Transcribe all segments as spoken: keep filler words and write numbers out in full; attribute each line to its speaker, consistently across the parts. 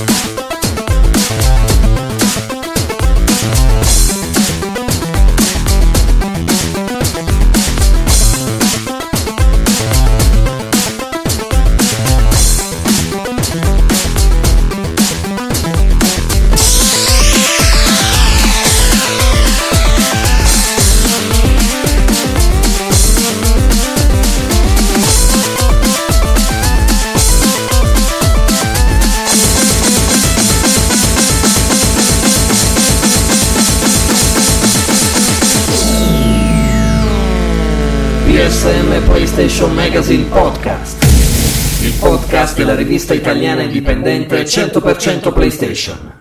Speaker 1: P S M PlayStation Magazine Podcast, il podcast della rivista italiana indipendente cento per cento PlayStation.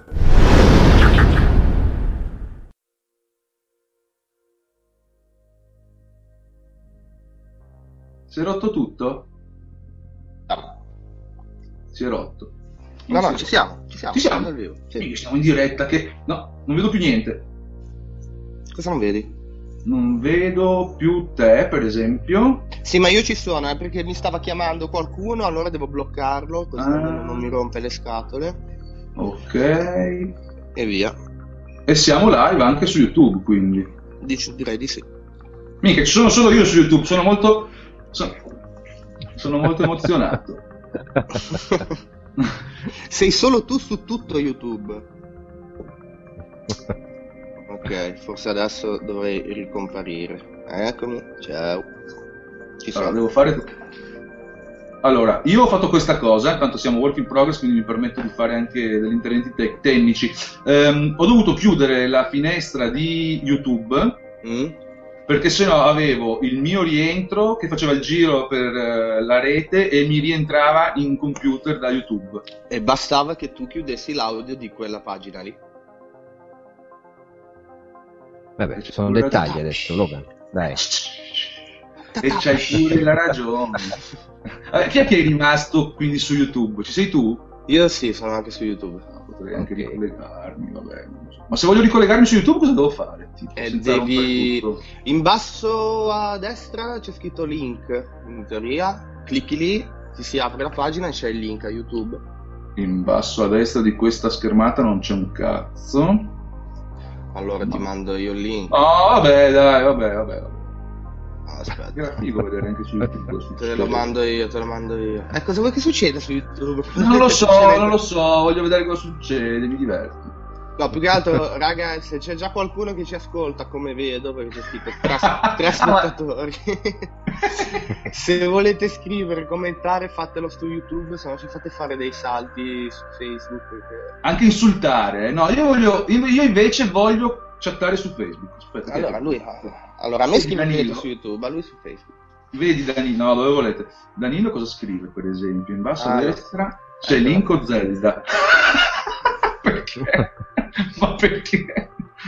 Speaker 2: Si è rotto tutto?
Speaker 3: No.
Speaker 2: Si è rotto.
Speaker 3: No, no, ci siamo, ci siamo.
Speaker 2: Ci siamo?
Speaker 3: Dal vivo. Sì.
Speaker 2: Sì, siamo in diretta che... No, non vedo più niente.
Speaker 3: Cosa non vedi?
Speaker 2: Non vedo più te, per esempio.
Speaker 3: Sì, ma io ci sono, eh, perché mi stava chiamando qualcuno, allora devo bloccarlo, così
Speaker 2: Ah.
Speaker 3: non, non mi rompe le scatole.
Speaker 2: Ok.
Speaker 3: E via.
Speaker 2: E siamo live anche su YouTube, quindi.
Speaker 3: Dici, direi di sì.
Speaker 2: Mica, ci sono solo io su YouTube, sono molto... Sono, sono molto emozionato.
Speaker 3: Sei solo tu su tutto YouTube. Ok, forse adesso dovrei ricomparire. Eccomi, ciao. Ci sono.
Speaker 2: Allora, devo fare... Allora, io ho fatto questa cosa, tanto siamo work in progress, quindi mi permetto di fare anche degli interventi te- tecnici. Ehm, ho dovuto chiudere la finestra di YouTube,
Speaker 3: Mm?
Speaker 2: perché sennò avevo il mio rientro che faceva il giro per eh, la rete e mi rientrava in computer da YouTube.
Speaker 3: E bastava che tu chiudessi l'audio di quella pagina lì.
Speaker 4: Vabbè, ci sono dettagli adesso, Logan. Dai.
Speaker 2: E c'hai pure la ragione. Vabbè, chi è che è rimasto quindi su YouTube? Ci sei tu?
Speaker 3: Io sì, sono anche su YouTube.
Speaker 2: Potrei anche ricollegarmi, vabbè. Non so. Ma se voglio ricollegarmi su YouTube cosa devo fare? Tipo,
Speaker 3: Eh,
Speaker 2: senza
Speaker 3: devi...
Speaker 2: rompere tutto?
Speaker 3: In basso a destra c'è scritto link, in teoria. Clicchi lì, ti si apre la pagina e c'è il link a YouTube.
Speaker 2: In basso a destra di questa schermata non c'è un cazzo.
Speaker 3: Allora ti
Speaker 2: No.
Speaker 3: mando io il link.
Speaker 2: Oh, vabbè, dai, vabbè, vabbè. vabbè.
Speaker 3: Ah, aspetta.
Speaker 2: Era figo vedere anche su YouTube. questo.
Speaker 3: Te lo mando io, te lo mando io. E cosa vuoi che succeda su YouTube?
Speaker 2: Non lo so,
Speaker 3: Succede-
Speaker 2: non lo so, voglio vedere cosa succede, mi diverto.
Speaker 3: No, più che altro, raga, se c'è già qualcuno che ci ascolta, come vedo, perché c'è scritto tre, tre spettatori. Se volete scrivere, commentare, fatelo su YouTube, se no ci fate fare dei salti su Facebook. Perché...
Speaker 2: Anche insultare, eh? No, io voglio, io io invece voglio chattare su Facebook. Aspetta,
Speaker 3: Allora,
Speaker 2: che-
Speaker 3: lui, allora a me scrivete
Speaker 2: Danilo.
Speaker 3: su YouTube, a lui su Facebook.
Speaker 2: Vedi Danilo, no, dove volete? Danilo cosa scrive, per esempio? In basso
Speaker 3: Ah,
Speaker 2: a
Speaker 3: no.
Speaker 2: destra c'è
Speaker 3: Ecco.
Speaker 2: Link o Zelda. Perché? Ma perché?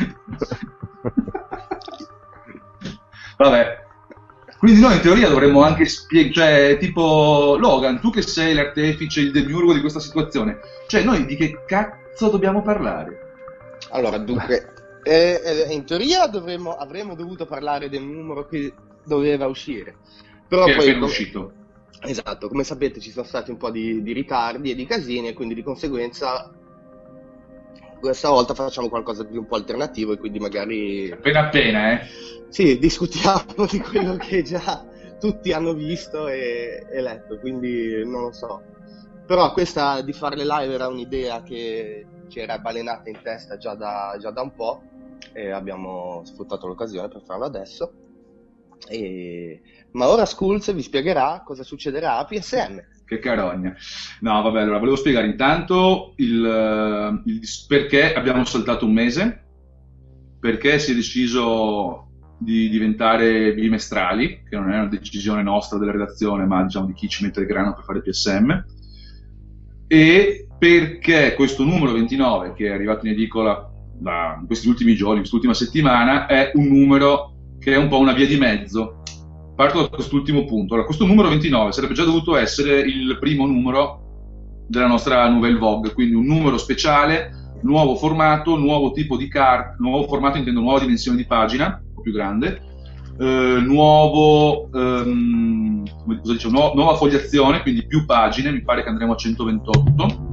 Speaker 2: Vabbè. Quindi noi in teoria dovremmo anche spiegare, cioè, tipo, Logan, tu che sei l'artefice, il demiurgo di questa situazione, cioè, noi di che cazzo dobbiamo parlare?
Speaker 3: Allora, dunque, eh, eh, in teoria dovremmo, avremmo dovuto parlare del numero che doveva uscire. Però
Speaker 2: Che è
Speaker 3: poi,
Speaker 2: appena
Speaker 3: come-
Speaker 2: uscito.
Speaker 3: Esatto, come sapete ci sono stati un po' di, di ritardi e di casini e quindi di conseguenza questa volta facciamo qualcosa di un po' alternativo e quindi magari
Speaker 2: Appena appena, eh.
Speaker 3: sì, discutiamo di quello che già tutti hanno visto e, e letto, quindi non lo so. Però questa di fare le live era un'idea che ci era balenata in testa già da, già da un po' e abbiamo sfruttato l'occasione per farlo adesso. E... Ma ora Skulls vi spiegherà cosa succederà a P S M.
Speaker 2: Che carogna. No, vabbè, allora volevo spiegare intanto il, eh, il dis- perché abbiamo saltato un mese, perché si è deciso di diventare bimestrali, che non è una decisione nostra della redazione, ma diciamo di chi ci mette il grano per fare P S M, e perché questo numero ventinove, che è arrivato in edicola da in questi ultimi giorni, in quest'ultima settimana, è un numero che è un po' una via di mezzo. Parto da quest'ultimo punto. Allora, questo numero ventinove sarebbe già dovuto essere il primo numero della nostra Nouvelle Vogue, quindi un numero speciale, nuovo formato, nuovo tipo di carta, nuovo formato intendo nuova dimensione di pagina, un po' più grande, eh, nuovo, ehm, come cosa dicevo, nu- nuova fogliazione, quindi più pagine, mi pare che andremo a centoventotto,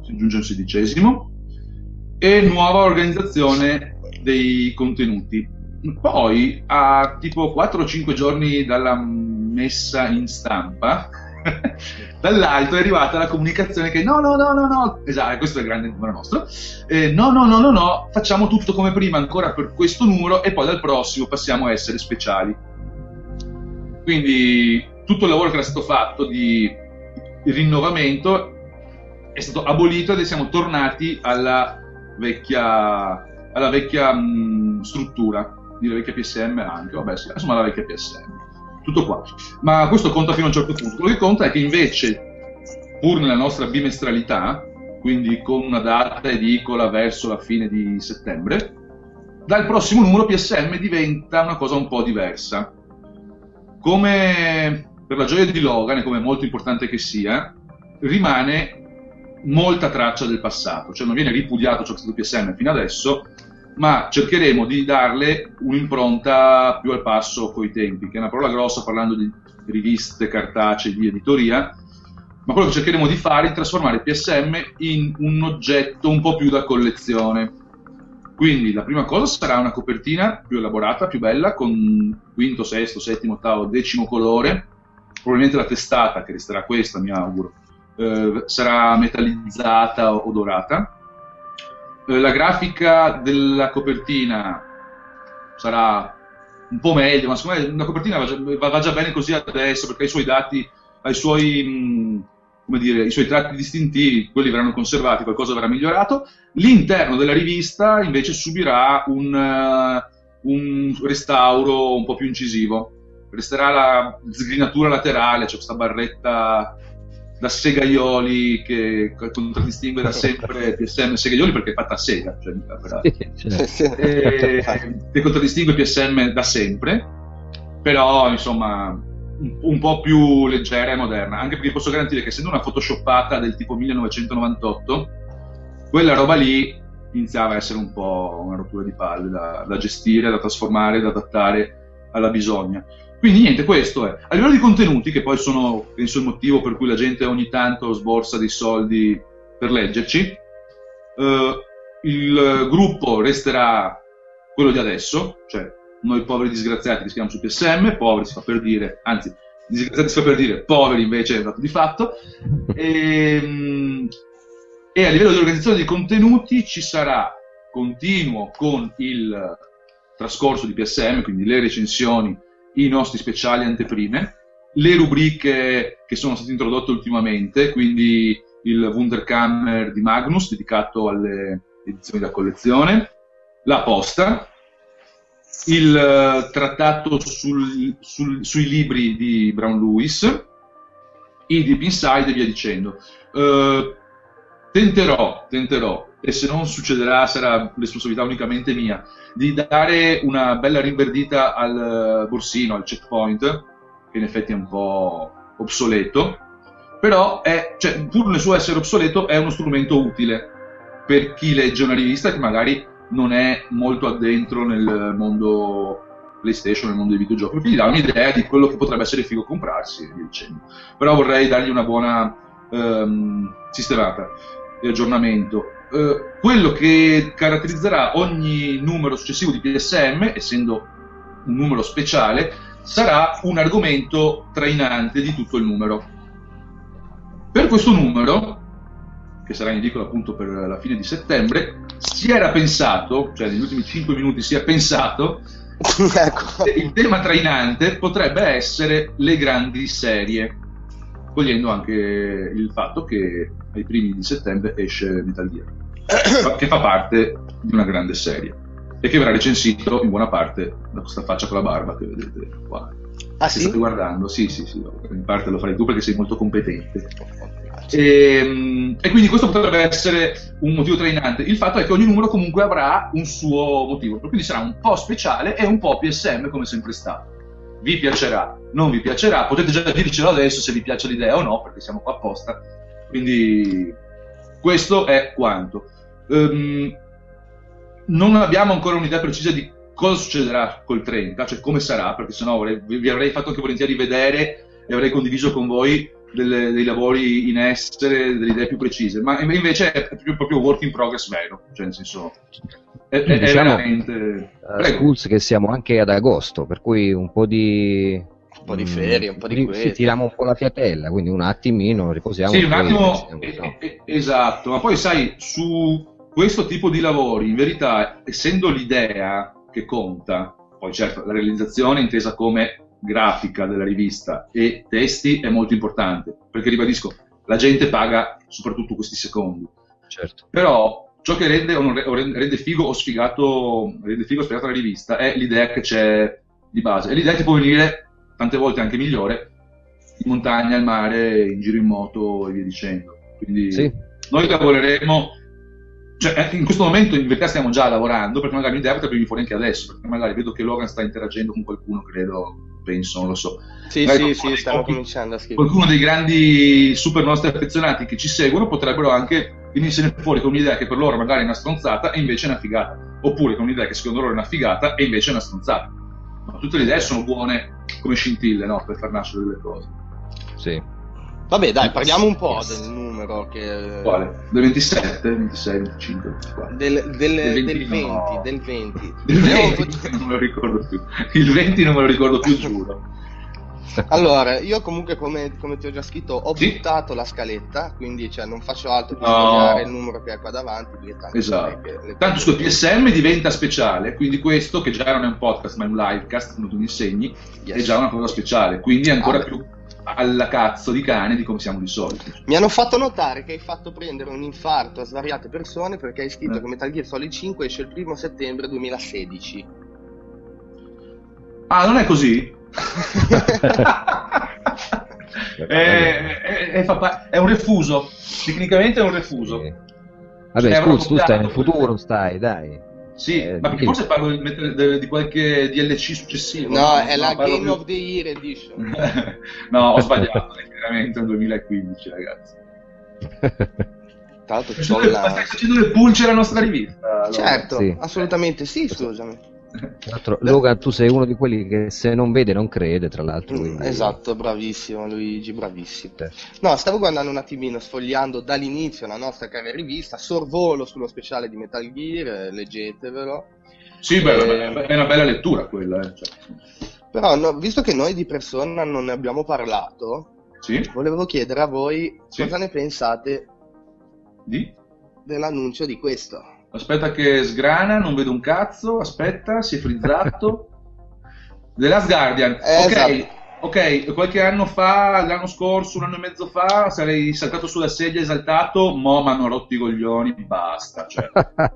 Speaker 2: si aggiunge un sedicesimo, e nuova organizzazione dei contenuti. Poi, a tipo quattro o cinque giorni dalla messa in stampa, dall'alto è arrivata la comunicazione che no, no, no, no, no, esatto, questo è il grande numero nostro, eh, no, no, no, no, no, facciamo tutto come prima ancora per questo numero e poi dal prossimo passiamo a essere speciali. Quindi tutto il lavoro che era stato fatto di rinnovamento è stato abolito ed siamo tornati alla vecchia, alla vecchia mh, struttura, di vecchia P S M anche, vabbè sì, insomma la vecchia P S M. Tutto qua. Ma questo conta fino a un certo punto. Quello che conta è che invece, pur nella nostra bimestralità, quindi con una data edicola verso la fine di settembre, dal prossimo numero P S M diventa una cosa un po' diversa. Come per la gioia di Logan, e come è molto importante che sia, rimane molta traccia del passato, cioè non viene ripudiato ciò che è stato P S M fino adesso, ma cercheremo di darle un'impronta più al passo coi tempi, che è una parola grossa parlando di riviste cartacee, di editoria, ma quello che cercheremo di fare è trasformare P S M in un oggetto un po' più da collezione. Quindi la prima cosa sarà una copertina più elaborata, più bella, con quinto, sesto, settimo, ottavo, decimo colore, probabilmente la testata, che resterà questa mi auguro, eh, sarà metallizzata o dorata. La grafica della copertina sarà un po' meglio, ma secondo me la copertina va già, va già bene così adesso, perché ha i suoi dati, ha i suoi, mh, come dire, i suoi tratti distintivi, quelli verranno conservati, qualcosa verrà migliorato. L'interno della rivista invece subirà un, uh, un restauro un po' più incisivo. Resterà la sgrinatura laterale, c'è questa barretta da segaioli che contraddistingue da sempre P S M segaioli perché è fatta a sega, cioè, certo. e, che contraddistingue P S M da sempre, però insomma un, un po' più leggera e moderna, anche perché posso garantire che essendo una photoshoppata del tipo millenovecentonovantotto, quella roba lì iniziava a essere un po' una rottura di palle da, da gestire, da trasformare, da adattare alla bisogna. Quindi niente, questo è. A livello di contenuti, che poi sono, penso, il motivo per cui la gente ogni tanto sborsa dei soldi per leggerci, eh, il gruppo resterà quello di adesso, cioè noi poveri disgraziati che scriviamo su P S M, poveri si fa per dire, anzi, disgraziati si fa per dire, poveri invece è un dato di fatto, e, e a livello di organizzazione dei contenuti ci sarà continuo con il trascorso di P S M, quindi le recensioni, i nostri speciali anteprime, le rubriche che sono state introdotte ultimamente, quindi il Wunderkammer di Magnus dedicato alle edizioni da collezione, la posta, il uh, trattato sul, sul, sui libri di Brown Lewis, i Deep Inside e via dicendo. Uh, tenterò, tenterò, e se non succederà sarà responsabilità unicamente mia, di dare una bella rinverdita al borsino, al checkpoint, che in effetti è un po' obsoleto, però è, cioè, pur nel suo essere obsoleto è uno strumento utile per chi legge una rivista che magari non è molto addentro nel mondo PlayStation, nel mondo dei videogiochi, quindi dà un'idea di quello che potrebbe essere figo comprarsi e via dicendo. Però vorrei dargli una buona um, sistemata e aggiornamento. Uh, quello che caratterizzerà ogni numero successivo di P S M, essendo un numero speciale, sarà un argomento trainante di tutto il numero. Per questo numero, che sarà in edicola appunto per la fine di settembre, si era pensato, cioè negli ultimi cinque minuti si è pensato, ecco, che il tema trainante potrebbe essere le grandi serie, cogliendo anche il fatto che ai primi di settembre esce Metal Gear, che fa parte di una grande serie e che verrà recensito in buona parte da questa faccia con la barba che vedete qua.
Speaker 3: Ah, sì?
Speaker 2: State guardando? Sì, sì, sì, in parte lo farai tu perché sei molto competente. E, e quindi questo potrebbe essere un motivo trainante. Il fatto è che ogni numero comunque avrà un suo motivo, quindi sarà un po' speciale e un po' P S M come sempre stato. Vi piacerà, non vi piacerà, potete già dircelo adesso se vi piace l'idea o no, perché siamo qua apposta. Quindi questo è quanto. Um, non abbiamo ancora un'idea precisa di cosa succederà col trenta, cioè come sarà, perché sennò avrei, vi avrei fatto anche volentieri vedere e avrei condiviso con voi delle, dei lavori in essere, delle idee più precise, ma invece è proprio, proprio work in progress vero, cioè nel senso è, è,
Speaker 4: diciamo,
Speaker 2: è veramente
Speaker 4: uh, Schools che siamo anche ad agosto, per cui un po' di
Speaker 3: un po' di ferie, un po' di
Speaker 4: sì, tiriamo un po' la fiatella, quindi un attimino riposiamo.
Speaker 2: Sì, un attimo,
Speaker 4: pensiamo,
Speaker 2: eh,
Speaker 4: no?
Speaker 2: eh, esatto, ma poi sai, su questo tipo di lavori, in verità, essendo l'idea che conta, poi certo la realizzazione intesa come grafica della rivista e testi è molto importante, perché ribadisco, la gente paga soprattutto questi secondi.
Speaker 4: Certo.
Speaker 2: Però ciò che rende, o non re- o rende figo o sfigato, rende figo o sfigato la rivista è l'idea che c'è di base, e l'idea che può venire tante volte anche migliore in montagna, al mare, in giro in moto e via dicendo. Quindi
Speaker 4: sì.
Speaker 2: Noi lavoreremo, cioè in questo momento in verità stiamo già lavorando, perché magari l'idea potrebbe venire fuori anche adesso, perché magari vedo che Logan sta interagendo con qualcuno, credo, penso, non lo so.
Speaker 3: Sì,
Speaker 2: magari
Speaker 3: sì, sì, stanno cominciando a scrivere.
Speaker 2: Qualcuno dei grandi super nostri affezionati che ci seguono potrebbero anche venirsene fuori con un'idea che per loro magari è una stronzata e invece è una figata, oppure con un'idea che secondo loro è una figata e invece è una stronzata. Ma tutte le idee sono buone come scintille, no? Per far nascere delle cose.
Speaker 4: Sì.
Speaker 3: Vabbè, dai, parliamo un po'
Speaker 4: Yes.
Speaker 3: del numero che...
Speaker 2: Quale? Del ventisette, ventisei, venticinque, ventiquattro.
Speaker 3: Del, del,
Speaker 2: Del
Speaker 3: del
Speaker 2: venti,
Speaker 3: venti,
Speaker 2: no.
Speaker 3: del venti.
Speaker 2: Il venti non me lo ricordo più. Il venti non me lo ricordo più, giuro.
Speaker 3: Allora, io comunque come, come ti ho già scritto ho
Speaker 2: Sì.
Speaker 3: buttato la scaletta, quindi cioè, non faccio altro che
Speaker 2: No.
Speaker 3: sfogliare il numero che è qua davanti. perché tanto
Speaker 2: Esatto.
Speaker 3: sai che le
Speaker 2: Tanto
Speaker 3: cose-
Speaker 2: sul P S M diventa speciale, quindi questo, che già non è un podcast ma è un livecast, come tu mi insegni,
Speaker 3: Yes.
Speaker 2: è già una cosa speciale, quindi è ancora
Speaker 3: Ah,
Speaker 2: più alla cazzo di cane di come siamo di solito.
Speaker 3: Mi hanno fatto notare che hai fatto prendere un infarto a svariate persone perché hai scritto
Speaker 2: Eh.
Speaker 3: che Metal Gear Solid cinque esce il primo settembre duemilasedici.
Speaker 2: Ah, non è così? è, è- è- fa pa- è un refuso, tecnicamente è un refuso.
Speaker 4: Sì. Vabbè,
Speaker 2: Cioè,
Speaker 4: scusa, tu
Speaker 2: avrò
Speaker 4: stai nel
Speaker 2: copiato-
Speaker 4: futuro, stai, dai.
Speaker 2: Sì,
Speaker 4: Eh,
Speaker 2: ma perché
Speaker 4: sì.
Speaker 2: forse parlo di, di- di qualche D L C successivo.
Speaker 3: No, è la
Speaker 2: parlo
Speaker 3: Game
Speaker 2: più-
Speaker 3: of the Year Edition.
Speaker 2: No, ho sbagliato, è chiaramente un duemilaquindici, ragazzi.
Speaker 3: Tra l'altro c'ho
Speaker 2: Stai
Speaker 3: la...
Speaker 2: facendo le pulce alla nostra rivista? allora?
Speaker 3: Certo,
Speaker 4: Sì.
Speaker 3: assolutamente sì, scusami.
Speaker 4: Tra l'altro, Logan, tu sei uno di quelli che se non vede non crede, tra l'altro.
Speaker 3: Mm,
Speaker 4: quindi-
Speaker 3: Esatto, bravissimo Luigi, bravissimo.
Speaker 4: Sì.
Speaker 3: No, stavo guardando un attimino, sfogliando dall'inizio la nostra cara rivista, sorvolo sullo speciale di Metal Gear, eh, leggetevelo.
Speaker 2: Sì, beh,
Speaker 3: Eh,
Speaker 2: è una bella lettura quella. Eh. Cioè,
Speaker 3: Però, no, visto che noi di persona non ne abbiamo parlato,
Speaker 2: sì?
Speaker 3: volevo chiedere a voi
Speaker 2: Sì.
Speaker 3: cosa ne pensate
Speaker 2: Di?
Speaker 3: dell'annuncio di questo.
Speaker 2: Aspetta che sgrana, non vedo un cazzo, aspetta, si è frizzato. The Last Guardian.
Speaker 3: Eh,
Speaker 2: ok,
Speaker 3: esatto.
Speaker 2: ok, qualche anno fa, l'anno scorso, un anno e mezzo fa, sarei saltato sulla sedia esaltato, mo' mi hanno rotto i coglioni, basta, cioè.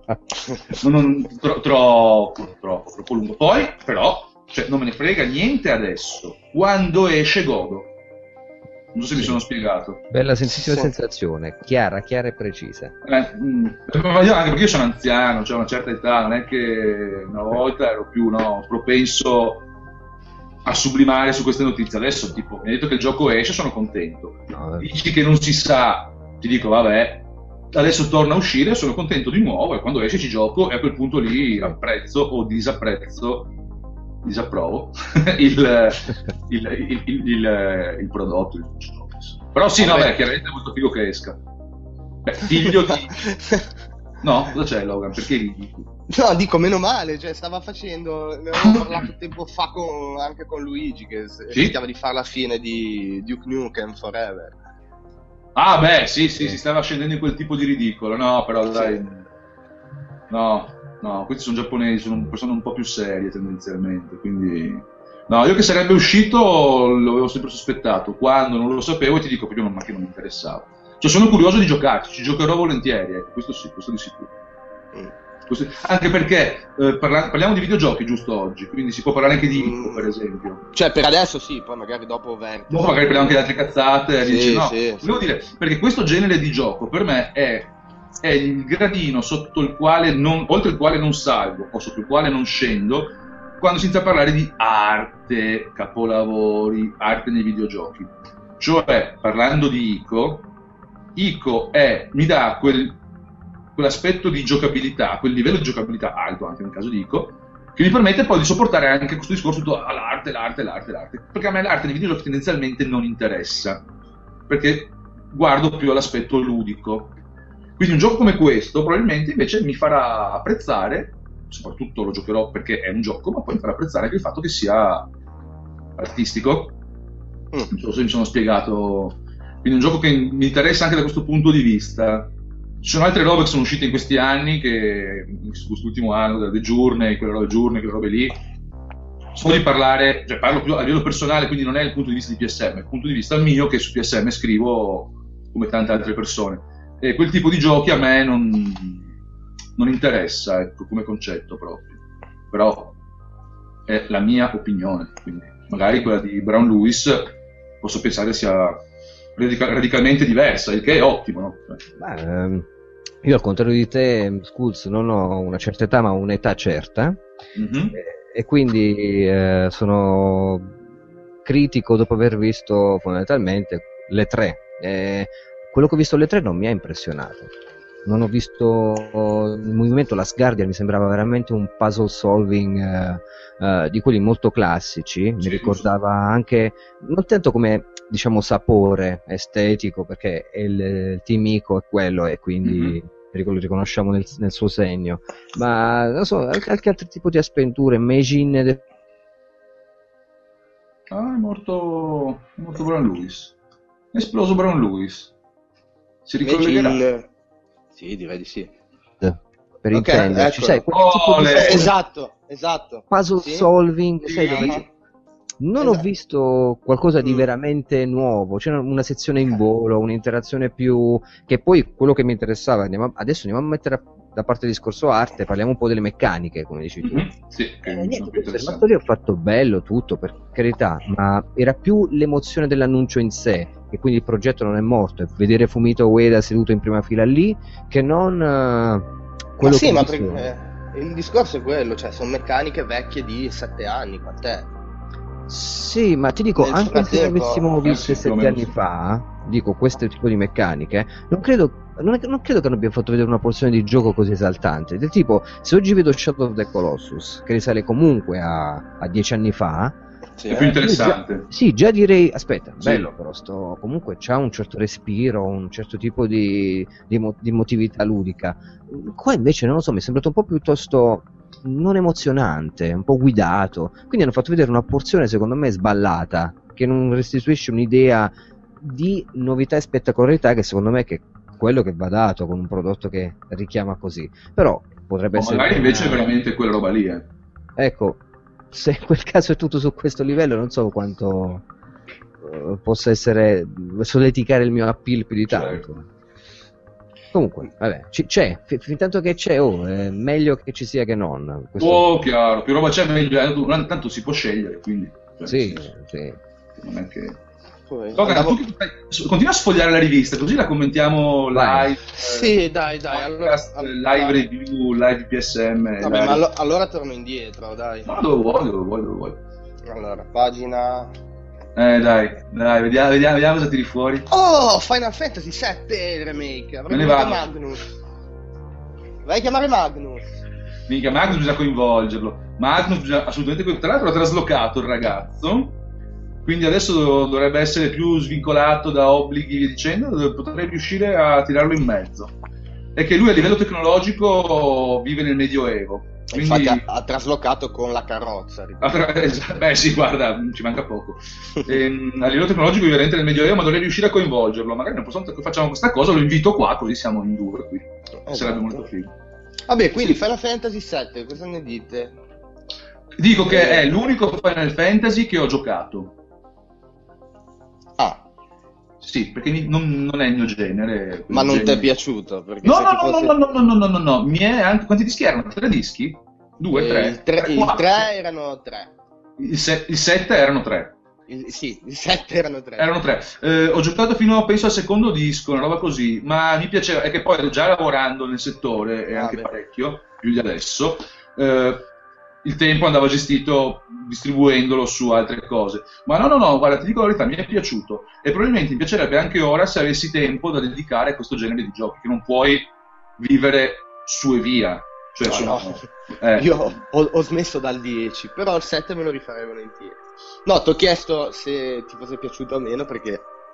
Speaker 2: non, non- tro- troppo, troppo, troppo lungo. Poi, però, cioè, non me ne frega niente adesso. Quando esce godo. Non so se mi
Speaker 4: Sì.
Speaker 2: sono spiegato.
Speaker 4: Bella sensissima
Speaker 3: Sì.
Speaker 4: sensazione, chiara, chiara e precisa.
Speaker 2: Eh, mm, ma io- anche perché io sono anziano, ho una certa età, non è che una volta ero più no, propenso a sublimare su queste notizie. Adesso, tipo, mi hai detto che il gioco esce, sono contento.
Speaker 4: No,
Speaker 2: Dici che non si sa, ti dico, vabbè, adesso torna a uscire, sono contento di nuovo e quando esce ci gioco e a quel punto lì apprezzo o disapprezzo, disapprovo il, il, il, il, il, il prodotto. Il gioco. Però sì, no,
Speaker 3: Vabbè.
Speaker 2: beh, chiaramente è molto figo che esca. Beh, figlio di... No, cosa c'è Logan? Perché ridi?
Speaker 3: No, dico meno male, cioè stava facendo, ne avevo parlato tempo fa con- anche con Luigi che s-
Speaker 2: Sì?
Speaker 3: rischiava di fare la fine di Duke Nukem Forever.
Speaker 2: Ah, beh, sì, sì, si stava scendendo in quel tipo di ridicolo. No, però dai...
Speaker 3: Sì.
Speaker 2: No, no, questi sono giapponesi, sono persone un po' più serie tendenzialmente, quindi... No, io che sarebbe uscito l'avevo sempre sospettato, quando non lo sapevo e ti dico proprio non, ma che non mi interessava. Cioè sono curioso di giocarci, ci giocherò volentieri, ecco, questo sì, questo di sicuro.
Speaker 3: Mm.
Speaker 2: Questo- Anche perché eh, parla- parliamo di videogiochi giusto oggi, quindi si può parlare anche di
Speaker 3: Mm.
Speaker 2: Ico, per esempio.
Speaker 3: Cioè per adesso sì, poi magari dopo Vertigo.
Speaker 2: Dopo magari parliamo anche di altre cazzate,
Speaker 3: Sì,
Speaker 2: dici, no,
Speaker 3: sì,
Speaker 2: volevo
Speaker 3: sì.
Speaker 2: dire, perché questo genere di gioco per me è, è il gradino sotto il quale non, oltre il quale non salgo o sotto il quale non scendo quando si inizia a parlare di arte, capolavori, arte nei videogiochi. Cioè, parlando di Ico, Ico è, mi dà quel, quell'aspetto di giocabilità, quel livello di giocabilità alto anche nel caso di Ico, che mi permette poi di sopportare anche questo discorso tutto all'arte, l'arte, l'arte, l'arte. Perché a me l'arte nei videogiochi tendenzialmente non interessa. perché guardo più all'aspetto ludico. Quindi un gioco come questo probabilmente invece mi farà apprezzare, soprattutto lo giocherò perché è un gioco, ma poi mi farà apprezzare anche il fatto che sia artistico. Non so se mi sono spiegato. Quindi un gioco che mi interessa anche da questo punto di vista. Ci sono altre robe che sono uscite in questi anni, che in quest'ultimo anno, The Journey, quelle robe, Journey, quelle robe lì. Solo di parlare, cioè parlo più a livello personale, quindi non è il punto di vista di P S M, è il punto di vista mio, che su P S M scrivo come tante altre persone. E quel tipo di giochi a me non, non interessa, ecco, come concetto proprio. Però è la mia opinione, quindi magari quella di Brown Lewis posso pensare sia radical- radicalmente diversa, il che è ottimo, no?
Speaker 4: Beh, ehm, io al contrario di te, Schulz, non ho una certa età, ma un'età certa,
Speaker 2: Mm-hmm.
Speaker 4: e, e quindi eh, sono critico dopo aver visto fondamentalmente le tre. Eh, quello che ho visto alle tre non mi ha impressionato. Non ho visto il movimento Last Guardian, mi sembrava veramente un puzzle solving eh, eh, di quelli molto classici. Mi
Speaker 2: Sì,
Speaker 4: ricordava anche non tanto come, diciamo, sapore estetico, perché è il, il team Ico è quello e quindi mm-hmm. lo riconosciamo nel, nel suo segno, ma non so, anche, anche altri tipi di avventure. Meijin de...
Speaker 2: Ah, è morto, è morto Brown Lewis, è esploso Brown Lewis. Si ricollegherà.
Speaker 3: Il... Sì, direi di sì.
Speaker 4: per
Speaker 3: Ok,
Speaker 4: intenderci,
Speaker 3: ecco.
Speaker 4: sai, quel
Speaker 2: Oh,
Speaker 4: tipo di
Speaker 2: le-
Speaker 3: Esatto, esatto.
Speaker 4: puzzle
Speaker 3: Sì.
Speaker 4: solving, sai,
Speaker 3: Sì.
Speaker 4: dove non ho
Speaker 3: Esatto.
Speaker 4: visto qualcosa di
Speaker 3: Mm.
Speaker 4: veramente nuovo. C'era una sezione in volo, un'interazione più, che poi quello che mi interessava, andiamo a- adesso andiamo a mettere a- da parte il discorso arte, parliamo un po' delle meccaniche, come dici tu.
Speaker 2: Mhm, sì, che
Speaker 4: Eh,
Speaker 2: sono
Speaker 4: niente,
Speaker 2: più
Speaker 4: il
Speaker 2: interessanti.
Speaker 4: serbatoio ho fatto bello tutto, per carità, ma era più l'emozione dell'annuncio in sé, e quindi il progetto non è morto, e vedere Fumito Ueda seduto in prima fila lì, che non eh,
Speaker 3: Ma
Speaker 4: quello
Speaker 3: sì,
Speaker 4: che
Speaker 3: ma
Speaker 4: ho visto.
Speaker 3: perché eh, il discorso è quello, cioè sono meccaniche vecchie di sette anni, quant'è?
Speaker 4: Sì, ma ti dico,
Speaker 3: Nel
Speaker 4: anche se le
Speaker 3: frattempo-
Speaker 4: avessimo
Speaker 2: Eh
Speaker 4: viste
Speaker 2: sì, più o
Speaker 4: sette
Speaker 2: meno
Speaker 4: anni
Speaker 2: sì.
Speaker 4: fa, dico, questo tipo di meccaniche, non credo, non, è- non credo che non abbia fatto vedere una porzione di gioco così esaltante. Del tipo, se oggi vedo Shadow of the Colossus, che risale comunque a, a dieci anni fa,
Speaker 3: Sì,
Speaker 2: È più
Speaker 3: eh.
Speaker 2: interessante.
Speaker 4: io già- sì, già direi, aspetta,
Speaker 2: Sì.
Speaker 4: bello però, sto, comunque c'ha un certo respiro, un certo tipo di, di, mo- di emotività ludica. Qua invece, non lo so, mi è sembrato un po' piuttosto non emozionante, un po' guidato. Quindi hanno fatto vedere una porzione, secondo me, sballata, che non restituisce un'idea di novità e spettacolarità, che secondo me è che quello che va dato con un prodotto che richiama così. Però potrebbe
Speaker 2: O
Speaker 4: essere
Speaker 2: magari
Speaker 4: una-
Speaker 2: invece è veramente quella roba lì, eh.
Speaker 4: Ecco, se in quel caso è tutto su questo livello, non so quanto eh, possa essere solleticare il mio appeal più di tanto.
Speaker 2: Certo.
Speaker 4: Comunque, vabbè, ci- c'è, fin, fin tanto che c'è, oh, è meglio che ci sia che non. Questo-
Speaker 2: Oh, chiaro, più roba c'è meglio, eh, tanto si può scegliere, quindi cioè,
Speaker 4: sì,
Speaker 2: nel senso,
Speaker 4: sì.
Speaker 2: non è che...
Speaker 3: Poi
Speaker 2: Logan,
Speaker 3: andavo-
Speaker 2: tu che fai- continua a sfogliare la rivista, così la commentiamo
Speaker 4: Vai.
Speaker 2: live.
Speaker 3: Sì, dai, dai, allora,
Speaker 2: podcast,
Speaker 3: allora-
Speaker 2: live review, live P S M.
Speaker 3: Vabbè,
Speaker 2: live-
Speaker 3: ma allo- allora torno indietro, dai.
Speaker 2: No, dove vuoi, dove vuoi, dove vuoi.
Speaker 3: Allora, pagina...
Speaker 2: Eh, dai, dai, vediamo, vediamo, vediamo cosa tiri fuori.
Speaker 3: Oh, Final Fantasy sette il remake. Avrei
Speaker 2: Me ne
Speaker 3: voluto
Speaker 2: vado.
Speaker 3: Magnus. Vai a chiamare Magnus.
Speaker 2: Minchia, Magnus bisogna coinvolgerlo. Magnus bisogna assolutamente coinvolgerlo. Tra l'altro ha traslocato il ragazzo, quindi adesso dov- dovrebbe essere più svincolato da obblighi e via dicendo, dove potrei riuscire a tirarlo in mezzo. È che lui a livello tecnologico vive nel Medioevo. Quindi...
Speaker 3: Infatti ha, ha traslocato con la carrozza. ricordo.
Speaker 2: Ah, tra- Beh sì, guarda, ci manca poco. Ehm, a livello tecnologico vive veramente nel Medioevo, ma dovrei riuscire a coinvolgerlo. Magari nel prossimo che facciamo questa cosa lo invito qua, così siamo in due qui.
Speaker 3: Esatto.
Speaker 2: Sarebbe molto figo.
Speaker 3: Vabbè, quindi Final Fantasy sette, cosa ne dite?
Speaker 2: Dico che è l'unico Final Fantasy che ho giocato.
Speaker 3: Ah,
Speaker 2: Sì, perché mi- non, non è il mio genere.
Speaker 3: ma non ti è
Speaker 2: genere.
Speaker 3: piaciuto? Perché
Speaker 2: No,
Speaker 3: se
Speaker 2: no,
Speaker 3: ti
Speaker 2: no,
Speaker 3: fosse-
Speaker 2: no, no, no, no, no, no, no, mi è anche... Quanti dischi erano? Tre dischi? Due,
Speaker 3: Eh,
Speaker 2: tre?
Speaker 3: Il tre,
Speaker 2: Tre,
Speaker 3: il
Speaker 2: quattro.
Speaker 3: tre erano tre.
Speaker 2: Il, se- il sette erano tre.
Speaker 3: Il- sì, il sette erano tre.
Speaker 2: Erano tre. Eh, ho giocato fino, penso, al secondo disco, una roba così, ma mi piaceva, è che poi già lavorando nel settore, e
Speaker 3: Ah,
Speaker 2: anche
Speaker 3: beh.
Speaker 2: parecchio, più di adesso, eh, il tempo andava gestito distribuendolo su altre cose. Ma no, no, no, guarda, ti dico la verità, mi è piaciuto. E probabilmente mi piacerebbe anche ora se avessi tempo da dedicare a questo genere di giochi, che non puoi vivere su e via. Cioè,
Speaker 3: No,
Speaker 2: sono-
Speaker 3: no.
Speaker 2: eh.
Speaker 3: Io ho, ho smesso dal dieci, però il sette me lo rifarei volentieri. No, ti ho chiesto se ti fosse piaciuto o meno perché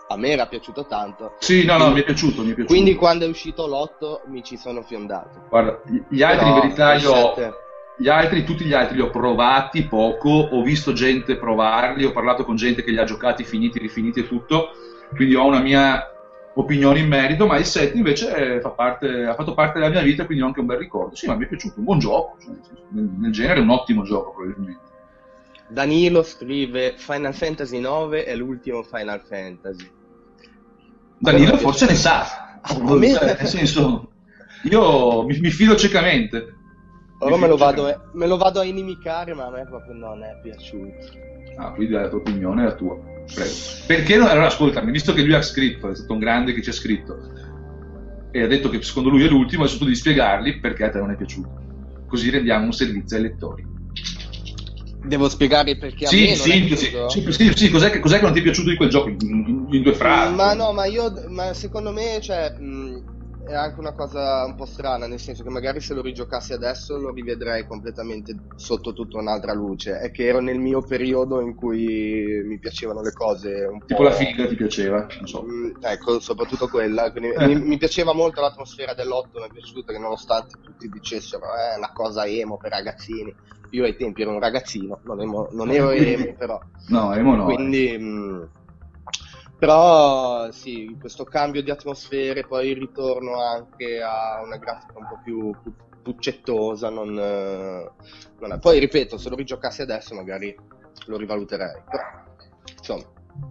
Speaker 3: a me era piaciuto tanto.
Speaker 2: Sì, no, no, mi è piaciuto, mi è piaciuto.
Speaker 3: Quindi quando è uscito l'otto mi ci sono fiondato.
Speaker 2: Guarda, gli altri
Speaker 3: Però,
Speaker 2: in verità
Speaker 3: il
Speaker 2: io...
Speaker 3: sette...
Speaker 2: Gli altri, tutti gli altri li ho provati poco, ho visto gente provarli, ho parlato con gente che li ha giocati, finiti, rifiniti e tutto, quindi ho una mia opinione in merito, ma il sette invece fa parte, ha fatto parte della mia vita, quindi ho anche un bel ricordo. Sì, ma mi è piaciuto, un buon gioco, cioè, nel, nel genere è un ottimo gioco probabilmente.
Speaker 3: Danilo scrive Final Fantasy nove è l'ultimo Final Fantasy.
Speaker 2: Danilo forse ne sa, nel senso, io mi, mi fido ciecamente.
Speaker 3: Ora me lo, vado, me lo vado a inimicare, ma a me proprio non è piaciuto.
Speaker 2: Ah, quindi la tua opinione è la tua. Prego. Perché non... Allora, ascoltami, visto che lui ha scritto, è stato un grande che ci ha scritto, e ha detto che secondo lui è l'ultimo, adesso tu devi spiegargli perché a te non è piaciuto. Così rendiamo un servizio ai lettori.
Speaker 3: Devo spiegare perché a
Speaker 2: sì,
Speaker 3: me non
Speaker 2: sì,
Speaker 3: è piaciuto?
Speaker 2: Sì, sì, sì, sì. Cos'è, che, cos'è che non ti è piaciuto di quel gioco? In, in, in due frasi.
Speaker 3: Ma no, ma io, ma secondo me, cioè... Mh... è anche una cosa un po' strana, nel senso che magari se lo rigiocassi adesso lo rivedrei completamente sotto tutta un'altra luce. È che ero nel mio periodo in cui mi piacevano le cose un po'...
Speaker 2: Tipo la figa ti piaceva? Non so.
Speaker 3: Mm, ecco, soprattutto quella. Quindi
Speaker 2: Eh.
Speaker 3: mi, mi piaceva molto l'atmosfera dell'otto, mi è piaciuta che nonostante tutti dicessero è una cosa emo per ragazzini. Io ai tempi ero un ragazzino, non, emo, non ero emo però.
Speaker 2: No, emo no.
Speaker 3: Quindi... Mh, però sì, questo cambio di atmosfere, poi il ritorno anche a una grafica un po' più pu- puccettosa, non, non è... poi ripeto, se lo rigiocassi adesso magari lo rivaluterei, però insomma.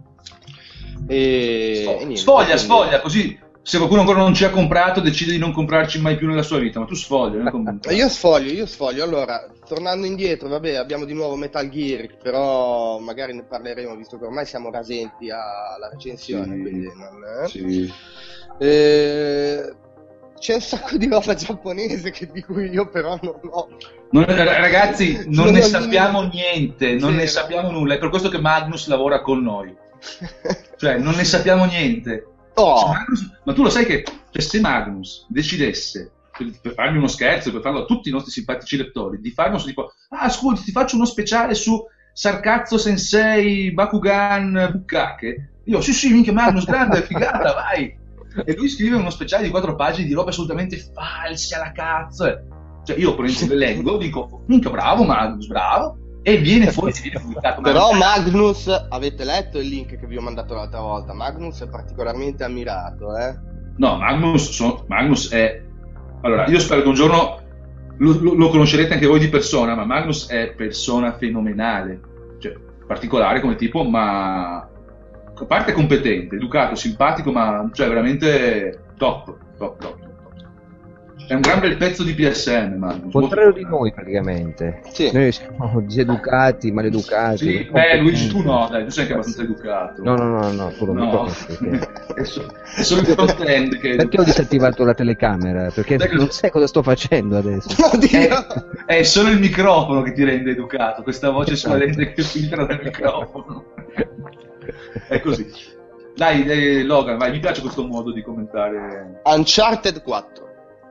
Speaker 3: E,
Speaker 2: Sfoglia,
Speaker 3: e niente,
Speaker 2: sfoglia,
Speaker 3: quindi...
Speaker 2: sfoglia, così se qualcuno ancora non ci ha comprato decide di non comprarci mai più nella sua vita, ma tu sfoglia. Non
Speaker 3: io sfoglio, io sfoglio. Allora, tornando indietro, vabbè, abbiamo di nuovo Metal Gear, però magari ne parleremo visto che ormai siamo rasenti alla recensione,
Speaker 2: sì,
Speaker 3: quindi non...
Speaker 2: Sì.
Speaker 3: Eh, c'è un sacco di roba giapponese che, di cui io però non ho...
Speaker 2: Non, ragazzi, non,
Speaker 3: non
Speaker 2: ne
Speaker 3: ho
Speaker 2: sappiamo
Speaker 3: minimo...
Speaker 2: niente, non
Speaker 3: Zero.
Speaker 2: ne sappiamo nulla, è per questo che Magnus lavora con noi. Cioè, non ne sappiamo niente.
Speaker 3: Oh.
Speaker 2: Magnus, ma tu lo sai che cioè, se Magnus decidesse, per, per farmi uno scherzo, per farlo a tutti i nostri simpatici lettori, di farmi tipo, ah, ascolti, ti faccio uno speciale su Sarkazzo Sensei, Bakugan, Bukkake. Io, sì, sì, minchia, Magnus, grande, figata, vai. E lui scrive uno speciale di quattro pagine di robe assolutamente false alla cazzo. Eh. Cioè, io le leggo, dico, minchia, bravo Magnus, bravo. E viene fuori, viene pubblicato.
Speaker 3: Però Magnus, avete letto il link che vi ho mandato l'altra volta? Magnus è particolarmente ammirato, eh?
Speaker 2: No, Magnus, so, Magnus è... Allora, io spero che un giorno lo, lo, lo conoscerete anche voi di persona, ma Magnus è persona fenomenale. Cioè, particolare come tipo, ma... a parte competente, educato, simpatico, ma cioè veramente top, top, top. È un gran bel pezzo di P S M, Magnus.
Speaker 4: Il contrario di noi praticamente.
Speaker 3: Sì.
Speaker 4: Noi siamo diseducati, maleducati.
Speaker 2: Sì, beh, Luigi, tu no, dai, tu sei anche abbastanza educato.
Speaker 4: No, no, no, no, tu non mi
Speaker 2: No,
Speaker 4: conosci.
Speaker 2: è, so- è solo il front-end che...
Speaker 4: Perché ho disattivato la telecamera? Perché
Speaker 2: Perché-
Speaker 4: non sai cosa sto facendo adesso.
Speaker 3: Oddio!
Speaker 2: È, è solo il microfono che ti rende educato, questa voce suadente che filtra dal microfono. È così. Dai, eh, Logan, vai, mi piace questo modo di commentare.
Speaker 3: Uncharted quattro.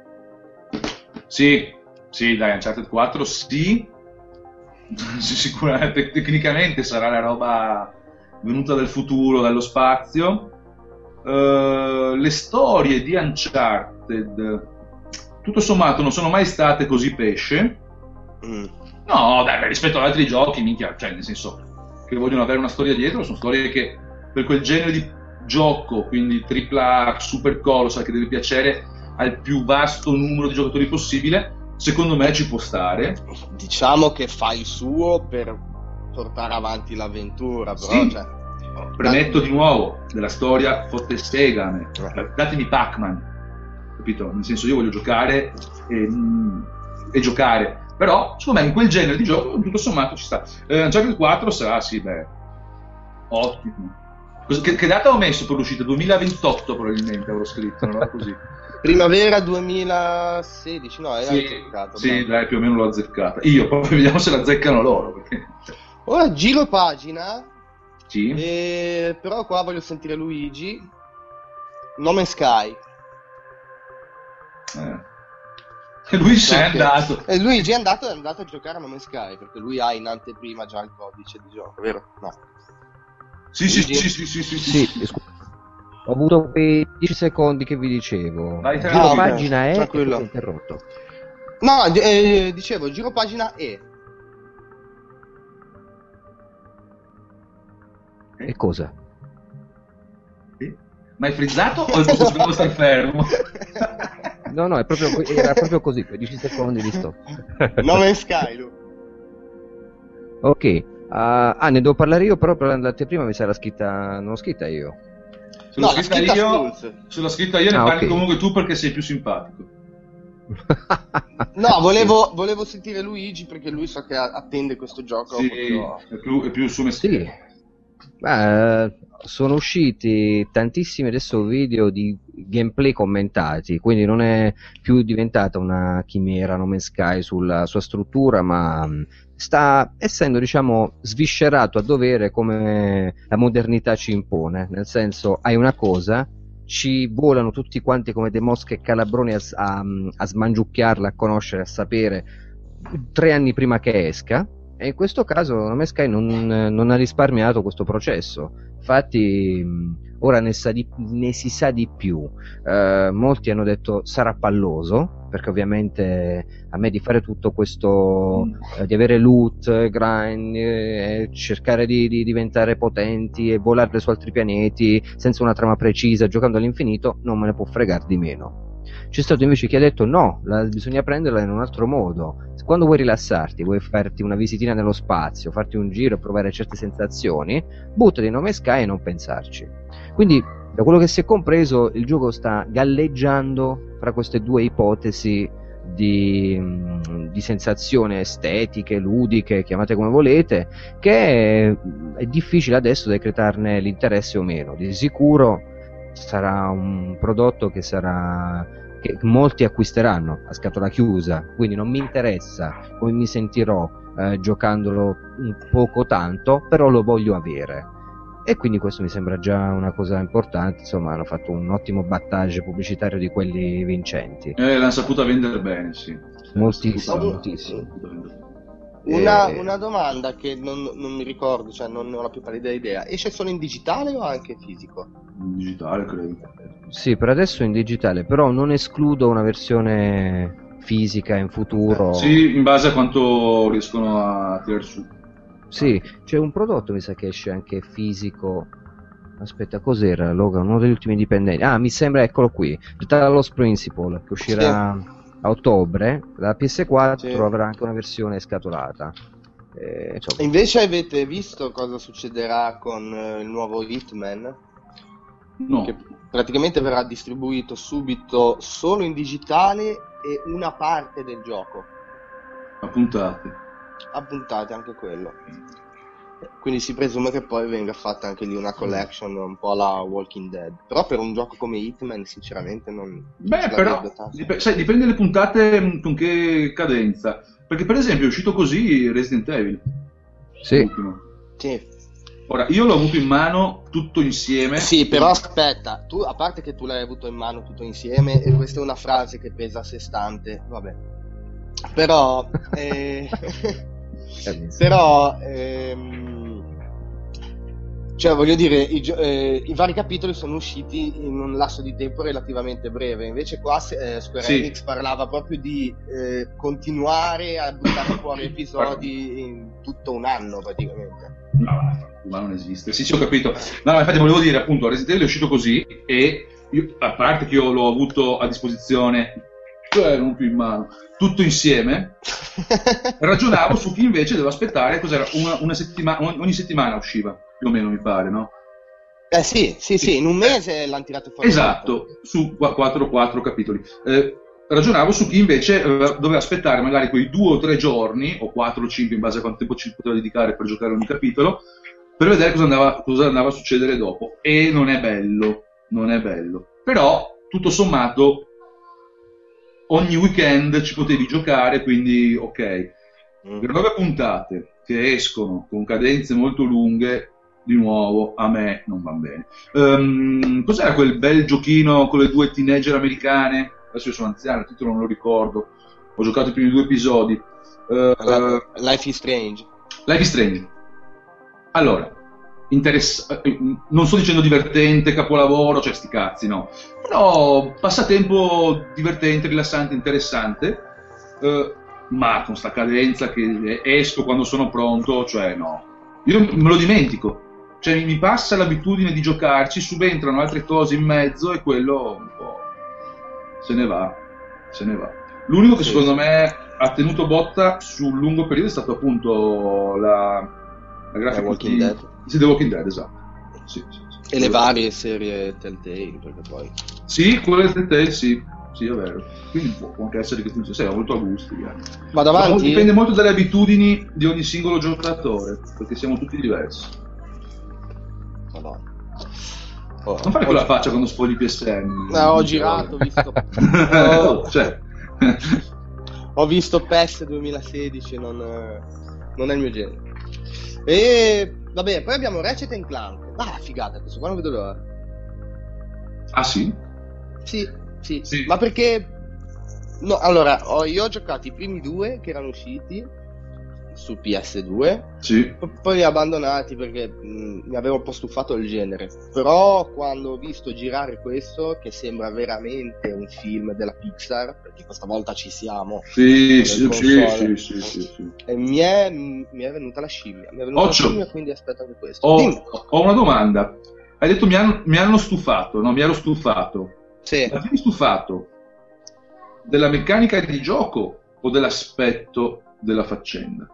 Speaker 2: Sì, sì, dai, Uncharted quattro, sì. Sì, sicuramente, tecnicamente sarà la roba venuta dal futuro, dallo spazio. Uh, le storie di Uncharted, tutto sommato, non sono mai state così pesce.
Speaker 3: Mm.
Speaker 2: No, dai, rispetto ad altri giochi, minchia, cioè, nel senso che vogliono avere una storia dietro, sono storie che per quel genere di gioco, quindi tripla A, super colossal, che deve piacere al più vasto numero di giocatori possibile, secondo me ci può stare.
Speaker 3: Diciamo che fa il suo per portare avanti l'avventura, però
Speaker 2: Sì.
Speaker 3: cioè...
Speaker 2: Premetto di nuovo, della storia fotte segame, datemi Pac-Man, capito? Nel senso, io voglio giocare e, e giocare, però secondo me in quel genere di gioco tutto sommato ci sta. eh, Uncharted quattro sarà, sì, beh, ottimo. Cos- che, che data ho messo per l'uscita? duemilaventotto probabilmente avrò scritto, non era così?
Speaker 3: Primavera duemilasedici, no, era
Speaker 2: Sì,
Speaker 3: azzeccato.
Speaker 2: sì,
Speaker 3: bravo.
Speaker 2: dai, più o meno l'ho azzeccata. Io, poi vediamo se l'azzeccano loro, perché...
Speaker 3: Ora giro pagina,
Speaker 2: Sì.
Speaker 3: e... però qua voglio sentire Luigi. No Man's Sky.
Speaker 2: Eh. E lui se n'è
Speaker 3: Ok.
Speaker 2: andato.
Speaker 3: E Luigi è andato, è andato a giocare a No Man's Sky, perché lui ha in anteprima già il codice di gioco, vero? No.
Speaker 2: Sì, sì,
Speaker 3: Luigi?
Speaker 2: sì, sì, sì, sì, sì.
Speaker 4: Sì, scu- ho avuto quei dieci secondi che vi dicevo.
Speaker 2: Vai,
Speaker 4: Giro
Speaker 3: ah,
Speaker 4: pagina
Speaker 3: okay.
Speaker 4: E e
Speaker 3: Tranquillo.
Speaker 4: poi interrotto.
Speaker 3: No, eh, dicevo, giro pagina E.
Speaker 4: E cosa?
Speaker 2: Ma è frizzato o è giusto che devo stare fermo?
Speaker 4: No, no, è proprio, era proprio così, quei dieci secondi di stop.
Speaker 3: No Man's Sky, Lu.
Speaker 4: Ok, uh, ah, ne devo parlare io, però per l'anteprima mi sarà scritta, non l'ho scritta io.
Speaker 2: Se l'ho
Speaker 3: No, la
Speaker 2: scritta
Speaker 3: scritta
Speaker 2: io,
Speaker 3: Schulz.
Speaker 2: se l'ho scritta io ne
Speaker 4: Ah,
Speaker 2: parli
Speaker 4: ok.
Speaker 2: comunque tu perché sei più simpatico.
Speaker 3: No, volevo, volevo sentire Luigi perché lui so che a- attende questo gioco.
Speaker 2: Sì,
Speaker 3: proprio-
Speaker 2: è più, è più il suo mestiere.
Speaker 4: Sì. Beh, sono usciti tantissimi adesso video di gameplay commentati, quindi non è più diventata una chimera No Man's Sky sulla sua struttura, ma mh, sta essendo, diciamo, sviscerato a dovere come la modernità ci impone, nel senso, hai una cosa, ci volano tutti quanti come dei mosche calabroni a, s- a, a smangiucchiarla, a conoscere, a sapere tre anni prima che esca. E in questo caso No Man's Sky non, non ha risparmiato questo processo. Infatti mh, ora ne, sa di, ne si sa di più. Eh, molti hanno detto sarà palloso, perché ovviamente a me di fare tutto questo, eh, di avere loot, grind, eh, cercare di, di diventare potenti e volare su altri pianeti senza una trama precisa, giocando all'infinito, non me ne può fregare di meno. C'è stato invece chi ha detto no, la, bisogna prenderla in un altro modo. Quando vuoi rilassarti, vuoi farti una visitina nello spazio, farti un giro e provare certe sensazioni, buttati in No Man's Sky e non pensarci. Quindi, da quello che si è compreso, il gioco sta galleggiando fra queste due ipotesi di, di sensazioni estetiche, ludiche, chiamate come volete, che è, è difficile adesso decretarne l'interesse o meno. Di sicuro sarà un prodotto che sarà che molti acquisteranno a scatola chiusa, quindi non mi interessa come mi sentirò eh, giocandolo un poco tanto, però lo voglio avere, e quindi questo mi sembra già una cosa importante. Insomma, hanno fatto un ottimo battage pubblicitario di quelli vincenti.
Speaker 2: Eh, l'hanno saputa vendere bene, sì.
Speaker 4: Moltissimo,
Speaker 2: L'hanno
Speaker 4: moltissimo.
Speaker 2: saputa vendere bene.
Speaker 3: Una,
Speaker 4: Eh,
Speaker 3: una domanda che non, non mi ricordo, cioè non ne ho la più pallida idea. Esce solo in digitale o anche fisico?
Speaker 2: In digitale, credo.
Speaker 4: sì, per adesso in digitale, però non escludo una versione fisica in futuro.
Speaker 2: Sì, in base a quanto riescono a tirare su.
Speaker 4: Sì, c'è un prodotto mi sa che esce anche fisico. Aspetta, cos'era Logan? Uno degli ultimi dipendenti. Ah, mi sembra, eccolo qui, The Talos Principle, che uscirà
Speaker 3: Sì.
Speaker 4: a ottobre. La P S quattro
Speaker 3: Sì.
Speaker 4: avrà anche una versione scatolata. Eh, insomma,
Speaker 3: Invece avete visto cosa succederà con eh, il nuovo Hitman?
Speaker 2: No.
Speaker 3: Che praticamente verrà distribuito subito solo in digitale e una parte del gioco.
Speaker 2: A puntate.
Speaker 3: A puntate anche quello. Quindi si presume che poi venga fatta anche lì una collection un po' alla Walking Dead. Però per un gioco come Hitman sinceramente non
Speaker 2: Beh,
Speaker 3: ce la
Speaker 2: però,
Speaker 3: vedo tanto.
Speaker 2: dip- sai, dipende dalle puntate mh, con che cadenza. Perché per esempio è uscito così Resident Evil.
Speaker 4: sì.
Speaker 2: L'ultimo.
Speaker 3: Sì.
Speaker 2: Ora, io l'ho avuto in mano tutto insieme.
Speaker 3: Sì, però aspetta, tu a parte che tu l'hai avuto in mano tutto insieme e questa è una frase che pesa a sé stante, vabbè. Però eh, però ehm, cioè voglio dire i, gio- eh, i vari capitoli sono usciti in un lasso di tempo relativamente breve, invece qua eh, Square
Speaker 2: Sì.
Speaker 3: Enix parlava proprio di eh, continuare a buttare fuori episodi in tutto un anno praticamente.
Speaker 2: No, ma non esiste. Sì, sì, ho capito. No, ma infatti volevo dire, appunto, Resident Evil è uscito così e io, a parte che io l'ho avuto a disposizione, cioè non più in mano, tutto insieme, ragionavo su chi invece doveva aspettare, cos'era, una, una settimana, ogni settimana usciva, più o meno mi pare, no?
Speaker 3: Eh sì, sì, sì, in un mese l'hanno tirato fuori.
Speaker 2: Esatto, su quattro capitoli. Eh, ragionavo su chi invece eh, doveva aspettare magari quei due o tre giorni, o quattro o cinque, in base a quanto tempo ci poteva dedicare per giocare ogni capitolo, per vedere cosa andava, cosa andava a succedere dopo. E non è bello, non è bello. Però, tutto sommato, ogni weekend ci potevi giocare, quindi ok.
Speaker 3: Mm.
Speaker 2: Per nove puntate che escono con cadenze molto lunghe, di nuovo a me non va bene. Um, cos'era quel bel giochino con le due teenager americane? Adesso io sono anziano, il titolo non lo ricordo. Ho giocato i primi due episodi. Uh,
Speaker 3: La- Life is Strange.
Speaker 2: Life is Strange. Allora, interess- non sto dicendo divertente, capolavoro, cioè sti cazzi, no, però passatempo divertente, rilassante, interessante, eh, ma con sta cadenza che esco quando sono pronto, cioè no, io me lo dimentico, cioè mi passa l'abitudine di giocarci, subentrano altre cose in mezzo e quello un po' se ne va, se ne va. L'unico che
Speaker 3: Sì,
Speaker 2: secondo
Speaker 3: sì.
Speaker 2: me ha tenuto botta sul lungo periodo è stato appunto la, la grafica
Speaker 3: The Walking
Speaker 2: di
Speaker 3: Dead.
Speaker 2: sì, The Walking Dead, esatto. Sì, sì, sì.
Speaker 3: E le varie serie Telltale, perché poi...
Speaker 2: Sì, quello del Telltale, sì, sì, è vero. Quindi può può anche essere che funzioni, sei molto a gusti. Eh.
Speaker 3: Vado
Speaker 2: Ma
Speaker 3: avanti?
Speaker 2: dipende molto dalle abitudini di ogni singolo giocatore, perché siamo tutti diversi.
Speaker 3: Madonna. Oh,
Speaker 2: Non fare
Speaker 3: ho-
Speaker 2: quella faccia quando sfogli P S N.
Speaker 3: No, ho girato, ho visto...
Speaker 2: Oh, cioè.
Speaker 3: Ho visto P E S duemilasedici, non, non è il mio genere. E vabbè, poi abbiamo Ratchet and Clank. Ah, figata, questo qua non vedo l'ora.
Speaker 2: Ah sì?
Speaker 3: Sì, sì,
Speaker 2: Sì.
Speaker 3: ma perché... No, allora, ho, io ho giocato i primi due che erano usciti su P S due,
Speaker 2: Sì.
Speaker 3: p- poi li ho abbandonati perché mh, mi avevo un po' stufato il genere. Però quando ho visto girare questo, che sembra veramente un film della Pixar, perché questa volta ci siamo,
Speaker 2: Sì,
Speaker 3: con
Speaker 2: sì,
Speaker 3: le
Speaker 2: sì,
Speaker 3: console,
Speaker 2: sì, sì, sì, sì.
Speaker 3: e mi è, mi è venuta la scimmia. Mi è venuta
Speaker 2: Occhio.
Speaker 3: la scimmia, quindi aspetta anche questo.
Speaker 2: Ho,
Speaker 3: Dimmi.
Speaker 2: ho una domanda. Hai detto mi hanno, mi hanno stufato, no? Mi ero stufato.
Speaker 3: Sì.
Speaker 2: Ma ti eri stufato della meccanica di gioco o dell'aspetto della faccenda?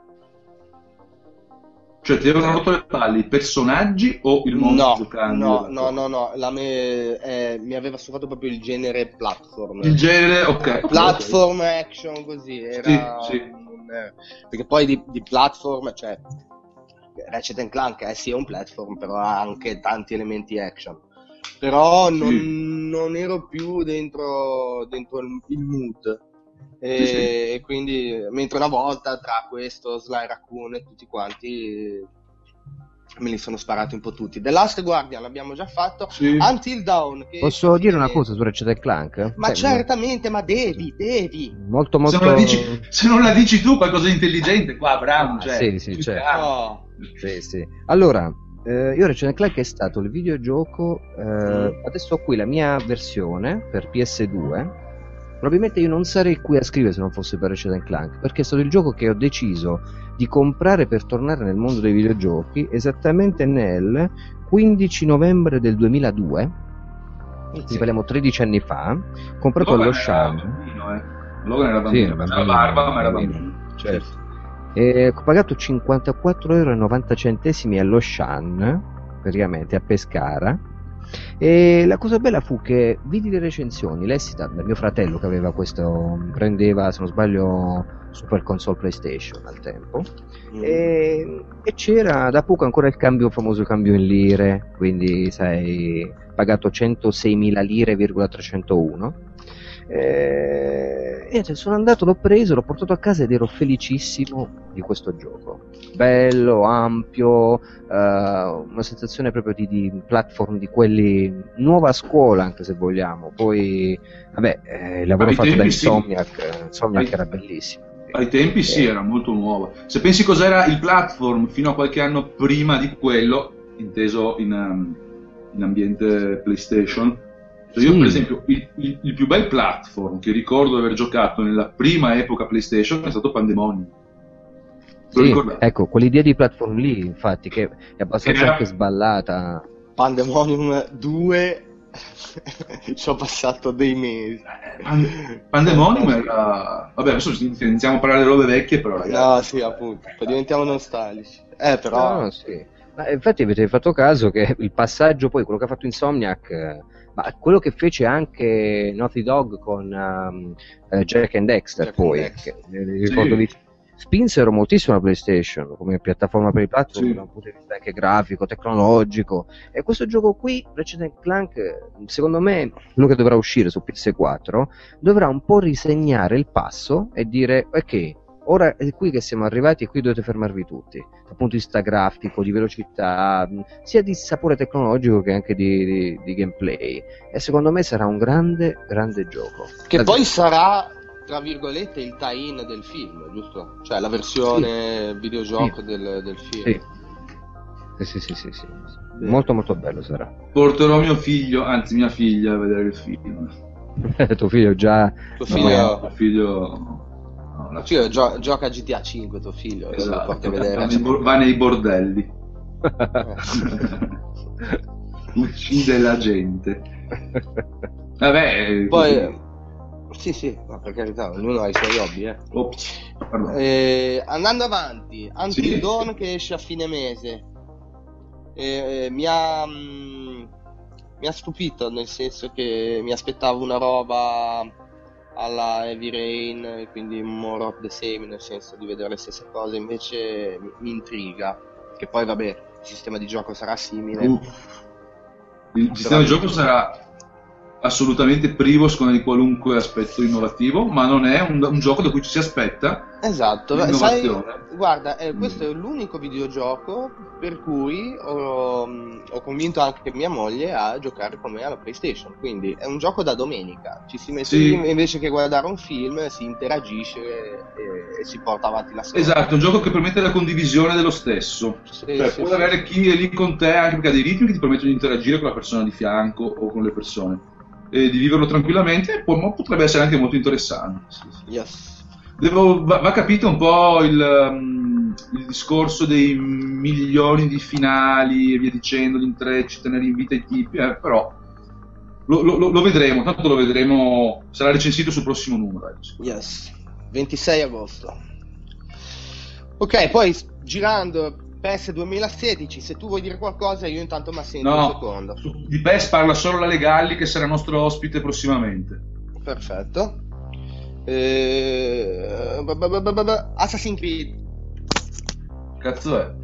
Speaker 2: Cioè ti avevano rotto le palle i personaggi o il mondo
Speaker 3: No,
Speaker 2: giocando?
Speaker 3: no, no, no, no, la me, eh, mi aveva stufato proprio il genere platform.
Speaker 2: Il genere, ok. ok,
Speaker 3: Platform action così, era
Speaker 2: Sì, sì.
Speaker 3: un- eh, perché poi di, di platform, cioè Ratchet and Clank è sì è un platform, però ha anche tanti elementi action. Però non,
Speaker 2: Sì.
Speaker 3: non ero più dentro, dentro il, il mood. E,
Speaker 2: Sì, sì.
Speaker 3: e quindi, mentre una volta tra questo Sly Raccoon e tutti quanti me li sono sparati un po' tutti. The Last Guardian l'abbiamo già fatto.
Speaker 2: Sì.
Speaker 3: Until Dawn, che
Speaker 4: Posso dire una
Speaker 3: fine-
Speaker 4: cosa su Ratchet and Clank?
Speaker 3: Ma
Speaker 4: Beh,
Speaker 3: certamente, ma devi, devi.
Speaker 4: Molto
Speaker 2: Se,
Speaker 4: molto...
Speaker 2: non la dici, se non la dici tu qualcosa di intelligente qua, Bram,
Speaker 4: Ah,
Speaker 2: cioè,
Speaker 4: sì, sì,
Speaker 2: più
Speaker 4: certo.
Speaker 2: calmo.
Speaker 3: No.
Speaker 4: Sì, sì. Allora, eh, io Ratchet and Clank è stato il videogioco, eh,
Speaker 3: Mm.
Speaker 4: adesso ho qui la mia versione per P S due, probabilmente io non sarei qui a scrivere se non fosse per Ratchet and Clank, perché è stato il gioco che ho deciso di comprare per tornare nel mondo dei videogiochi esattamente nel quindici novembre del duemiladue, quindi parliamo tredici anni fa, comprato
Speaker 2: Logan
Speaker 4: allo
Speaker 2: era
Speaker 4: Sham.
Speaker 2: bambino, eh. Logan era
Speaker 4: Sì,
Speaker 2: bambino,
Speaker 4: era
Speaker 2: aveva
Speaker 4: bambino,
Speaker 2: barba, ma era
Speaker 4: bambino,
Speaker 2: bambino.
Speaker 4: certo. E ho pagato cinquantaquattro euro e novanta centesimi allo Shan, praticamente a Pescara. E la cosa bella fu che vidi le recensioni, lessi da, da mio fratello che aveva questo, prendeva se non sbaglio Super Console PlayStation al tempo,
Speaker 3: Mm.
Speaker 4: e, e c'era da poco ancora il cambio, famoso cambio in lire, quindi sai, pagato centoseimila lire, trecentouno. Eh, e sono andato, l'ho preso, l'ho portato a casa ed ero felicissimo di questo gioco. Bello, ampio, eh, una sensazione proprio di, di platform di quelli nuova scuola, anche se vogliamo. Poi, vabbè, eh, il lavoro
Speaker 2: Ai
Speaker 4: fatto da
Speaker 2: tempi sì.
Speaker 4: Insomniac, eh, Insomniac
Speaker 2: Ai-
Speaker 4: era bellissimo.
Speaker 2: Ai tempi sì,
Speaker 4: Eh,
Speaker 2: era molto nuova. Se pensi cos'era il platform fino a qualche anno prima di quello, inteso in, um, in ambiente PlayStation, cioè io
Speaker 4: Sì.
Speaker 2: per esempio il, il- il più bel platform che ricordo di aver giocato nella prima epoca PlayStation è stato Pandemonium. Te lo
Speaker 4: Sì,
Speaker 2: ricordate?
Speaker 4: ecco, quell'idea di platform lì, infatti, che è abbastanza
Speaker 2: Era-
Speaker 4: anche sballata.
Speaker 3: Pandemonium due ci ho passato dei mesi.
Speaker 2: Pan- Pandemonium era... Vabbè, adesso iniziamo a parlare delle robe vecchie, però ragazzi...
Speaker 3: No, sì, appunto, poi diventiamo nostalgici. Eh, però...
Speaker 4: No, no, sì. Ma infatti avete fatto caso che il passaggio poi, quello che ha fatto Insomniac, eh, ma quello che fece anche Naughty Dog con um, eh, Jack and Dexter,
Speaker 3: Jack and
Speaker 4: poi,
Speaker 3: Dexter.
Speaker 4: che, eh, ricordo lì, spinsero moltissimo la PlayStation come piattaforma per i platform,
Speaker 2: Sì.
Speaker 4: da un punto di vista anche grafico, tecnologico, e questo gioco qui, Ratchet and Clank, secondo me, quello che dovrà uscire su P S quattro, dovrà un po' risegnare il passo e dire, ok, ora è qui che siamo arrivati e qui dovete fermarvi tutti, dal punto di vista grafico, di velocità, sia di sapore tecnologico che anche di, di, di gameplay, e secondo me sarà un grande, grande gioco.
Speaker 3: Che
Speaker 4: Davvero.
Speaker 3: poi sarà, tra virgolette, il tie-in del film, giusto? Cioè la versione videogioco
Speaker 4: Sì.
Speaker 3: del, del film.
Speaker 4: Sì. Sì, sì, sì, sì, sì. Molto molto bello sarà.
Speaker 2: Porterò mio figlio, anzi mia figlia, a vedere il film.
Speaker 4: Tuo figlio già...
Speaker 3: Tuo figlio,
Speaker 2: no, tuo figlio... No,
Speaker 3: tuo figlio gio- gioca a G T A cinque, tuo figlio, e
Speaker 2: esatto.
Speaker 3: lo porti a vedere.
Speaker 2: Va, nei, va nei bordelli. Uccide la gente. Vabbè,
Speaker 3: Poi,
Speaker 2: così.
Speaker 3: sì, sì, ma per carità, ognuno ha i suoi hobby, eh.
Speaker 2: Ops, pardon.
Speaker 3: Eh, andando avanti, Until
Speaker 2: Sì.
Speaker 3: Dawn che esce a fine mese, eh, mi ha mh, mi ha stupito, nel senso che mi aspettavo una roba alla Heavy Rain, quindi more of the same, nel senso di vedere le stesse cose, invece mi, mi intriga, che poi vabbè, il sistema di gioco sarà simile.
Speaker 2: Uh, il sistema di gioco sarà assolutamente privo secondo me di qualunque aspetto innovativo, ma non è un, un gioco da cui ci si aspetta
Speaker 3: Esatto, sai,
Speaker 2: l'innovazione.
Speaker 3: guarda, eh, questo è l'unico videogioco per cui ho, ho convinto anche mia moglie a giocare con me alla PlayStation, quindi è un gioco da domenica, ci si mette
Speaker 2: Sì.
Speaker 3: lì, invece che guardare un film, si interagisce e, e si porta avanti la storia.
Speaker 2: Esatto, è un gioco che permette la condivisione dello stesso.
Speaker 3: Sì,
Speaker 2: Cioè,
Speaker 3: sì,
Speaker 2: puoi
Speaker 3: sì.
Speaker 2: avere chi è lì con te anche perché ha dei ritmi che ti permettono di interagire con la persona di fianco o con le persone e di viverlo tranquillamente, poi ma potrebbe essere anche molto interessante. Sì, sì.
Speaker 3: Yes.
Speaker 2: Devo, va, va capito un po' il, um, il discorso dei milioni di finali e via dicendo, gli intrecci, tenere in vita i tipi, eh, però lo, lo, lo vedremo, tanto lo vedremo, sarà recensito sul prossimo numero. Eh.
Speaker 3: Yes, ventisei agosto. Ok, poi girando P E S duemilasedici, se tu vuoi dire qualcosa io intanto mi assento un
Speaker 2: No,
Speaker 3: secondo.
Speaker 2: su- di P E S parla solo la Legalli che sarà nostro ospite prossimamente.
Speaker 3: Perfetto. Eh, ba- ba- ba- ba- ba- Assassin's Creed.
Speaker 2: Cazzo è?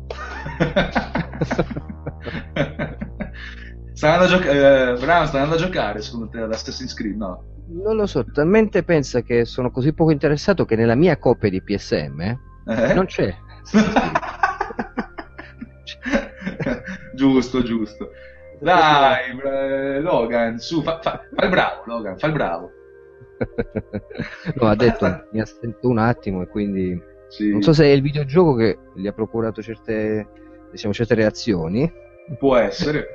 Speaker 2: Stai andando a giocare, eh, Bram, stai andando a giocare secondo te ad Assassin's Creed? No.
Speaker 4: Non lo so, talmente pensa che sono così poco interessato che nella mia copia di P S M
Speaker 2: Eh?
Speaker 4: non c'è.
Speaker 2: Giusto, giusto. Dai, bra- Logan, su, fa, fa, fa il bravo, Logan, fa il bravo.
Speaker 4: No, ha detto mi assento un attimo e quindi
Speaker 2: Sì.
Speaker 4: non so se è il videogioco che gli ha procurato certe, diciamo, certe reazioni
Speaker 2: Può essere.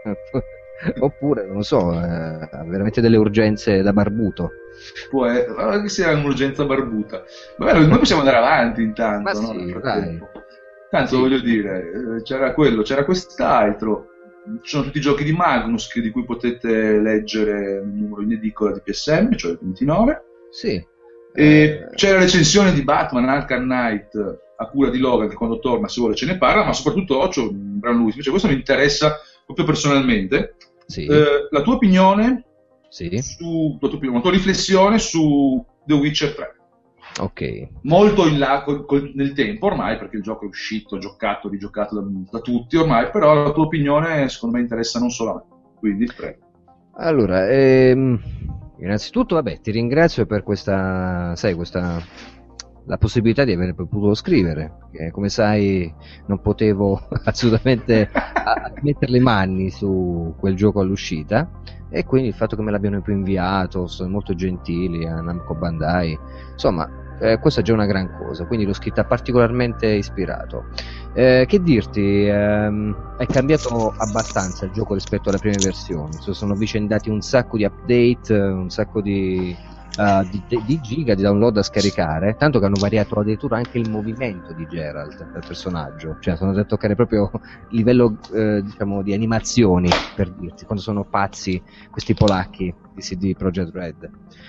Speaker 4: oppure non lo so, eh, ha veramente delle urgenze da barbuto.
Speaker 2: Può essere. Guarda che sia un'urgenza barbuta. Vabbè, noi possiamo andare avanti intanto,
Speaker 4: Ma
Speaker 2: no?
Speaker 4: sì,
Speaker 2: Nel frattempo.
Speaker 4: dai.
Speaker 2: Tanto
Speaker 4: Sì.
Speaker 2: voglio dire, eh, c'era quello, c'era quest'altro. Ci sono tutti i giochi di Magnus che- di cui potete leggere il numero in edicola di P S M, cioè il ventinove.
Speaker 4: Sì.
Speaker 2: E
Speaker 4: Eh,
Speaker 2: c'è la recensione di Batman Arkham Knight a cura di Logan, che quando torna, se vuole, ce ne parla, ma soprattutto Occhio, Bran Lewis. Invece questo mi interessa proprio personalmente.
Speaker 4: sì,
Speaker 2: Eh, la tua opinione
Speaker 4: sì,
Speaker 2: su la tua, opinione, la tua riflessione su The Witcher tre.
Speaker 4: ok.
Speaker 2: Molto in là col- col- nel tempo ormai, perché il gioco è uscito, giocato, rigiocato da, da tutti ormai, però la tua opinione secondo me interessa non solo a me, quindi prego.
Speaker 4: Allora, ehm, innanzitutto, vabbè, ti ringrazio per questa, sai, questa, la possibilità di aver potuto scrivere, che come sai non potevo assolutamente a- mettere le mani su quel gioco all'uscita, e quindi il fatto che me l'abbiano poi inviato, sono molto gentili a Namco Bandai, insomma, eh, questa è già una gran cosa, quindi l'ho scritta particolarmente ispirato. Eh, che dirti, ehm, è cambiato abbastanza il gioco rispetto alle prime versioni, si sono avvicendati un sacco di update, un sacco di, uh, di, di giga di download da scaricare, tanto che hanno variato addirittura anche il movimento di Geralt, del personaggio, cioè sono andati a toccare proprio il livello eh, diciamo di animazioni, per dirti, quando sono pazzi questi polacchi di C D Projekt Red.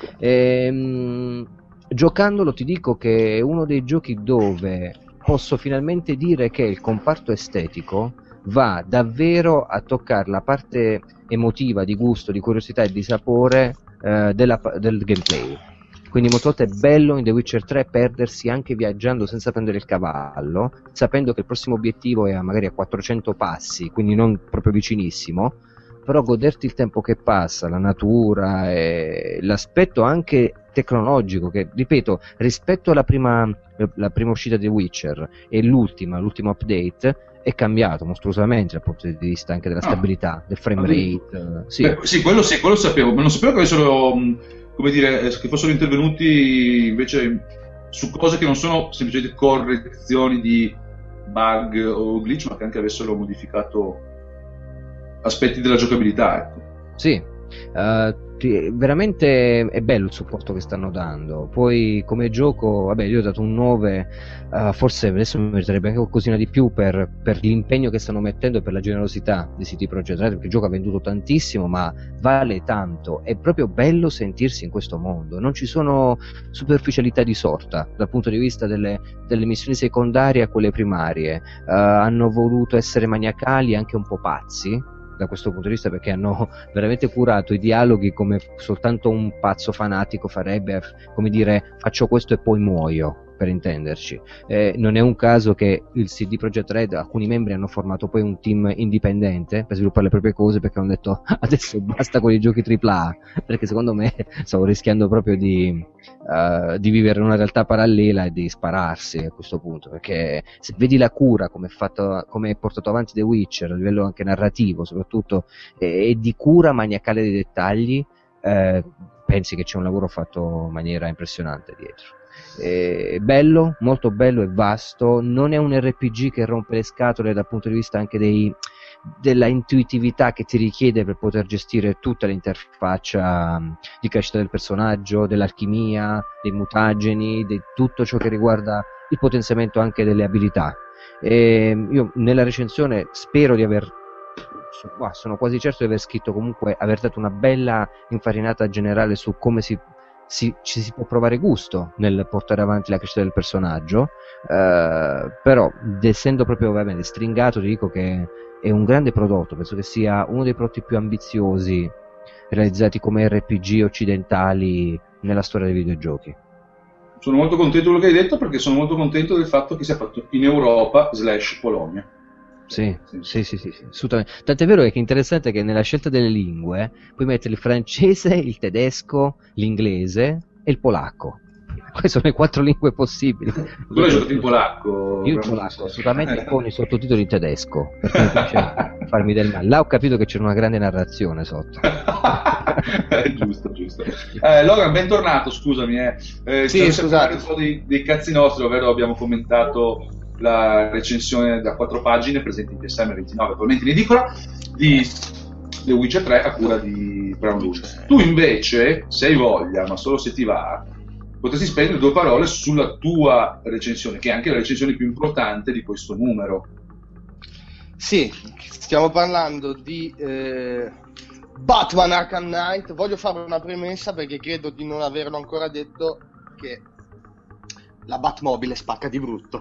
Speaker 4: Ehm, giocandolo ti dico che è uno dei giochi dove posso finalmente dire che il comparto estetico va davvero a toccare la parte emotiva, di gusto, di curiosità e di sapore eh, della, del gameplay. Quindi molte volte è bello in The Witcher tre perdersi anche viaggiando senza prendere il cavallo, sapendo che il prossimo obiettivo è a, magari a quattrocento passi, quindi non proprio vicinissimo, però goderti il tempo che passa, la natura e l'aspetto anche tecnologico che, ripeto, rispetto alla prima, la prima uscita di Witcher e l'ultima, l'ultimo update, è cambiato mostruosamente dal punto di vista anche della stabilità, del frame rate. eh, sì.
Speaker 2: Beh, sì, quello sì, quello sapevo, ma non sapevo che avessero, mh, come dire, eh, che fossero intervenuti invece su cose che non sono semplicemente correzioni di bug o glitch, ma che anche avessero modificato aspetti della giocabilità, ecco.
Speaker 4: Sì, uh, ti, veramente è bello il supporto che stanno dando. Poi come gioco, vabbè, io ho dato un nove, uh, forse adesso mi meriterebbe anche qualcosina di più per, per l'impegno che stanno mettendo e per la generosità di C D Projekt Red, perché il gioco ha venduto tantissimo, ma vale tanto. È proprio bello sentirsi in questo mondo, non ci sono superficialità di sorta dal punto di vista delle, delle missioni secondarie a quelle primarie. Uh, hanno voluto essere maniacali, anche un po' pazzi da questo punto di vista, perché hanno veramente curato i dialoghi come soltanto un pazzo fanatico farebbe, come dire faccio questo e poi muoio, per intenderci. Eh, non è un caso che il C D Projekt Red, alcuni membri hanno formato poi un team indipendente per sviluppare le proprie cose, perché hanno detto adesso basta con i giochi tripla A, perché secondo me stavo rischiando proprio di, uh, di vivere in una realtà parallela e di spararsi a questo punto, perché se vedi la cura come è, fatto, come è portato avanti The Witcher a livello anche narrativo soprattutto, e, e di cura maniacale dei dettagli, eh, pensi che c'è un lavoro fatto in maniera impressionante dietro. È bello, molto bello e vasto, non è un R P G che rompe le scatole dal punto di vista anche dei, della intuitività che ti richiede per poter gestire tutta l'interfaccia di crescita del personaggio, dell'alchimia, dei mutageni, di tutto ciò che riguarda il potenziamento anche delle abilità. E io nella recensione spero di aver sono quasi certo di aver scritto, comunque aver dato una bella infarinata generale su come si Si, ci si può provare gusto nel portare avanti la crescita del personaggio, eh, però essendo proprio ovviamente stringato ti dico che è un grande prodotto, penso che sia uno dei prodotti più ambiziosi realizzati come R P G occidentali nella storia dei videogiochi.
Speaker 2: Sono molto contento di quello che hai detto, perché sono molto contento del fatto che sia fatto in Europa slash Polonia.
Speaker 4: Sì, sì, sì, sì, sì, assolutamente. Tant'è vero che è interessante che nella scelta delle lingue puoi mettere il francese, il tedesco, l'inglese e il polacco. Queste sono le quattro lingue possibili.
Speaker 2: Tu l'hai giocato in polacco?
Speaker 4: Io il polacco, assolutamente, con i sottotitoli in tedesco, perché mi piace farmi del male. Là ho capito che c'era una grande narrazione sotto.
Speaker 2: eh, giusto, giusto. Eh, Logan, bentornato, scusami. Eh. Eh,
Speaker 3: sì, scusate.
Speaker 2: Un po' dei, dei cazzi nostri, ovvero abbiamo commentato la recensione da quattro pagine presente in P S M ventinove, attualmente in edicola, di The Witcher tre a cura di Brown Lewis. Tu invece, se hai voglia, ma solo se ti va, potresti spendere due parole sulla tua recensione, che è anche la recensione più importante di questo numero.
Speaker 3: Sì, stiamo parlando di eh, Batman Arkham Knight. Voglio fare una premessa perché credo di non averlo ancora detto, che la Batmobile spacca di brutto.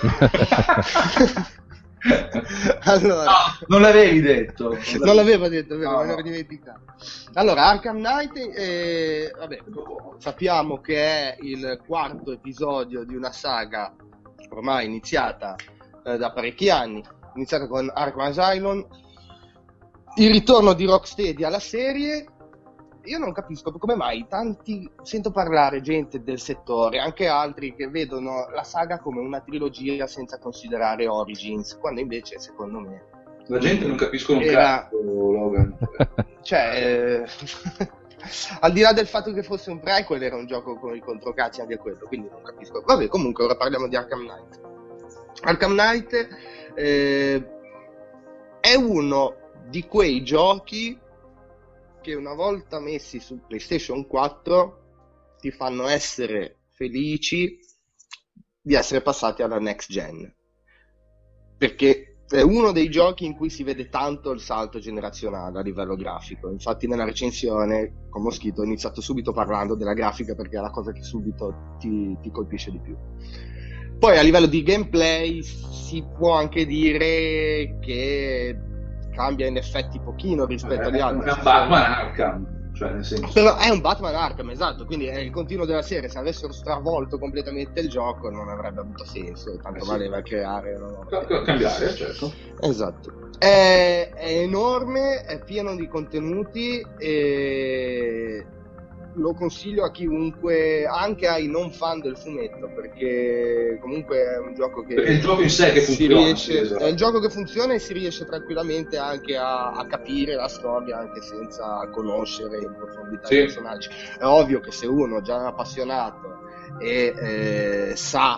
Speaker 3: Allora,
Speaker 2: no, non l'avevi detto.
Speaker 3: Non l'avevo detto, vero,
Speaker 2: no,
Speaker 3: me l'ero
Speaker 2: no.
Speaker 3: dimenticato. Allora, Arkham Knight, eh, vabbè, sappiamo che è il quarto episodio di una saga ormai iniziata eh, da parecchi anni, iniziata con Arkham Asylum, il ritorno di Rocksteady alla serie. Io non capisco come mai tanti, sento parlare gente del settore, anche altri, che vedono la saga come una trilogia senza considerare Origins, quando invece secondo me
Speaker 2: la gente non capiscono un
Speaker 3: era...
Speaker 2: cazzo, Logan.
Speaker 3: Cioè, eh... al di là del fatto che fosse un prequel, era un gioco con i controcazzi anche quello, quindi non capisco. Vabbè, comunque ora parliamo di Arkham Knight. Arkham Knight eh, è uno di quei giochi che una volta messi su PlayStation quattro ti fanno essere felici di essere passati alla next gen, perché è uno dei giochi in cui si vede tanto il salto generazionale a livello grafico. Infatti nella recensione, come ho scritto, ho iniziato subito parlando della grafica perché è la cosa che subito ti, ti colpisce di più. Poi a livello di gameplay si può anche dire che cambia in effetti pochino rispetto agli altri.
Speaker 2: È un Batman Arkham, cioè nel senso.
Speaker 3: Però è un Batman Arkham, esatto, quindi è il continuo della serie. Se avessero stravolto completamente il gioco non avrebbe avuto senso, tanto eh sì. valeva creare no?
Speaker 2: cambiare, certo.
Speaker 3: Esatto. È, è enorme, è pieno di contenuti e lo consiglio a chiunque, anche ai non fan del fumetto, perché comunque è un gioco che
Speaker 2: perché il gioco in sé che funziona,
Speaker 3: riesce,
Speaker 2: esatto.
Speaker 3: È il gioco che funziona e si riesce tranquillamente anche a, a capire la storia anche senza conoscere in profondità sì. i personaggi. È ovvio che se uno già è appassionato e eh, sa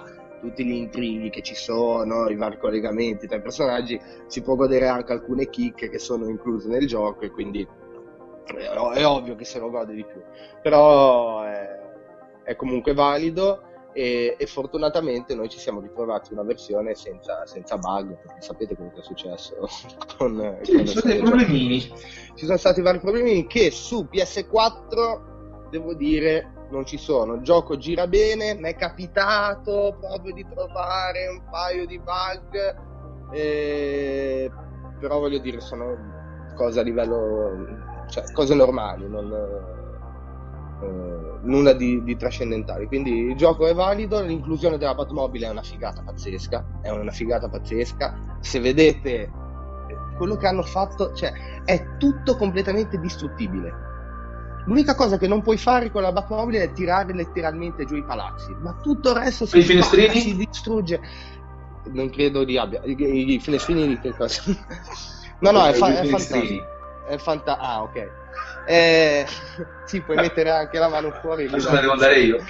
Speaker 3: tutti gli intrighi che ci sono, i vari collegamenti tra i personaggi, si può godere anche alcune chicche che sono incluse nel gioco, e quindi è, è ovvio che se lo gode di più, però è, è comunque valido. E, e fortunatamente noi ci siamo ritrovati una versione senza, senza bug, perché sapete quello che è successo con,
Speaker 2: sì,
Speaker 3: con
Speaker 2: ci sono dei problemini.
Speaker 3: Ci sono stati vari problemini che su P S quattro, devo dire, non ci sono. Il gioco gira bene, mi è capitato proprio di trovare un paio di bug, eh, però voglio dire, sono cose a livello, cioè cose normali, non Uh, nulla di, di trascendentale. Quindi il gioco è valido, l'inclusione della Batmobile è una figata pazzesca, è una figata pazzesca. Se vedete quello che hanno fatto, cioè è tutto completamente distruttibile. L'unica cosa che non puoi fare con la Batmobile è tirare letteralmente giù i palazzi, ma tutto il resto si,
Speaker 2: I finestrini?
Speaker 3: si distrugge. Non credo di abbia i, i finestrini di che cosa? No, no, è, fa- è fantastico. È fanta- ah, ok. Eh, sì, puoi mettere anche la mano fuori.
Speaker 2: Adesso me ne devo andare io.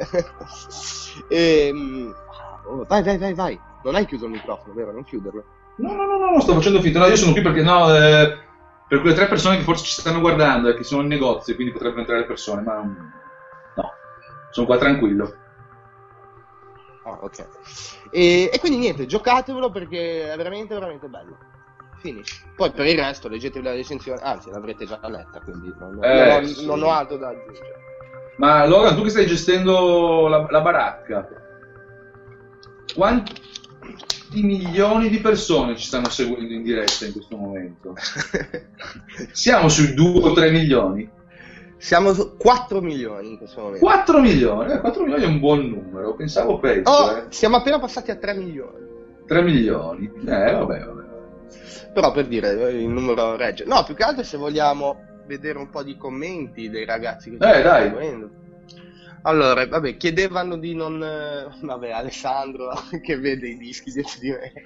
Speaker 3: e, oh, vai, vai, vai, vai. Non hai chiuso il microfono, vero? Non chiuderlo.
Speaker 2: No, no, no, no, sto facendo finta. No, io sono qui perché no, eh, per quelle tre persone che forse ci stanno guardando e che sono in negozio, quindi potrebbero entrare le persone, ma no, sono qua tranquillo.
Speaker 3: Ah, ok. E, e quindi niente, giocatevelo perché è veramente, veramente bello. Finish. Poi per il resto leggetevi la recensione, anzi l'avrete già letta, quindi non,
Speaker 2: eh,
Speaker 3: non, ho,
Speaker 2: sì.
Speaker 3: non ho altro da aggiungere.
Speaker 2: Ma Logan, tu che stai gestendo la, la baracca, quanti milioni di persone ci stanno seguendo in diretta in questo momento? Siamo sui due o tre milioni?
Speaker 3: Siamo su quattro milioni in questo momento.
Speaker 2: quattro milioni? Eh, quattro milioni è un buon numero, pensavo peggio.
Speaker 3: Oh,
Speaker 2: eh.
Speaker 3: siamo appena passati a tre milioni.
Speaker 2: tre milioni? Eh, vabbè, vabbè.
Speaker 3: Però per dire, il numero regge. No, più che altro se vogliamo vedere un po' di commenti dei ragazzi che ci
Speaker 2: eh,
Speaker 3: stanno
Speaker 2: dai.
Speaker 3: seguendo. Allora, vabbè, chiedevano di non... Vabbè, Alessandro che vede i dischi dietro di me.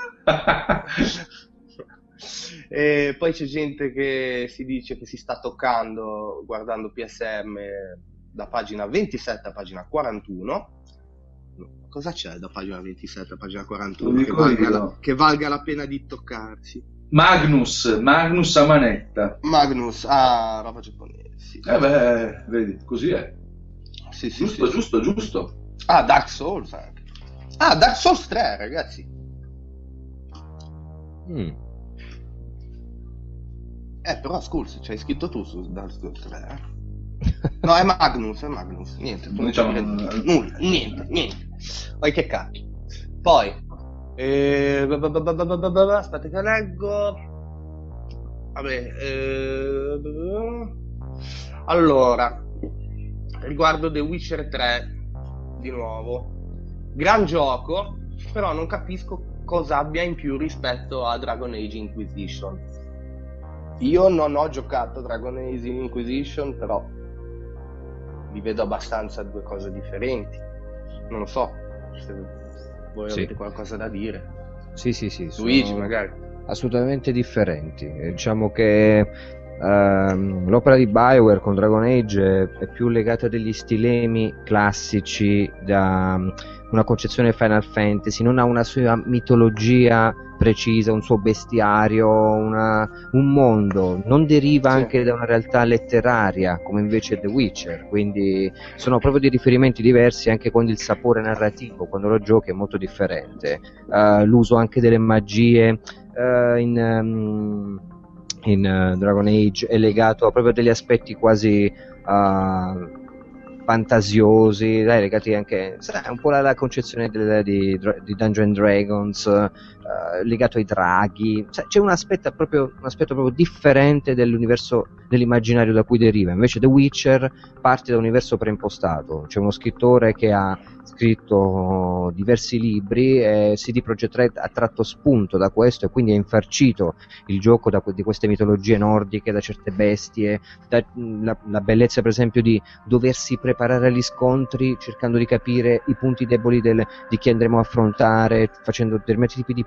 Speaker 3: E poi c'è gente che si dice che si sta toccando guardando P S M da pagina ventisette a pagina quarantuno. Cosa c'è da pagina ventisette a pagina quarantuno che valga, la, che valga la pena di toccarsi?
Speaker 2: Magnus, Magnus a manetta.
Speaker 3: Magnus, ah, roba giapponese. Sì.
Speaker 2: Eh beh, vedi, così è.
Speaker 3: Sì, sì,
Speaker 2: giusto,
Speaker 3: sì,
Speaker 2: giusto,
Speaker 3: sì.
Speaker 2: giusto.
Speaker 3: Ah, Dark Souls anche. Ah, Dark Souls tre, ragazzi.
Speaker 4: Mm.
Speaker 3: Eh, però scusa, c'hai scritto tu su Dark Souls tre, eh? No, è Magnus, è Magnus. Niente, tu
Speaker 2: Diciamo,
Speaker 3: non c'è nulla, niente, niente. Poi che cacchio. Poi, eh, aspetta che leggo. Vabbè, eh, allora, riguardo The Witcher tre, di nuovo, gran gioco, però non capisco cosa abbia in più rispetto a Dragon Age Inquisition. Io non ho giocato Dragon Age Inquisition, però li vedo abbastanza due cose differenti. Non lo so, se voi
Speaker 4: Sì.
Speaker 3: avete qualcosa da dire.
Speaker 4: Sì, sì, sì.
Speaker 3: Luigi,
Speaker 4: sono
Speaker 3: magari.
Speaker 4: assolutamente differenti. Eh, Diciamo che ehm, l'opera di BioWare con Dragon Age è, è più legata a degli stilemi classici, da um, una concezione Final Fantasy, non ha una sua mitologia precisa, un suo bestiario, una, un mondo, non deriva
Speaker 3: Sì.
Speaker 4: anche da una realtà letteraria come invece The Witcher, quindi sono proprio dei riferimenti diversi, anche quando il sapore narrativo quando lo giochi è molto differente. Uh, l'uso anche delle magie uh, in, um, in uh, Dragon Age è legato a proprio degli aspetti quasi uh, fantasiosi, dai, legati anche sai, un po' alla, alla concezione del, di, di Dungeons and Dragons, uh, legato ai draghi. Cioè, c'è un aspetto proprio un aspetto proprio differente dell'universo, dell'immaginario da cui deriva. Invece The Witcher parte da un universo preimpostato. C'è uno scrittore che ha scritto diversi libri e C D Projekt Red ha tratto spunto da questo e quindi ha infarcito il gioco da, di queste mitologie nordiche, da certe bestie, da, la, la bellezza per esempio di doversi preparare agli scontri cercando di capire i punti deboli del, di chi andremo a affrontare, facendo determinati tipi di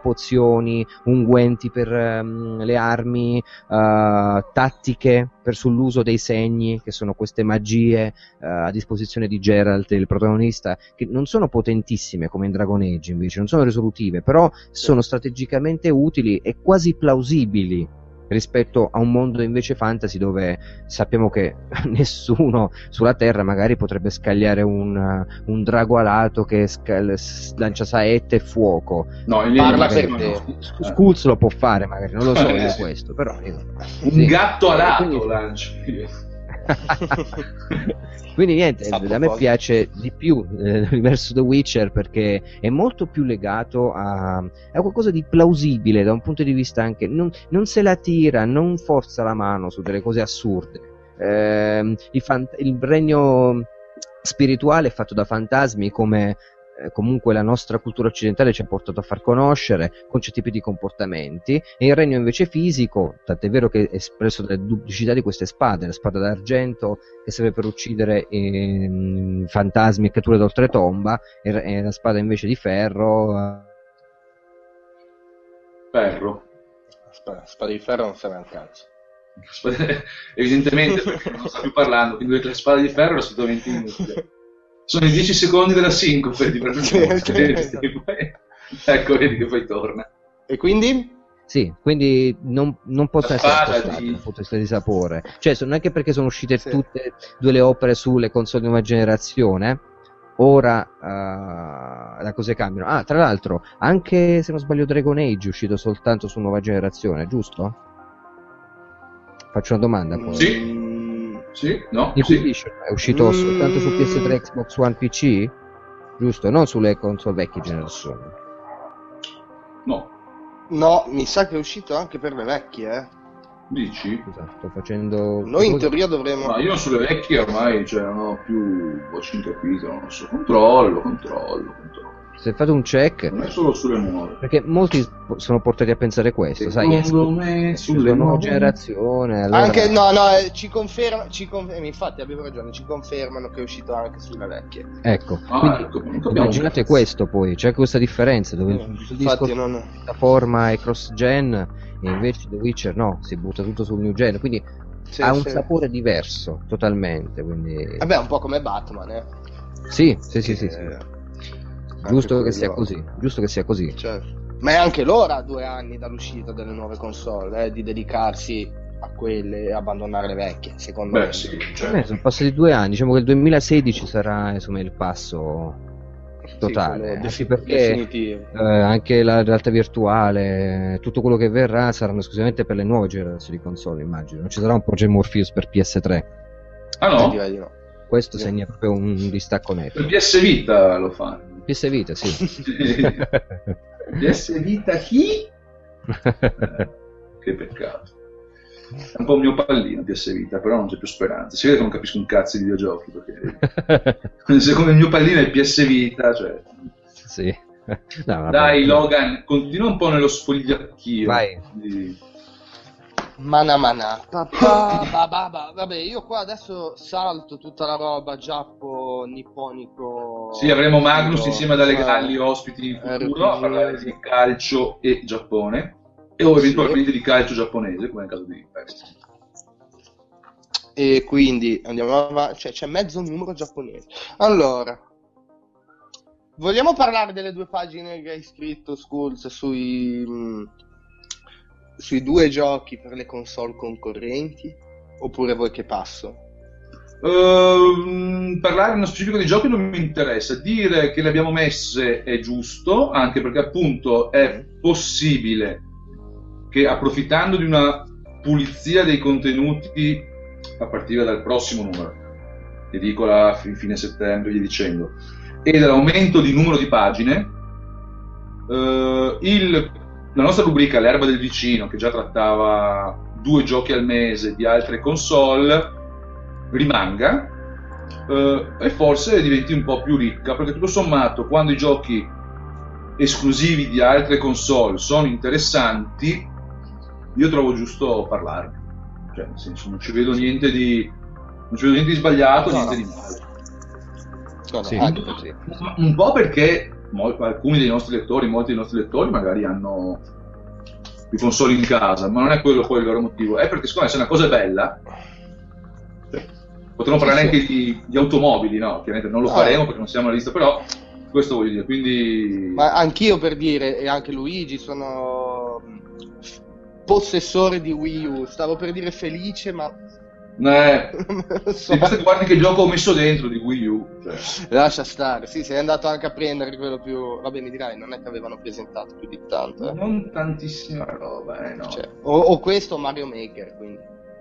Speaker 4: pozioni, unguenti per um, le armi, uh, tattiche per sull'uso dei segni, che sono queste magie uh, a disposizione di Geralt, il protagonista, che non sono potentissime come in Dragon Age invece, non sono risolutive, però sono strategicamente utili e quasi plausibili rispetto a un mondo invece fantasy dove sappiamo che nessuno sulla Terra magari potrebbe scagliare un, un drago alato che scal- lancia saette e fuoco.
Speaker 2: No, in
Speaker 3: Parla
Speaker 2: linea
Speaker 3: per te.
Speaker 4: Skulls lo può fare magari, non lo so io
Speaker 2: Sì.
Speaker 4: questo, però io,
Speaker 2: un
Speaker 4: sì.
Speaker 2: gatto alato
Speaker 4: Quindi-
Speaker 2: lancio.
Speaker 4: Quindi niente,
Speaker 3: Sappo
Speaker 4: a me
Speaker 3: cosa.
Speaker 4: piace di più eh, l'universo The Witcher perché è molto più legato a, a qualcosa di plausibile da un punto di vista anche, non, non se la tira, non forza la mano su delle cose assurde. Ehm, il, fant- il regno spirituale è fatto da fantasmi come eh, comunque la nostra cultura occidentale ci ha portato a far conoscere, con certi tipi di comportamenti, e il regno invece fisico, tant'è vero che è espresso dalle duplicità di queste spade, la spada d'argento che serve per uccidere ehm, fantasmi e creature d'oltretomba, e, e la spada invece di ferro eh,
Speaker 2: Ferro.
Speaker 3: Spada, spada di ferro non serve al cazzo.
Speaker 2: Evidentemente, perché non sta più parlando, quindi la spada di ferro è assolutamente inutile. Sono i dieci secondi della sincope di ecco, vedi che poi torna.
Speaker 3: E quindi?
Speaker 4: sì, quindi non, non possono
Speaker 2: La
Speaker 4: essere
Speaker 2: spada
Speaker 4: accostate
Speaker 2: di-
Speaker 4: dal punto di vista di sapore, cioè sono anche perché sono uscite
Speaker 3: Sì.
Speaker 4: tutte e due le opere sulle console di nuova generazione. Ora uh, le cose cambiano. Ah, tra l'altro, anche se non sbaglio Dragon Age è uscito soltanto su nuova generazione, giusto? Faccio una domanda poi.
Speaker 2: Sì.
Speaker 3: Mm,
Speaker 2: Sì? No?
Speaker 4: Il
Speaker 2: Sì.
Speaker 4: Inquisition è uscito
Speaker 3: Mm.
Speaker 4: soltanto su P S tre, Xbox One, P C? Giusto? Non sulle console vecchie generazioni.
Speaker 2: No.
Speaker 3: no, mi sa che è uscito anche per le vecchie, eh.
Speaker 2: Dici?
Speaker 4: Scusa, sto facendo...
Speaker 3: Noi in teoria dovremmo...
Speaker 2: Ma io sulle vecchie ormai cioè, non ho più voce in capito, non lo so. Controllo, controllo, controllo.
Speaker 4: Se fate un check...
Speaker 2: Non è solo sulle nuove.
Speaker 4: Perché molti sono portati a pensare questo, sai?
Speaker 2: Secondo me
Speaker 4: Sulla
Speaker 2: sulle
Speaker 4: nuova
Speaker 2: nuove
Speaker 4: generazione, allora...
Speaker 3: Anche, no, no, eh, ci conferma, ci con- eh, infatti abbiamo ragione, ci confermano che è uscito anche sulle vecchie.
Speaker 4: Ecco,
Speaker 2: Ah,
Speaker 4: quindi
Speaker 2: ecco, non capiamo
Speaker 4: immaginate
Speaker 2: un cazzo.
Speaker 4: questo poi, c'è questa differenza dove il
Speaker 3: Infatti
Speaker 4: disco
Speaker 3: non...
Speaker 4: piattaforma è cross-gen e invece The Witcher no, si butta tutto sul new gen, quindi
Speaker 3: Sì,
Speaker 4: ha un
Speaker 3: sì.
Speaker 4: sapore diverso, totalmente, quindi...
Speaker 3: Vabbè, un po' come Batman, eh.
Speaker 4: Sì, sì, sì, sì, sì.
Speaker 3: Eh,
Speaker 4: Giusto
Speaker 3: anche
Speaker 4: che sia
Speaker 3: quello.
Speaker 4: così, giusto che sia così.
Speaker 3: Certo. Ma è anche l'ora, due anni dall'uscita delle nuove console, eh, di dedicarsi a quelle e abbandonare le vecchie, secondo
Speaker 2: Beh,
Speaker 3: me.
Speaker 2: sì,
Speaker 4: Eh,
Speaker 2: cioè,
Speaker 4: sono passati due anni, diciamo che il duemilasedici sarà insomma il passo
Speaker 3: Sì,
Speaker 4: totale,
Speaker 3: quello
Speaker 4: anche
Speaker 3: defi-
Speaker 4: perché
Speaker 3: definitivo.
Speaker 4: eh, anche la realtà virtuale, tutto quello che verrà saranno esclusivamente per le nuove generazioni di console, immagino. Non ci sarà un Project Morpheus per P S tre.
Speaker 2: ah
Speaker 3: Eh,
Speaker 2: no?
Speaker 3: direi di no.
Speaker 4: Questo
Speaker 3: Sì.
Speaker 4: segna proprio un distacco netto.
Speaker 2: Per P S Vita lo fanno.
Speaker 4: P S Vita, sì.
Speaker 2: P S Vita chi? Eh, che peccato. È un po' un mio pallino P S Vita, però non c'è più speranza. Si vede che non capisco un cazzo di videogiochi, perché secondo il mio pallino è P S Vita, cioè...
Speaker 4: Sì. No, vabbè.
Speaker 2: Dai Logan, continua un po' nello sfogliacchio.
Speaker 4: Vai.
Speaker 2: Di-
Speaker 3: Mana mana. Pa, pa, ba, ba, ba. Vabbè, io qua adesso salto tutta la roba giappo nipponico.
Speaker 2: Sì, avremo Magnus
Speaker 3: Io-
Speaker 2: insieme ad Ale
Speaker 3: eh,
Speaker 2: Galli ospiti in futuro a
Speaker 3: R P G.
Speaker 2: parlare di calcio e Giappone, e o eventualmente di calcio giapponese, come nel caso di Pepsi.
Speaker 3: E quindi andiamo avanti, cioè c'è mezzo numero giapponese. Allora, vogliamo parlare delle due pagine che hai scritto, Skulls, sui, mh, sui due giochi per le console concorrenti? Oppure vuoi che passo?
Speaker 2: Ehm, parlare nello specifico dei giochi non mi interessa, dire che le abbiamo messe è giusto, anche perché appunto è possibile che approfittando di una pulizia dei contenuti a partire dal prossimo numero, edicola fi- fine settembre, via dicendo, e dall'aumento di numero di pagine, eh, il, la nostra rubrica L'erba del vicino, che già trattava due giochi al mese di altre console, rimanga eh, e forse diventi un po' più ricca, perché tutto sommato quando i giochi esclusivi di altre console sono interessanti, io trovo giusto parlarne, cioè nel senso non ci vedo niente di non ci vedo niente di sbagliato,
Speaker 3: No,
Speaker 2: niente
Speaker 3: no.
Speaker 2: di male.
Speaker 3: No, no,
Speaker 4: Sì.
Speaker 3: anche
Speaker 2: Un,
Speaker 3: così.
Speaker 2: un po' perché mol- alcuni dei nostri lettori, molti dei nostri lettori magari hanno i console in casa, ma non è quello poi il loro motivo, è perché secondo me se una cosa è bella, cioè, potremmo parlare
Speaker 3: sì,
Speaker 2: anche
Speaker 3: sì.
Speaker 2: di, di automobili, no? Chiaramente non lo
Speaker 3: No.
Speaker 2: faremo perché non siamo alla lista, però questo voglio dire, quindi...
Speaker 3: Ma anch'io, per dire, e anche Luigi, sono possessore di Wii U. Stavo per dire felice, ma
Speaker 2: Eh,
Speaker 3: non lo so.
Speaker 2: sì, basta che guardi che gioco ho messo dentro di Wii U, cioè.
Speaker 3: Lascia stare. Sì, sei andato anche a prendere quello più... Vabbè, mi dirai, non è che avevano presentato più di tanto, eh.
Speaker 2: Non tantissima roba, eh, no.
Speaker 3: Cioè, o, o questo o Mario Maker, quindi.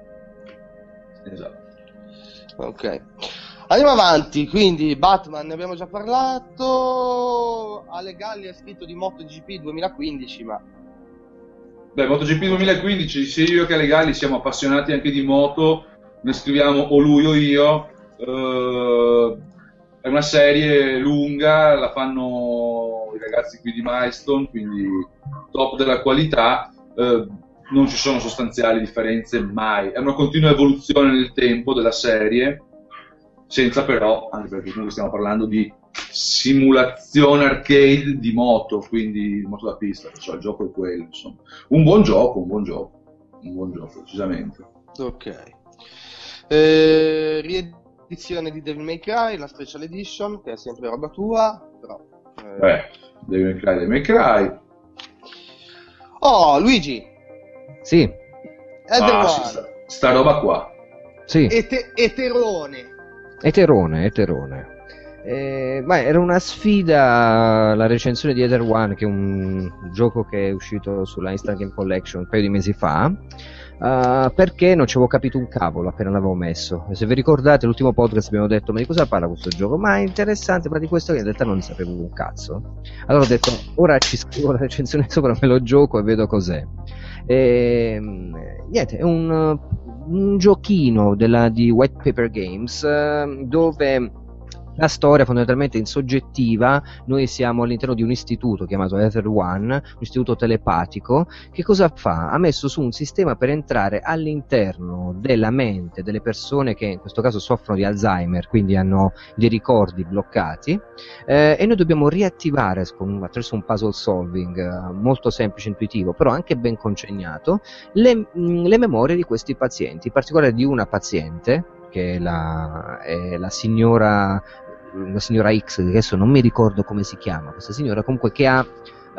Speaker 2: Esatto.
Speaker 3: Ok. Andiamo avanti, quindi Batman ne abbiamo già parlato. Ale Galli ha scritto di MotoGP duemilaquindici, ma
Speaker 2: Beh, MotoGP duemilaquindici, sia io che Ale Galli siamo appassionati anche di moto, ne scriviamo o lui o io. Eh, è una serie lunga, la fanno i ragazzi qui di Milestone, quindi top della qualità. Eh, non ci sono sostanziali differenze mai, è una continua evoluzione nel tempo della serie, senza però, anche perché comunque stiamo parlando di simulazione arcade di moto, quindi moto da pista, perciò il gioco è quello, insomma. Un buon gioco, un buon gioco, un buon gioco, decisamente.
Speaker 3: ok. Eh, riedizione di Devil May Cry, la Special Edition, che è sempre roba tua, però... eh.
Speaker 2: Eh, Devil May Cry, Devil May Cry.
Speaker 3: Oh, Luigi!
Speaker 4: Sì,
Speaker 3: Elder
Speaker 2: Ah,
Speaker 3: One!
Speaker 2: sì, sta, sta roba qua.
Speaker 4: sì.
Speaker 3: Ete- eterone!
Speaker 4: Eterone, Eterone. Eh, ma era una sfida la recensione di Ether One, che è un gioco che è uscito sulla Instant Game Collection un paio di mesi fa, uh, perché non ci avevo capito un cavolo appena l'avevo messo. E se vi ricordate, l'ultimo podcast abbiamo detto: ma di cosa parla questo gioco? Ma è interessante, ma di questo che in realtà non ne sapevo un cazzo. Allora ho detto: ora ci scrivo la recensione sopra, me lo gioco e vedo cos'è. E, niente, è un, un giochino della, di White Paper Games, uh, dove la storia fondamentalmente in soggettiva. Noi siamo all'interno di un istituto chiamato Ether One, un istituto telepatico. Che cosa fa? Ha messo su un sistema per entrare all'interno della mente delle persone che in questo caso soffrono di Alzheimer, quindi hanno dei ricordi bloccati, eh, e noi dobbiamo riattivare con, attraverso un puzzle solving eh, molto semplice e intuitivo, però anche ben congegnato, le, mh, le memorie di questi pazienti, in particolare di una paziente che è la, è la signora la signora X, che adesso non mi ricordo come si chiama questa signora, comunque che ha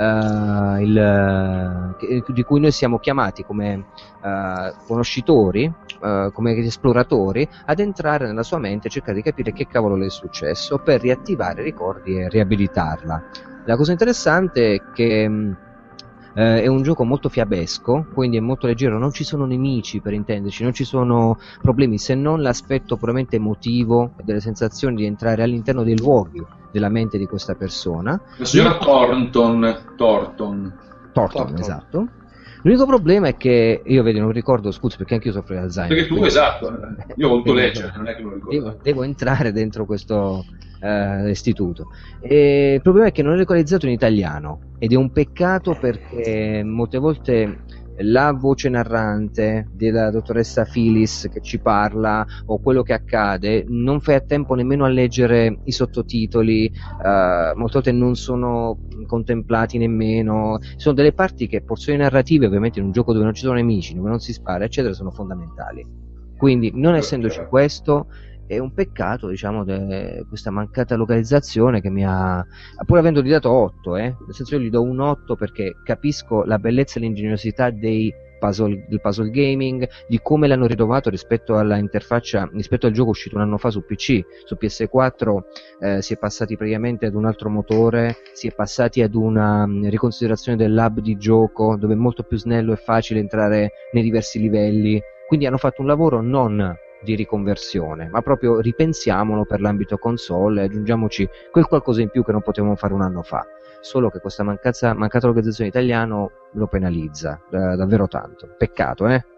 Speaker 4: uh, il, che, di cui noi siamo chiamati come uh, conoscitori, uh, come esploratori, ad entrare nella sua mente e cercare di capire che cavolo le è successo per riattivare i ricordi e riabilitarla. La cosa interessante è che mh, Uh, è un gioco molto fiabesco, quindi è molto leggero, non ci sono nemici, per intenderci, non ci sono problemi, se non l'aspetto puramente emotivo e delle sensazioni di entrare all'interno dei luoghi della mente di questa persona.
Speaker 2: La signora Thornton, Thornton.
Speaker 4: Thornton,
Speaker 3: Thornton.
Speaker 4: esatto. L'unico problema è che io vedi, non ricordo, scusa, perché anche io soffro di Alzheimer.
Speaker 2: Perché tu,
Speaker 4: quindi...
Speaker 2: esatto, io ho voluto
Speaker 4: quindi,
Speaker 2: leggere, non è che me lo ricordo.
Speaker 4: Devo, devo entrare dentro questo uh, istituto. E il problema è che non è localizzato in italiano, ed è un peccato perché molte volte la voce narrante della dottoressa Phyllis che ci parla, o quello che accade, non fai a tempo nemmeno a leggere i sottotitoli, uh, molte volte non sono contemplati nemmeno. Sono delle parti che, porzioni narrative, ovviamente in un gioco dove non ci sono nemici, dove non si spara eccetera, sono fondamentali. Quindi, non essendoci questo, è un peccato, diciamo, de, questa mancata localizzazione che mi ha, pur avendogli dato otto, eh, nel senso io gli do un otto perché capisco la bellezza e l'ingegnosità dei puzzle, del puzzle gaming, di come l'hanno ritrovato rispetto alla interfaccia, rispetto al gioco uscito un anno fa su P C. Su P S quattro eh, si è passati praticamente ad un altro motore, si è passati ad una um, riconsiderazione del lab di gioco, dove è molto più snello e facile entrare nei diversi livelli, quindi hanno fatto un lavoro non di riconversione, ma proprio ripensiamolo per l'ambito console e aggiungiamoci quel qualcosa in più che non potevamo fare un anno fa. Solo che questa mancanza, mancata localizzazione in italiano lo penalizza da, davvero tanto. Peccato, eh?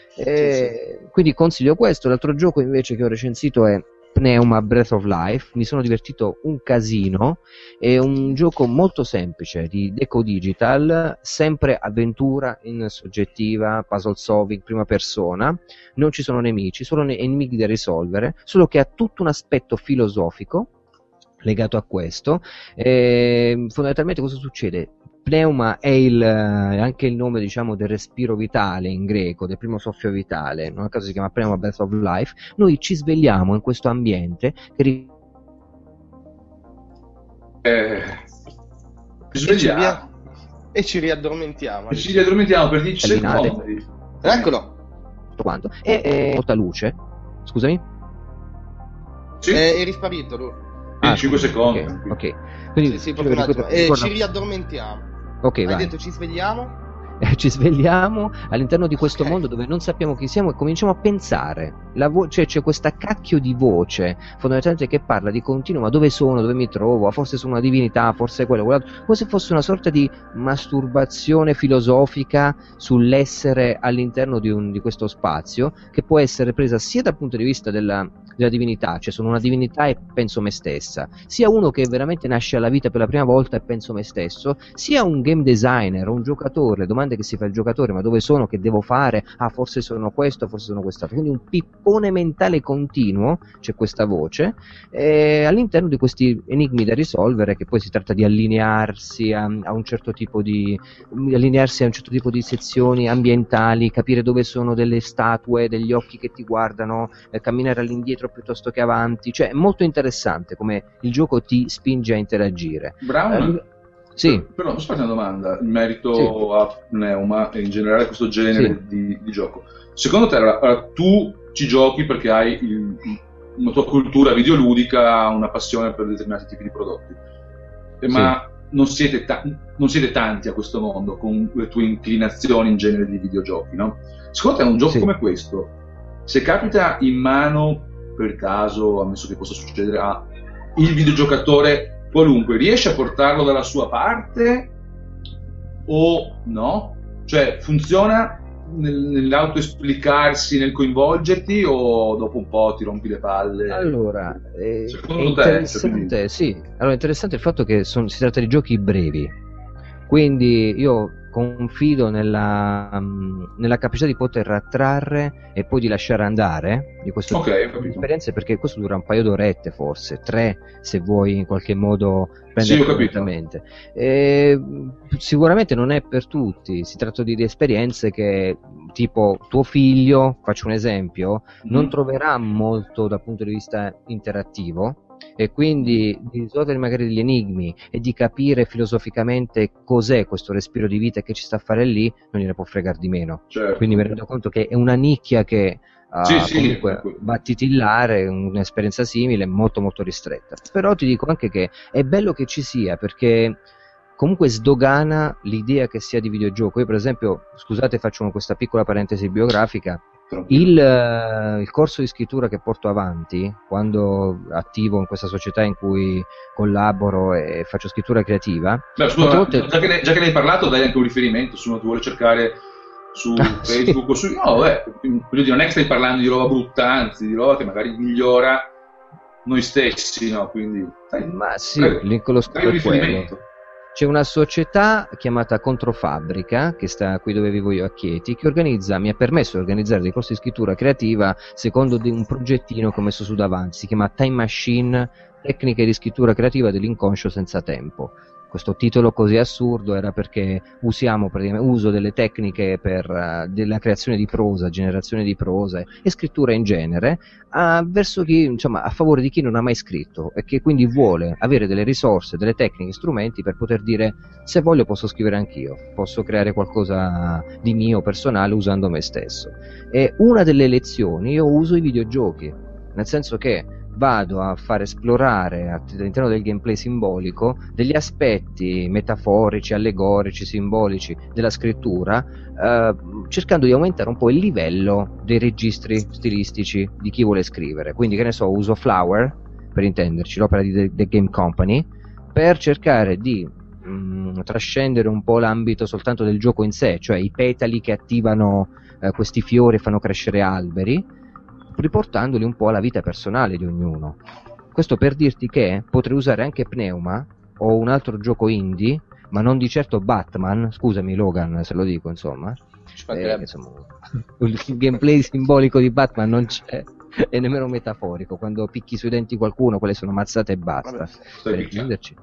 Speaker 4: E sì, sì. Quindi consiglio questo. L'altro gioco invece che ho recensito è Pneuma Breath of Life. Mi sono divertito un casino. È un gioco molto semplice di Deco Digital, sempre avventura in soggettiva, puzzle solving, prima persona. Non ci sono nemici, solo enigmi da risolvere, solo che ha tutto un aspetto filosofico legato a questo. E fondamentalmente cosa succede? Pneuma è, il, è anche il nome, diciamo, del respiro vitale in greco, del primo soffio vitale, non a caso si chiama Pneuma Breath of Life. Noi ci svegliamo in questo ambiente che ri-
Speaker 2: eh,
Speaker 3: e, ci ria- e ci riaddormentiamo
Speaker 2: e ci riaddormentiamo per dieci secondi.
Speaker 3: Eccolo
Speaker 4: quanto e, e molta luce, scusami.
Speaker 2: Sì.
Speaker 3: È, è risparito lui.
Speaker 2: Ah, cinque secondi.
Speaker 4: Ok, okay. Quindi
Speaker 3: sì, sì, proprio un attimo. E ci riaddormentiamo.
Speaker 4: Ok,
Speaker 3: hai
Speaker 4: vai.
Speaker 3: detto ci svegliamo?
Speaker 4: Ci svegliamo all'interno di questo
Speaker 3: okay.
Speaker 4: mondo dove non sappiamo chi siamo e cominciamo a pensare. La vo- cioè c'è questa cacchio di voce fondamentalmente che parla di continuo, ma dove sono, dove mi trovo, forse sono una divinità, forse quello, quell'altro, come se fosse una sorta di masturbazione filosofica sull'essere all'interno di, un, di questo spazio, che può essere presa sia dal punto di vista della, della divinità, cioè sono una divinità e penso me stessa, sia uno che veramente nasce alla vita per la prima volta e penso me stesso, sia un game designer, un giocatore, le domande che si fa il giocatore: ma dove sono, che devo fare, ah forse sono questo, forse sono quest'altro, quindi un pippone mentale continuo, c'è questa voce eh, all'interno di questi enigmi da risolvere, che poi si tratta di allinearsi a, a un certo tipo di allinearsi a un certo tipo di sezioni ambientali, capire dove sono delle statue, degli occhi che ti guardano, eh, camminare all'indietro piuttosto che avanti, cioè è molto interessante come il gioco ti spinge a interagire.
Speaker 2: Brown?
Speaker 4: Eh, Sì.
Speaker 2: Per, però posso farti una domanda in merito
Speaker 4: sì.
Speaker 2: a Pneuma e in generale a questo genere
Speaker 4: sì.
Speaker 2: di, di gioco. Secondo te allora, tu ci giochi perché hai il, una tua cultura videoludica, una passione per determinati tipi di prodotti, eh,
Speaker 4: sì.
Speaker 2: ma non siete, ta- non siete tanti a questo mondo con le tue inclinazioni in genere di videogiochi, no? Secondo te un gioco
Speaker 4: sì.
Speaker 2: come questo, se capita in mano per caso, ammesso che possa succedere a il videogiocatore qualunque, riesce a portarlo dalla sua parte o no? Cioè funziona nel, nell'autoesplicarsi, nel coinvolgerti, o dopo un po' ti rompi le palle?
Speaker 4: Allora, eh,
Speaker 2: secondo
Speaker 4: è
Speaker 2: te?
Speaker 4: interessante, sì. Allora, è interessante il fatto che son, si tratta di giochi brevi, quindi io confido nella, um, nella capacità di poter attrarre e poi di lasciare andare di questo
Speaker 2: okay,
Speaker 4: tipo di esperienze, perché questo dura un paio d'orette, forse tre, se vuoi in qualche modo
Speaker 2: prendere
Speaker 4: sì, completamente. E, sicuramente non è per tutti, si tratta di, di esperienze che, tipo tuo figlio, faccio un esempio, mm-hmm. non troverà molto dal punto di vista interattivo, e quindi di risolvere magari degli enigmi e di capire filosoficamente cos'è questo respiro di vita e che ci sta a fare lì, non gliene può fregare di meno.
Speaker 2: Certo.
Speaker 4: Quindi mi rendo conto che è una nicchia che uh,
Speaker 2: sì,
Speaker 4: comunque
Speaker 2: sì.
Speaker 4: va a titillare, un'esperienza simile molto molto ristretta. Però ti dico anche che è bello che ci sia, perché comunque sdogana l'idea che sia di videogioco. Io per esempio, scusate, faccio questa piccola parentesi biografica. Il, uh, il corso di scrittura che porto avanti quando attivo in questa società in cui collaboro e faccio scrittura creativa.
Speaker 2: Beh, scusa, volte... già, che ne, già che ne hai parlato, dai anche un riferimento se uno ti vuole cercare su Facebook sì. o su... No, beh, voglio dire, non è che stai parlando di roba brutta, anzi di roba che magari migliora noi stessi, no? Quindi dai,
Speaker 4: ma sì, dai, lo scopo è quello. C'è una società chiamata Controfabbrica, che sta qui dove vivo io a Chieti, che organizza, mi ha permesso di organizzare dei corsi di scrittura creativa secondo un progettino che ho messo su davanti, si chiama Time Machine, tecniche di scrittura creativa dell'inconscio senza tempo. Questo titolo così assurdo era perché usiamo praticamente uso delle tecniche per uh, della creazione di prosa, generazione di prosa e scrittura in genere, uh, verso chi, insomma, a favore di chi non ha mai scritto e che quindi vuole avere delle risorse, delle tecniche, strumenti per poter dire: se voglio posso scrivere anch'io, posso creare qualcosa di mio personale usando me stesso. E una delle lezioni io uso i videogiochi, nel senso che vado a far esplorare all'interno del gameplay simbolico degli aspetti metaforici, allegorici, simbolici della scrittura, eh, cercando di aumentare un po' il livello dei registri stilistici di chi vuole scrivere. Quindi, che ne so, uso Flower, per intenderci, l'opera di The, The Game Company, per cercare di mh, trascendere un po' l'ambito soltanto del gioco in sé, cioè i petali che attivano eh, questi fiori e fanno crescere alberi, riportandoli un po' alla vita personale di ognuno. Questo per dirti che potrei usare anche Pneuma o un altro gioco indie, ma non di certo Batman, scusami Logan se lo dico, insomma, eh, insomma il gameplay simbolico di Batman non c'è, e nemmeno metaforico, quando picchi sui denti qualcuno, quelle sono mazzate e basta.
Speaker 2: Vabbè,
Speaker 4: per intenderci.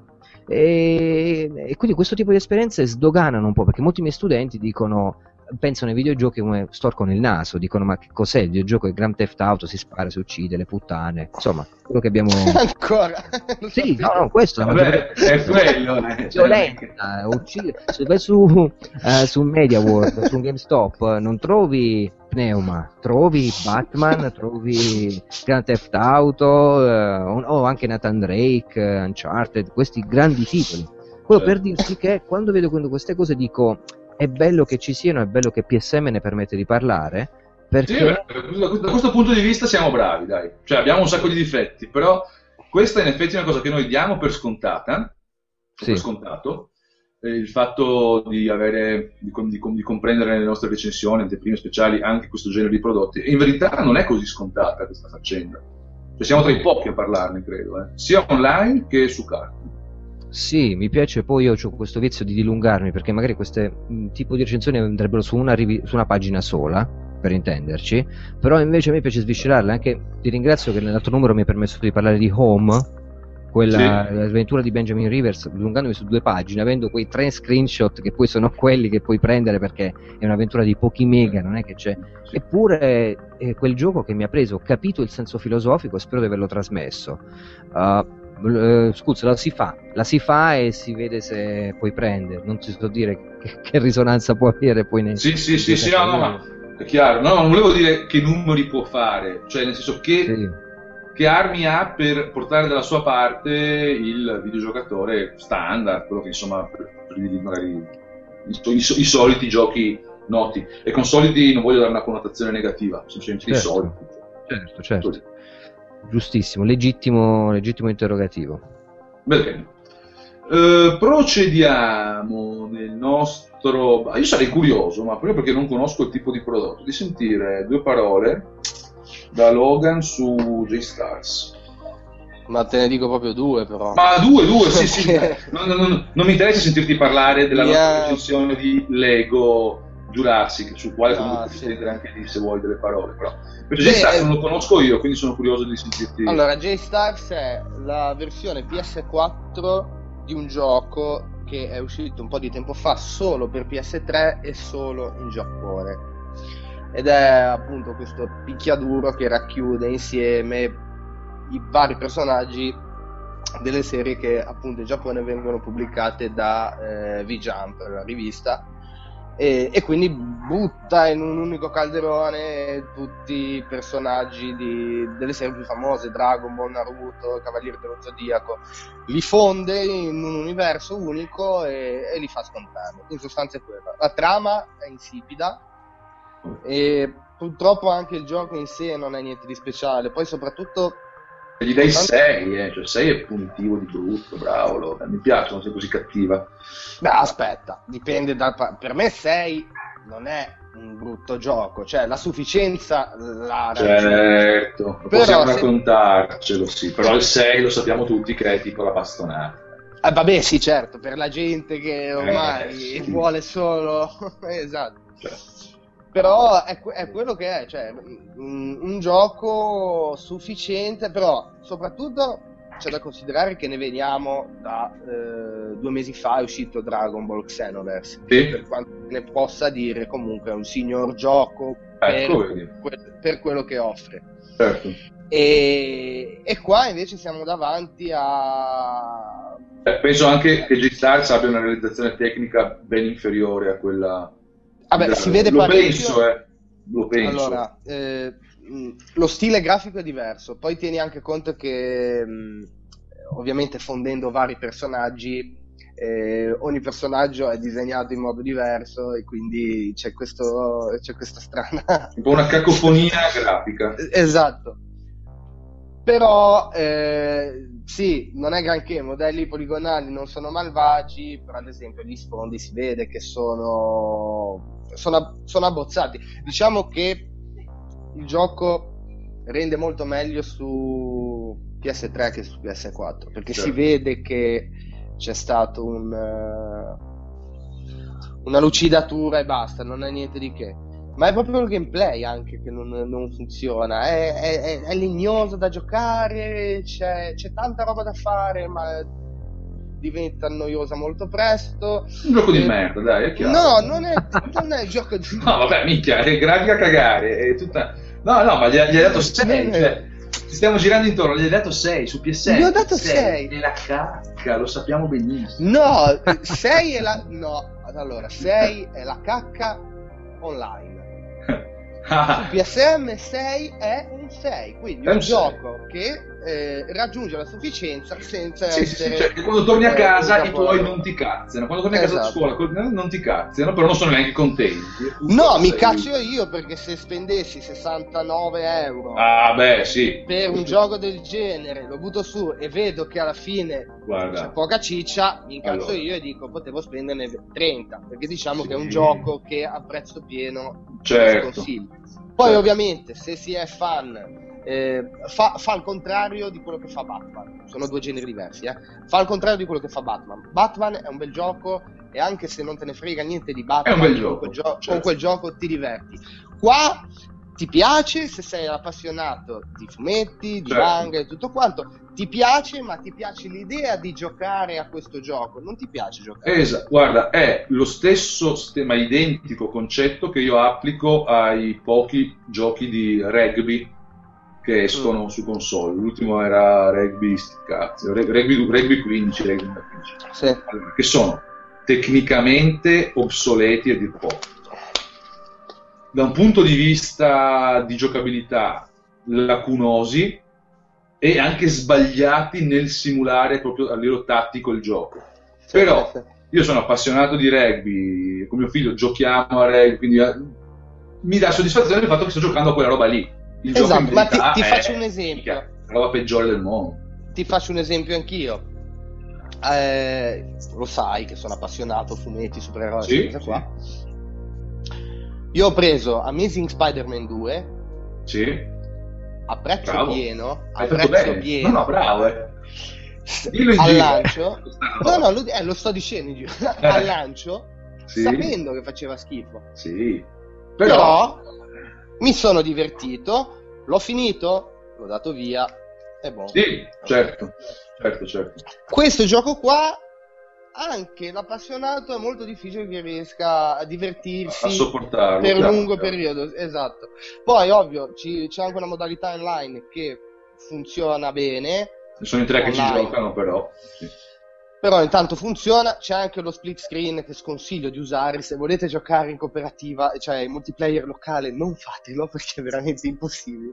Speaker 4: E, e quindi questo tipo di esperienze sdoganano un po', perché molti miei studenti dicono, pensano ai videogiochi come storcono il naso, dicono ma che cos'è il videogioco? È Grand Theft Auto, si spara, si uccide, le puttane, insomma, quello che abbiamo
Speaker 3: ancora.
Speaker 4: Sì, no, no, questo
Speaker 2: Vabbè, è quello, eh.
Speaker 4: violenza, uccide. Se vai su, eh, su Media World, su GameStop, non trovi Pneuma, trovi Batman, trovi Grand Theft Auto, eh, o anche Nathan Drake, eh, Uncharted, questi grandi titoli. Quello per dirti che quando vedo queste cose dico è bello che ci siano, è bello che P S M ne permette di parlare, perché...
Speaker 2: Sì, beh, da questo punto di vista siamo bravi, dai. Cioè abbiamo un sacco di difetti, però questa in effetti è una cosa che noi diamo per scontata,
Speaker 4: sì.
Speaker 2: per scontato, eh, il fatto di avere, di, di, di comprendere nelle nostre recensioni, anteprime speciali, anche questo genere di prodotti. E in verità non è così scontata questa faccenda. Cioè siamo tra i pochi a parlarne, credo, eh. sia online che su carta.
Speaker 4: Sì, mi piace, poi io ho questo vizio di dilungarmi, perché magari queste mh, tipo di recensioni andrebbero su una, rivi- su una pagina sola, per intenderci, però invece a me piace sviscerarle. Anche ti ringrazio che nell'altro numero mi hai permesso di parlare di Home, quella sì. l'avventura di Benjamin Rivers, dilungandomi su due pagine, avendo quei tre screenshot che poi sono quelli che puoi prendere, perché è un'avventura di pochi mega, non è che c'è. Eppure è quel gioco che mi ha preso, ho capito il senso filosofico e spero di averlo trasmesso. Uh, Uh, scusa, la si fa, la si fa e si vede se poi prende. Non ti so dire che, che risonanza può avere poi nei...
Speaker 2: Sì, sì, sì, sì, no, no, ma è chiaro. No, non volevo dire che numeri può fare, cioè nel senso che, sì. che armi ha per portare dalla sua parte il videogiocatore standard, quello che insomma per, per magari i, i, i soliti giochi noti. E con soliti non voglio dare una connotazione negativa, semplicemente
Speaker 4: certo.
Speaker 2: i soliti.
Speaker 4: Certo, certo. Giustissimo, legittimo, legittimo interrogativo.
Speaker 2: Bene. Uh, procediamo nel nostro... Io sarei curioso, ma proprio perché non conosco il tipo di prodotto, di sentire due parole da Logan su J-Stars.
Speaker 3: Ma te ne dico proprio due, però.
Speaker 2: Ma due, due, sì, sì. non, non, non mi interessa sentirti parlare della yeah. nostra recensione di Lego Jurassic, sul quale no, comunque sì. stendere anche lì se vuoi delle parole, però per J-Stars non lo conosco io, quindi sono curioso di sentirti.
Speaker 3: Allora, J-Stars è la versione P S quattro di un gioco che è uscito un po' di tempo fa solo per P S tre e solo in Giappone, ed è appunto questo picchiaduro che racchiude insieme i vari personaggi delle serie che appunto in Giappone vengono pubblicate da eh, V-Jump, la rivista. E, e quindi butta in un unico calderone tutti i personaggi di, delle serie più famose, Dragon Ball, Naruto, Cavalieri dello Zodiaco, li fonde in un universo unico e, e li fa scontare. In sostanza è quella. La trama è insipida e purtroppo anche il gioco in sé non è niente di speciale, poi soprattutto
Speaker 2: gli dai sei, eh, cioè sei è punitivo di brutto, bravo, Logan. Mi piace non sei così cattiva.
Speaker 3: Beh, aspetta, dipende dal... Per me sei non è un brutto gioco, cioè la sufficienza la
Speaker 2: certo, però possiamo se... raccontarcelo, sì, però il sei lo sappiamo tutti che è tipo la bastonata.
Speaker 3: Eh, vabbè, sì, certo, per la gente che ormai eh, sì. vuole solo... esatto. Certo. Però è, è quello che è, cioè un, un gioco sufficiente, però soprattutto c'è da considerare che ne veniamo da eh, due mesi fa è uscito Dragon Ball Xenoverse, sì. Per quanto ne possa dire comunque è un signor gioco
Speaker 2: ecco,
Speaker 3: per, que- per quello che offre.
Speaker 2: Certo.
Speaker 3: E, e qua invece siamo davanti a...
Speaker 2: Eh, penso anche che J-Stars abbia una realizzazione tecnica ben inferiore a quella...
Speaker 3: Vabbè, da, si vede
Speaker 2: lo
Speaker 3: parecchio.
Speaker 2: Penso, eh. Lo penso.
Speaker 3: Allora, eh, lo stile grafico è diverso, poi tieni anche conto che mh, ovviamente fondendo vari personaggi, eh, ogni personaggio è disegnato in modo diverso e quindi c'è questo c'è questa strana...
Speaker 2: un po' una cacofonia grafica.
Speaker 3: Esatto. Però eh, sì, non è granché, i modelli poligonali non sono malvagi, però ad esempio gli sfondi si vede che sono sono, sono abbozzati. Diciamo che il gioco rende molto meglio su P S tre che su P S quattro, perché certo. Si vede che c'è stato un uh, una lucidatura e basta, non è niente di che. Ma è proprio il gameplay anche che non, non funziona, è, è, è legnoso da giocare, c'è, c'è tanta roba da fare, ma diventa noiosa molto presto.
Speaker 2: Un gioco di
Speaker 3: e...
Speaker 2: merda, dai, è chiaro.
Speaker 3: No, non è, non è il gioco di
Speaker 2: No, vabbè, minchia, è grafica a cagare, è tutta... No, no, ma gli, gli hai dato sei, cioè, ci stiamo girando intorno, gli hai dato sei su P S N.
Speaker 3: Gli ho dato sei.
Speaker 2: È la cacca, lo sappiamo benissimo.
Speaker 3: No, sei è la... No, allora, sei è la cacca online. Su P S M sei è un sei, quindi è un, un gioco che eh, raggiunge la sufficienza senza
Speaker 2: sì,
Speaker 3: essere...
Speaker 2: Sì, cioè che quando torni a casa eh, i tuoi non ti cazzano, quando torni a casa esatto. da scuola non ti cazzano, però non sono neanche contenti.
Speaker 3: No, mi cazzo io, perché se spendessi sessantanove euro
Speaker 2: ah, beh, sì.
Speaker 3: per un gioco del genere, lo butto su e vedo che alla fine
Speaker 2: Guarda.
Speaker 3: c'è poca ciccia, mi incazzo allora. io e dico potevo spenderne trenta, perché diciamo sì. che è un gioco che a prezzo pieno
Speaker 2: certo.
Speaker 3: consiglio. Poi certo. ovviamente se si è fan eh, fa, fa il contrario di quello che fa Batman, sono due generi diversi, eh. Fa il contrario di quello che fa Batman. Batman è un bel gioco e anche se non te ne frega niente di Batman,
Speaker 2: è un bel
Speaker 3: con,
Speaker 2: gioco,
Speaker 3: quel gio-
Speaker 2: certo.
Speaker 3: con quel gioco ti diverti. Qua ti piace se sei appassionato di fumetti, di certo. manga e tutto quanto, ti piace, ma ti piace l'idea di giocare a questo gioco, non ti piace giocare.
Speaker 2: Esatto, guarda, è lo stesso sistema, identico concetto che io applico ai pochi giochi di rugby che escono mm. su console. L'ultimo era Rugby, cazzo, rugby, rugby quindici, rugby quindici.
Speaker 3: Sì.
Speaker 2: Allora, che sono tecnicamente obsoleti a dir poco. Da un punto di vista di giocabilità lacunosi e anche sbagliati nel simulare proprio a livello tattico il gioco. Sì, però sì. io sono appassionato di rugby, con mio figlio giochiamo a rugby, quindi mi dà soddisfazione il fatto che sto giocando a quella roba lì. Il
Speaker 3: esatto,
Speaker 2: gioco
Speaker 3: ma ti, ti faccio un esempio.
Speaker 2: La roba peggiore del mondo.
Speaker 3: Ti faccio un esempio anch'io. Eh, lo sai che sono appassionato fumetti, supereroi,
Speaker 2: sì,
Speaker 3: queste cose qua. Io ho preso Amazing Spider-Man due
Speaker 2: sì.
Speaker 3: a prezzo bravo. pieno, a
Speaker 2: Hai
Speaker 3: prezzo
Speaker 2: bene.
Speaker 3: pieno.
Speaker 2: No, no, bravo, eh. Dillo in
Speaker 3: al
Speaker 2: giro.
Speaker 3: lancio. No, no, lo, eh, lo sto dicendo in giro. Al lancio, sì. sapendo che faceva schifo.
Speaker 2: Sì.
Speaker 3: Però... Però mi sono divertito, l'ho finito, l'ho dato via e boh.
Speaker 2: Sì, certo, certo, certo.
Speaker 3: Questo gioco qua, anche l'appassionato è molto difficile che riesca a divertirsi
Speaker 2: a sopportarlo
Speaker 3: per
Speaker 2: chiaro,
Speaker 3: lungo
Speaker 2: chiaro.
Speaker 3: periodo, esatto. Poi ovvio ci, c'è anche una modalità online che funziona bene.
Speaker 2: Sono in tre
Speaker 3: online.
Speaker 2: Che ci giocano però. Sì.
Speaker 3: Però intanto funziona, c'è anche lo split screen che sconsiglio di usare, se volete giocare in cooperativa, cioè in multiplayer locale non fatelo perché è veramente impossibile.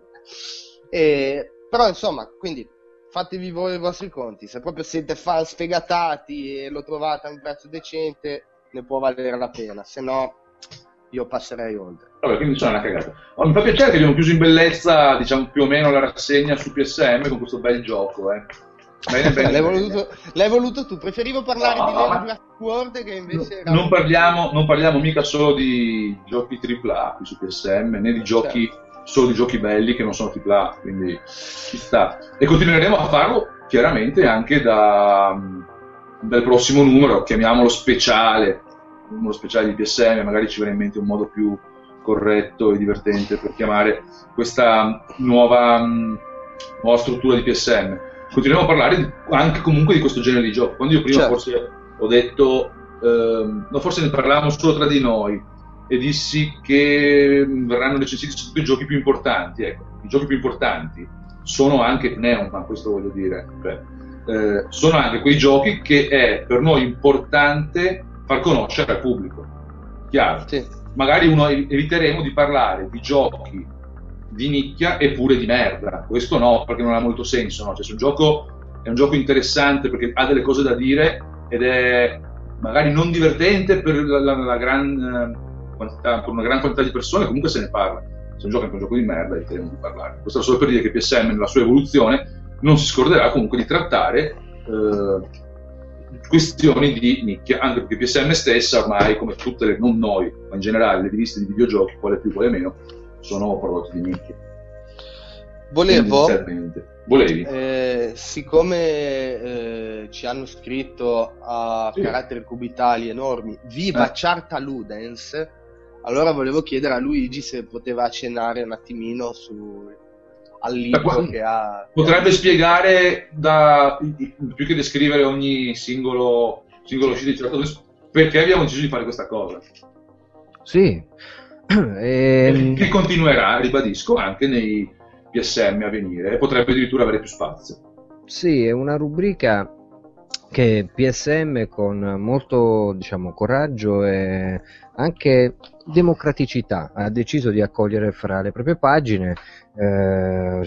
Speaker 3: E, però insomma, quindi fatevi voi i vostri conti, se proprio siete fan sfegatati e lo trovate a un prezzo decente ne può valere la pena, se no io passerei oltre.
Speaker 2: Vabbè, quindi sono una cagata. Oh, mi fa piacere che abbiamo chiuso in bellezza, diciamo più o meno la rassegna su P S M con questo bel gioco, eh. Bene, bene,
Speaker 3: l'hai,
Speaker 2: bene.
Speaker 3: voluto, l'hai voluto tu, preferivo parlare
Speaker 2: no,
Speaker 3: di
Speaker 2: no,
Speaker 3: Lego Jurassic World che invece era...
Speaker 2: non parliamo, non parliamo mica solo di giochi tripla A qui su P S M, né di giochi certo. solo di giochi belli che non sono tripla A, quindi ci sta. E continueremo a farlo chiaramente anche da, dal prossimo numero, chiamiamolo speciale, un numero speciale di P S M, magari ci verrà in mente un modo più corretto e divertente per chiamare questa nuova, nuova struttura di P S M. Continuiamo a parlare di, anche comunque di questo genere di gioco. Quando io prima certo. forse ho detto, ehm, no, forse ne parlavamo solo tra di noi e dissi che verranno recensiti tutti i giochi più importanti. Ecco, i giochi più importanti sono anche Pneuma, questo voglio dire. Cioè, eh, sono anche quei giochi che è per noi importante far conoscere al pubblico. Chiaro?
Speaker 3: Sì.
Speaker 2: Magari uno eviteremo di parlare di giochi di nicchia e pure di merda, questo no, perché non ha molto senso, no? Cioè, se un gioco è un gioco interessante perché ha delle cose da dire ed è magari non divertente per la, la, la gran quantità, per una gran quantità di persone, comunque se ne parla. Se un gioco è anche un gioco di merda, eviteremo di parlare. Questo è solo per dire che P S M nella sua evoluzione non si scorderà comunque di trattare eh, questioni di nicchia, anche perché P S M stessa ormai, come tutte le, non noi, ma in generale le riviste di videogiochi, quale più, quale meno, sono prodotti di nicchia.
Speaker 3: Volevo,
Speaker 2: Volevi?
Speaker 3: Eh, siccome eh, ci hanno scritto a sì. caratteri cubitali enormi, viva eh. Charta Ludens, allora volevo chiedere a Luigi se poteva accennare un attimino su al libro
Speaker 2: Beh,
Speaker 3: che ha...
Speaker 2: Potrebbe spiegare, da, più che descrivere ogni singolo, singolo
Speaker 3: Sì.
Speaker 2: uscita di certo, perché abbiamo deciso di fare questa cosa.
Speaker 4: Sì. Ehm,
Speaker 2: Che continuerà, ribadisco, anche nei P S M a venire e potrebbe addirittura avere più spazio.
Speaker 4: Sì, è una rubrica che P S M con molto, diciamo, coraggio e anche democraticità ha deciso di accogliere fra le proprie pagine eh,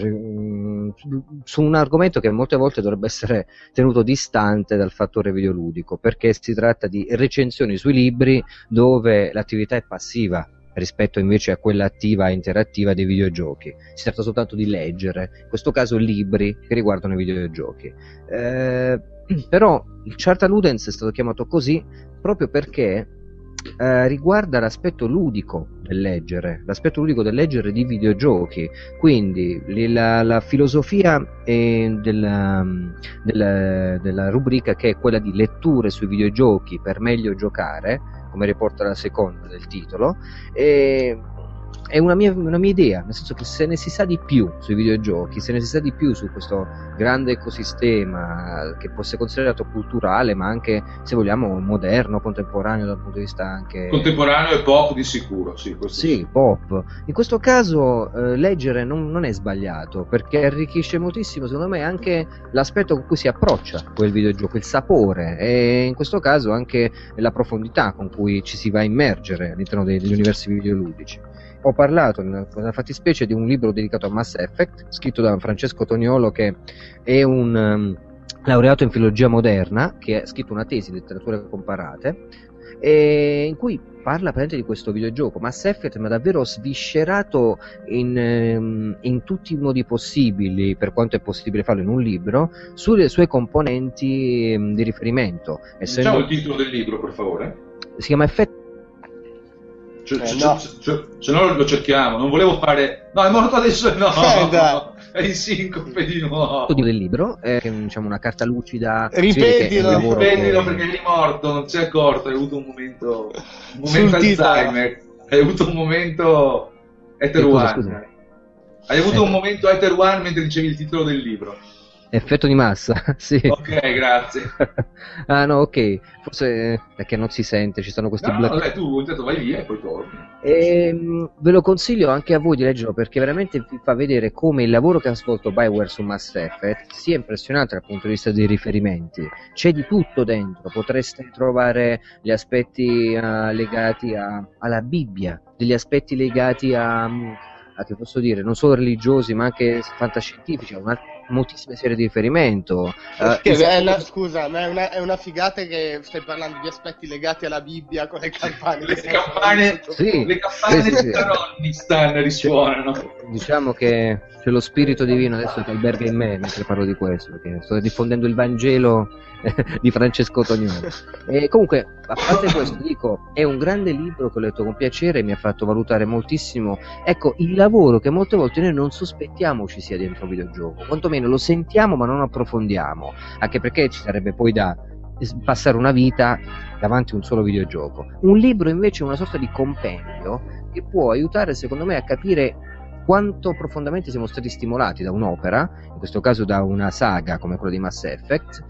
Speaker 4: su un argomento che molte volte dovrebbe essere tenuto distante dal fattore videoludico, perché si tratta di recensioni sui libri dove l'attività è passiva rispetto invece a quella attiva e interattiva dei videogiochi. Si tratta soltanto di leggere, in questo caso libri che riguardano i videogiochi. Eh, però il Charta Ludens è stato chiamato così proprio perché eh, riguarda l'aspetto ludico del leggere, l'aspetto ludico del leggere di videogiochi, quindi la, la filosofia è della, della, della rubrica, che è quella di letture sui videogiochi per meglio giocare, come riporta la seconda del titolo, e è una mia, una mia idea, nel senso che se ne si sa di più sui videogiochi, se ne si sa di più su questo grande ecosistema che può essere considerato culturale, ma anche, se vogliamo, moderno, contemporaneo dal punto di vista anche...
Speaker 2: Contemporaneo e pop di sicuro, sì. Questo
Speaker 4: Sì,
Speaker 2: sì.
Speaker 4: pop. In questo caso eh, leggere non, non è sbagliato, perché arricchisce moltissimo, secondo me, anche l'aspetto con cui si approccia quel videogioco, il sapore, e in questo caso anche la profondità con cui ci si va a immergere all'interno degli universi videoludici. Ho parlato nella fattispecie di un libro dedicato a Mass Effect, scritto da Francesco Toniolo, che è un um, laureato in filologia moderna, che ha scritto una tesi in letterature comparate, e in cui parla praticamente di questo videogioco Mass Effect, ma davvero sviscerato in, um, in tutti i modi possibili, per quanto è possibile farlo in un libro, sulle sue componenti um, di riferimento.
Speaker 2: Diciamo
Speaker 4: Essendo...
Speaker 2: il titolo del libro, per favore.
Speaker 4: Si chiama Effetto.
Speaker 2: Cioè,
Speaker 3: Eh,
Speaker 2: se,
Speaker 3: no.
Speaker 2: se, se, se no lo cerchiamo, non volevo fare... No, è morto adesso, no,
Speaker 3: Eh, dai.
Speaker 2: è in sincope di nuovo.
Speaker 4: del libro, è che, diciamo, una carta lucida.
Speaker 3: Ripetilo,
Speaker 4: si vede che è un lavoro
Speaker 2: Prendilo
Speaker 4: che-
Speaker 2: perché eri morto, non si è accorto, hai avuto un momento... Un
Speaker 3: Sul
Speaker 2: momento
Speaker 3: titolo.
Speaker 2: Alzheimer, hai avuto un momento Ether
Speaker 4: Che cosa,
Speaker 2: One.
Speaker 4: scusa?
Speaker 2: Hai avuto
Speaker 4: Ecco.
Speaker 2: un momento Ether One mentre dicevi il titolo del libro.
Speaker 4: Effetto di massa, sì.
Speaker 2: Ok, grazie.
Speaker 4: Ah no, ok, forse perché non si sente, ci stanno questi
Speaker 2: No,
Speaker 4: blocchi.
Speaker 2: vabbè, tu intanto vai via e poi torni.
Speaker 4: Ehm, ve lo consiglio anche a voi di leggerlo, perché veramente vi fa vedere come il lavoro che ha svolto BioWare su Mass Effect sia impressionante dal punto di vista dei riferimenti. C'è di tutto dentro, potreste trovare gli aspetti uh, legati a, alla Bibbia, degli aspetti legati a, a, che posso dire, non solo religiosi ma anche fantascientifici, una, moltissime serie di riferimento. Uh,
Speaker 3: Che
Speaker 4: es-
Speaker 3: è una- scusa, ma è una, è una figata che stai parlando di aspetti legati alla Bibbia con le campane.
Speaker 2: Le
Speaker 3: che
Speaker 2: campane,
Speaker 3: sono-
Speaker 4: Sì.
Speaker 2: le campane
Speaker 4: Sì, sì,
Speaker 2: di
Speaker 4: sì.
Speaker 2: Taronistan risuonano.
Speaker 4: Diciamo che c'è lo spirito divino adesso che alberga in me mentre parlo di questo, perché sto diffondendo il Vangelo di Francesco Toniolo. E comunque, a parte questo, dico, è un grande libro che ho letto con piacere e mi ha fatto valutare moltissimo, ecco, il lavoro che molte volte noi non sospettiamo ci sia dentro un videogioco, quantomeno lo sentiamo ma non approfondiamo, anche perché ci sarebbe poi da passare una vita davanti a un solo videogioco. Un libro invece è una sorta di compendio che può aiutare, secondo me, a capire quanto profondamente siamo stati stimolati da un'opera, in questo caso da una saga come quella di Mass Effect,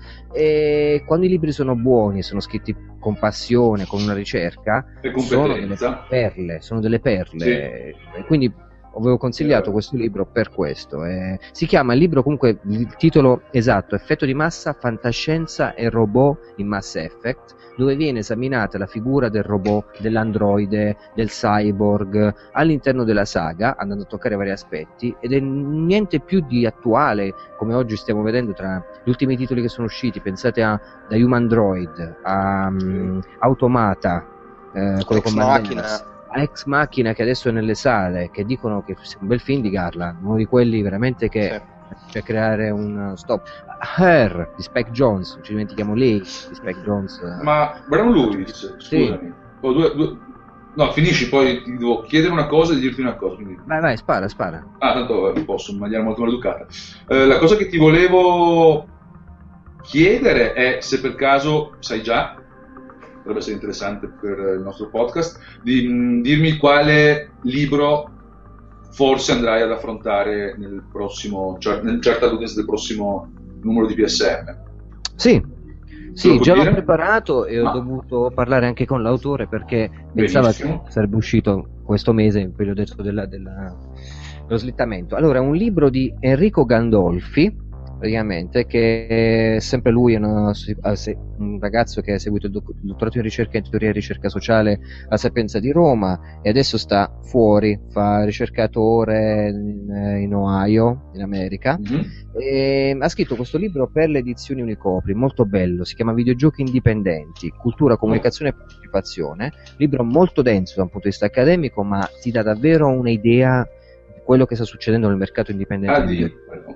Speaker 4: e quando i libri sono buoni, sono scritti con passione, con una ricerca,
Speaker 2: E
Speaker 4: sono delle
Speaker 2: competenza.
Speaker 4: perle, sono delle perle.
Speaker 2: Sì.
Speaker 4: E quindi avevo consigliato
Speaker 2: Eh.
Speaker 4: questo libro per questo. Eh, si chiama il libro, comunque, il titolo esatto, Effetto di massa, fantascienza e robot in Mass Effect, dove viene esaminata la figura del robot, dell'androide, del cyborg all'interno della saga, andando a toccare vari aspetti, ed è niente più di attuale, come oggi stiamo vedendo tra gli ultimi titoli che sono usciti. Pensate a da Human Droid a um, Automata, eh, quello
Speaker 3: Ex
Speaker 4: con
Speaker 3: Machina.
Speaker 4: Banderas, a Ex Machina, che adesso è nelle sale, che dicono che sia un bel film di Garland, uno di quelli veramente che
Speaker 3: Sì.
Speaker 4: per creare un stop. Her di Spike Jonze, non ci dimentichiamo lei di Spike Jonze.
Speaker 2: Ma Brown Lewis, scusami. Ho due- due- No, finisci, poi ti devo chiedere una cosa e dirti una cosa. Quindi...
Speaker 4: Vai, vai, spara, spara.
Speaker 2: Ah, tanto eh, posso in maniera molto maleducata. Eh, la cosa che ti volevo chiedere è se per caso sai già potrebbe essere interessante per il nostro podcast, di mh, dirmi quale libro forse andrai ad affrontare nel prossimo, cioè nel Certa Ludens del prossimo numero di P S M.
Speaker 4: Sì, sì, già l'ho
Speaker 2: dire?
Speaker 4: preparato e ho
Speaker 2: Ah.
Speaker 4: dovuto parlare anche con l'autore perché pensava
Speaker 2: Benissimo.
Speaker 4: che sarebbe uscito questo mese, in periodo della, della, dello slittamento. Allora, è un libro di Enrico Gandolfi, praticamente, che è sempre lui, è una- un ragazzo che ha seguito il doc- il dottorato in ricerca in teoria e ricerca sociale alla Sapienza di Roma e adesso sta fuori, fa ricercatore in, in Ohio, in America.
Speaker 2: Mhm.
Speaker 4: E ha scritto questo libro per le edizioni Unicopri, molto bello, si chiama Videogiochi indipendenti, cultura, comunicazione e partecipazione, libro molto denso da un punto di vista accademico, ma ti dà davvero un'idea di quello che sta succedendo nel mercato indipendente
Speaker 2: Ah,
Speaker 4: del
Speaker 2: di-
Speaker 4: videogioco.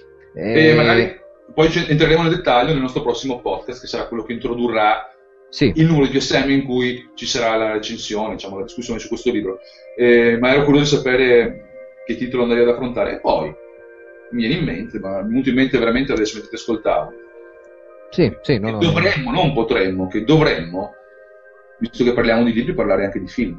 Speaker 2: E magari poi ci- entreremo nel dettaglio nel nostro prossimo podcast, che sarà quello che introdurrà
Speaker 4: Sì,
Speaker 2: il numero di P S M in cui ci sarà la recensione, diciamo, la discussione su questo libro. Eh, ma ero curioso di sapere che titolo andrei ad affrontare. E poi mi viene in mente, ma mi è venuto in mente veramente adesso mentre ti ascoltavo,
Speaker 4: sì, sì, no,
Speaker 2: che
Speaker 4: no,
Speaker 2: dovremmo, non potremmo, che dovremmo, visto che parliamo di libri, parlare anche di film.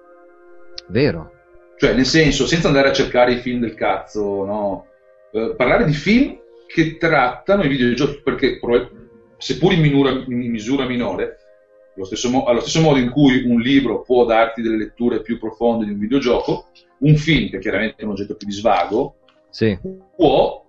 Speaker 4: vero.
Speaker 2: Cioè, nel senso, senza andare a cercare i film del cazzo, no? Eh, parlare di film che trattano i videogiochi, perché proba- seppur in, minura- in misura minore, allo stesso, mo- allo stesso modo in cui un libro può darti delle letture più profonde di un videogioco, un film, che chiaramente è un oggetto più di svago,
Speaker 4: Sì,
Speaker 2: può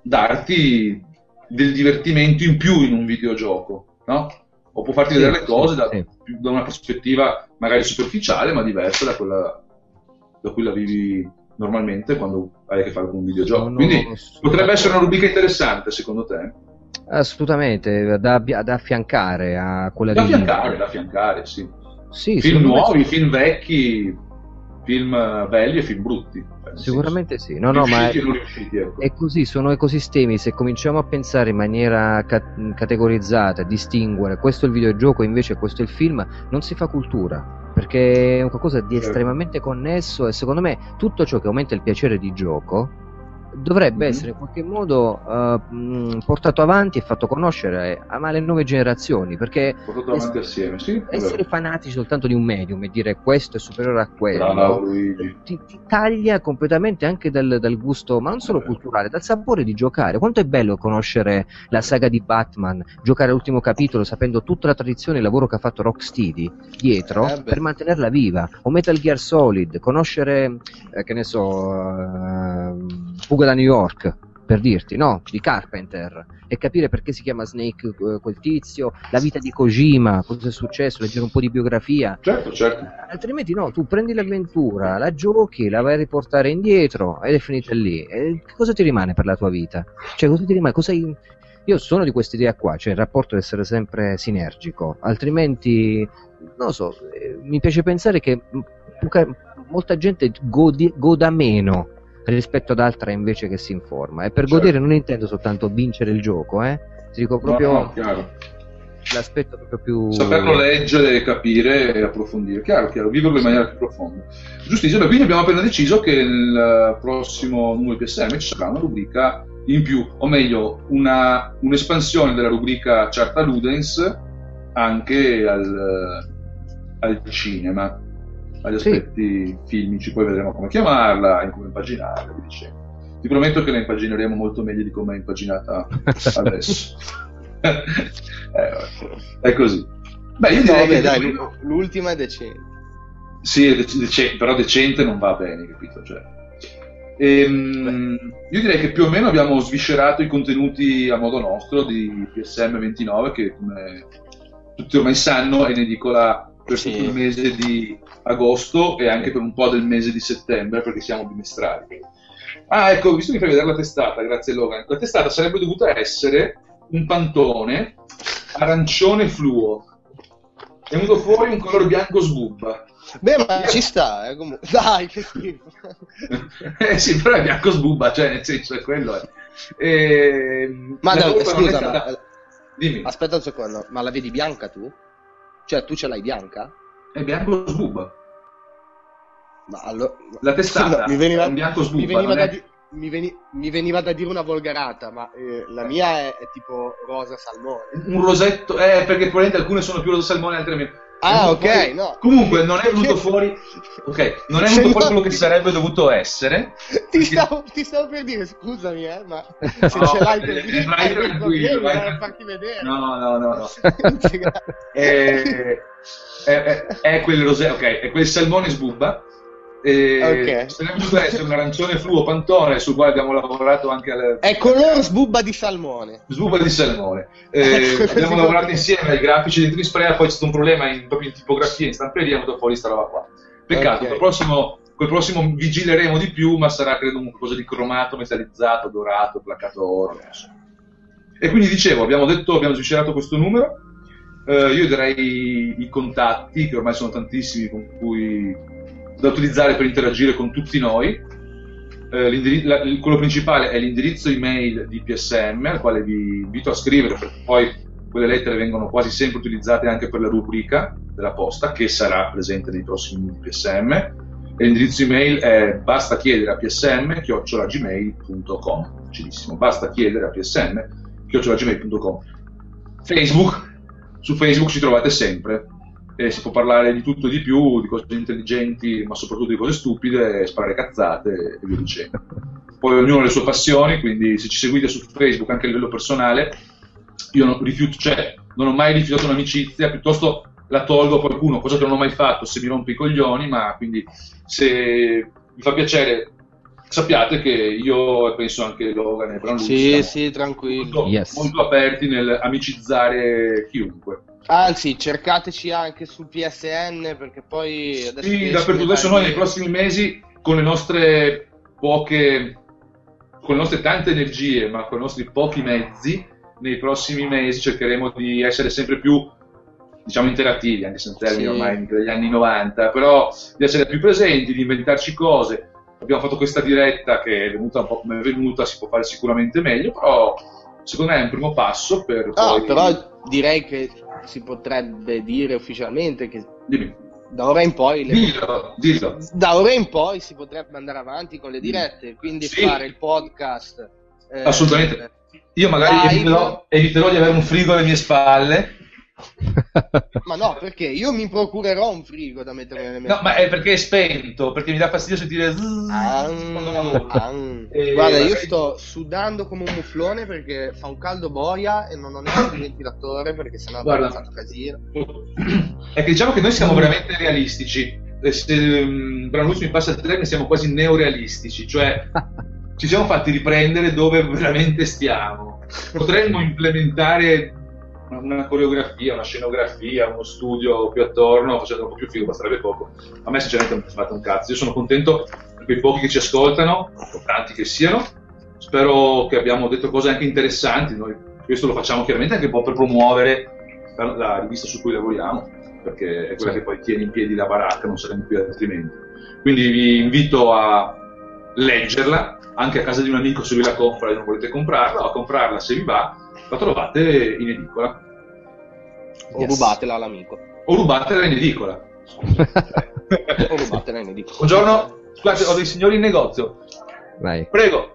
Speaker 2: darti del divertimento in più in un videogioco, no? O può farti
Speaker 4: Sì,
Speaker 2: vedere le cose
Speaker 4: sì,
Speaker 2: da,
Speaker 4: sì.
Speaker 2: da una prospettiva magari superficiale, ma diversa da quella da cui la vivi normalmente quando hai a che fare con un videogioco.
Speaker 4: Sono-
Speaker 2: Quindi
Speaker 4: sono
Speaker 2: potrebbe essere una
Speaker 4: d'accordo.
Speaker 2: rubrica interessante, secondo te?
Speaker 4: Assolutamente, da, abbia- da affiancare a quella
Speaker 2: Da
Speaker 4: di
Speaker 2: affiancare, da affiancare, sì.
Speaker 4: Sì,
Speaker 2: Film
Speaker 4: secondo me
Speaker 2: nuovi,
Speaker 4: sì.
Speaker 2: film vecchi, film eh, belli e film brutti. Cioè, nel
Speaker 4: Sicuramente
Speaker 2: senso,
Speaker 4: sì, no, no, ma
Speaker 2: riusciti
Speaker 4: è,
Speaker 2: e non riusciti, ecco.
Speaker 4: è così, sono ecosistemi, se cominciamo a pensare in maniera ca- categorizzata, a distinguere questo è il videogioco invece questo è il film, non si fa cultura, perché è un qualcosa di
Speaker 2: Certo.
Speaker 4: estremamente connesso e secondo me tutto ciò che aumenta il piacere di gioco dovrebbe
Speaker 2: Mhm.
Speaker 4: essere in qualche modo eh, mh, portato avanti e fatto conoscere a- alle nuove generazioni, perché
Speaker 2: Portato avanti assieme, sì. è
Speaker 4: essere
Speaker 2: vero.
Speaker 4: fanatici soltanto di un medium e dire questo è superiore a quello
Speaker 2: Bravo Luigi.
Speaker 4: ti, ti taglia completamente anche dal, dal gusto, ma non solo
Speaker 2: Eh beh.
Speaker 4: culturale, dal sapore di giocare. Quanto è bello conoscere la saga di Batman, giocare all'ultimo capitolo sapendo tutta la tradizione e il lavoro che ha fatto Rocksteady dietro
Speaker 3: Eh beh.
Speaker 4: per mantenerla viva, o Metal Gear Solid, conoscere, eh, che ne so, eh, Fuga da New York, per dirti, no? Di Carpenter, e capire perché si chiama Snake eh, quel tizio, la vita di Kojima, cosa è successo, leggere un po' di biografia.
Speaker 2: Certo, certo.
Speaker 4: Altrimenti no, tu prendi l'avventura, la giochi, la vai a riportare indietro ed è finita lì. E che cosa ti rimane per la tua vita? Cioè, cosa ti rimane? Cosa hai... Io sono di questa idea qua, cioè il rapporto deve essere sempre sinergico, altrimenti, non lo so, eh, mi piace pensare che m- poca- molta gente godi- goda meno rispetto ad altra invece che si informa. E per
Speaker 2: Certo.
Speaker 4: godere non intendo soltanto vincere il gioco, eh? Ti dico proprio
Speaker 2: No, no, chiaro.
Speaker 4: l'aspetto proprio più...
Speaker 2: Saperlo leggere, capire e approfondire, chiaro, chiaro, viverlo in maniera più profonda. Giustissimo, quindi abbiamo appena deciso che nel prossimo numero di P S M ci sarà una rubrica in più, o meglio, una, un'espansione della rubrica Certa Ludens anche al, al cinema, agli
Speaker 4: Sì.
Speaker 2: aspetti filmici, poi vedremo come chiamarla, in come impaginarla, vi dicevo. Ti prometto che la impagineremo molto meglio di come è impaginata adesso. eh, vabbè. È così. Beh, io
Speaker 3: No,
Speaker 2: direi
Speaker 3: vabbè,
Speaker 2: che
Speaker 3: dai, l'u- l'ultima è decente.
Speaker 2: sì, è dec- dec- però decente non va bene, capito? Cioè, ehm, io direi che più o meno abbiamo sviscerato i contenuti a modo nostro di P S M ventinove, che come tutti ormai sanno è in edicola per
Speaker 3: Sì.
Speaker 2: tutto il mese di agosto e anche per un po' del mese di settembre, perché siamo bimestrali. Ah, ecco, visto che fai vedere la testata, grazie Logan, la testata sarebbe dovuta essere un pantone arancione fluo. È venuto fuori un colore bianco sbubba.
Speaker 3: Beh, ma ci sta, eh, comunque. Dai, che schifo.
Speaker 2: Eh sì, però è bianco sbubba, cioè nel senso è quello. È. E...
Speaker 3: Ma
Speaker 2: la
Speaker 3: no,
Speaker 2: colpa non è
Speaker 3: scusa,
Speaker 2: stata-
Speaker 3: ma...
Speaker 2: Dimmi,
Speaker 3: aspetta un secondo, ma la vedi bianca tu? Cioè, tu ce l'hai bianca?
Speaker 2: è bianco sbubba.
Speaker 3: Ma allora...
Speaker 2: La testata
Speaker 3: No, mi veniva,
Speaker 2: è un bianco
Speaker 3: mi
Speaker 2: sbubba,
Speaker 3: veniva
Speaker 2: non
Speaker 3: da
Speaker 2: è...
Speaker 3: di- mi, veni- mi veniva da dire una volgarata, ma eh, la mia è, è tipo rosa salmone.
Speaker 2: Un rosetto, eh, perché probabilmente alcune sono più rosa salmone, altre meno.
Speaker 3: Ah, ok,
Speaker 2: Poi,
Speaker 3: no.
Speaker 2: Comunque non è venuto fuori, ok, non è venuto fuori quello che sarebbe dovuto essere.
Speaker 3: Ti stavo, ti stavo per dire, scusami, eh, ma se
Speaker 2: No,
Speaker 3: ce l'hai
Speaker 2: eh,
Speaker 3: così,
Speaker 2: vai
Speaker 3: hai dei
Speaker 2: tranquillo,
Speaker 3: problemi,
Speaker 2: vai
Speaker 3: vai a
Speaker 2: tranquillo.
Speaker 3: farti vedere.
Speaker 2: No, no, no, no. è, è, è, è quel rosé, ok, è quel salmone sbubba. E
Speaker 3: Ok.
Speaker 2: sarebbe dovuto essere un arancione fluo pantone sul quale abbiamo lavorato anche al
Speaker 3: È color sbubba di salmone.
Speaker 2: sbubba di salmone. Eh,
Speaker 3: Ecco,
Speaker 2: abbiamo
Speaker 3: così
Speaker 2: lavorato
Speaker 3: come-
Speaker 2: insieme ai grafici di Trispraya, poi c'è stato un problema in, proprio in tipografia, in stamperia, è venuto fuori sta roba qua. Peccato,
Speaker 3: Ok.
Speaker 2: col prossimo, col prossimo vigileremo di più, ma sarà credo un qualcosa di cromato, metallizzato, dorato, placcato oro. non so. E quindi dicevo, abbiamo detto, abbiamo sviscerato questo numero. Eh, io darei i contatti, che ormai sono tantissimi, con cui da utilizzare per interagire con tutti noi. Eh, l'indiri- la- il- quello principale è l'indirizzo email di P S M, al quale vi invito a scrivere, perché poi quelle lettere vengono quasi sempre utilizzate anche per la rubrica della posta, che sarà presente nei prossimi minuti P S M. E l'indirizzo email è basta chiedere a psm chiocciola gmail punto com. Facilissimo, basta chiedere a psm chiocciola gmail punto com. Facebook, su Facebook ci trovate sempre. E si può parlare di tutto e di più, di cose intelligenti, ma soprattutto di cose stupide, sparare cazzate e via dicendo. Poi ognuno ha le sue passioni, quindi se ci seguite su Facebook anche a livello personale, io non rifiuto, cioè non ho mai rifiutato un'amicizia, piuttosto la tolgo a qualcuno, cosa che non ho mai fatto se mi rompe i coglioni, ma quindi se vi fa piacere sappiate che io e penso anche Logan e Branlucci
Speaker 3: Sì,
Speaker 2: siamo
Speaker 3: sì, tranquillo.
Speaker 2: molto,
Speaker 4: Yes.
Speaker 2: molto aperti nel amicizzare chiunque.
Speaker 3: Anzi, cercateci anche su P S N, perché poi adesso
Speaker 2: Sì,
Speaker 3: che
Speaker 2: dappertutto.
Speaker 3: esce
Speaker 2: Adesso
Speaker 3: le
Speaker 2: noi nei
Speaker 3: varie-
Speaker 2: prossimi mesi, con le nostre poche, con le nostre tante energie, ma con i nostri pochi mezzi, nei prossimi mesi cercheremo di essere sempre più, diciamo, interattivi, anche se in termini
Speaker 3: Sì.
Speaker 2: ormai degli anni novanta, però di essere più presenti, di inventarci cose. Abbiamo fatto questa diretta che è venuta un po' come è venuta, si può fare sicuramente meglio, però secondo me è un primo passo per
Speaker 3: No,
Speaker 2: poi...
Speaker 3: però direi che si potrebbe dire ufficialmente che
Speaker 2: Dimmi.
Speaker 3: da ora in poi le-
Speaker 2: Dillo, dillo.
Speaker 3: da ora in poi si potrebbe andare avanti con le dirette, quindi
Speaker 2: Sì.
Speaker 3: fare il podcast eh,
Speaker 2: Assolutamente. Io magari
Speaker 3: live.
Speaker 2: eviterò, eviterò di avere un frigo alle mie spalle.
Speaker 3: Ma no, perché io mi procurerò un frigo da mettere nelle mie
Speaker 2: No, ma è perché è spento, perché mi dà fastidio sentire zzzz
Speaker 3: Ah,
Speaker 2: quando lavoro.
Speaker 3: ah.
Speaker 2: E
Speaker 3: Guarda, io
Speaker 2: magari-
Speaker 3: sto sudando come un muflone perché fa un caldo boia e non ho neanche il ventilatore perché sennò
Speaker 2: Guarda.
Speaker 3: avrei fatto casino.
Speaker 2: È che diciamo che noi siamo veramente realistici. E se um, Branlucci mi passa il termine, siamo quasi neorealistici, cioè ci siamo fatti riprendere dove veramente stiamo. Potremmo implementare una, una coreografia, una scenografia, uno studio più attorno, facendo un po' più figo, basterebbe poco. A me sinceramente non mi fa un cazzo. Io sono contento per quei pochi che ci ascoltano, o tanti che siano. Spero che abbiamo detto cose anche interessanti. Noi questo lo facciamo chiaramente anche un po' per promuovere la, la rivista su cui lavoriamo, perché è quella
Speaker 4: Sì.
Speaker 2: che poi tiene in piedi la baracca, non saremo qui altrimenti. Quindi vi invito a leggerla, anche a casa di un amico se vi la compra e non volete comprarla, o a comprarla se vi va, la trovate in edicola.
Speaker 3: O
Speaker 4: Yes.
Speaker 3: rubatela all'amico.
Speaker 2: O rubatela in edicola.
Speaker 3: O rubatela in edicola.
Speaker 2: Buongiorno, scusate, ho dei signori in negozio.
Speaker 4: Vai.
Speaker 2: Prego.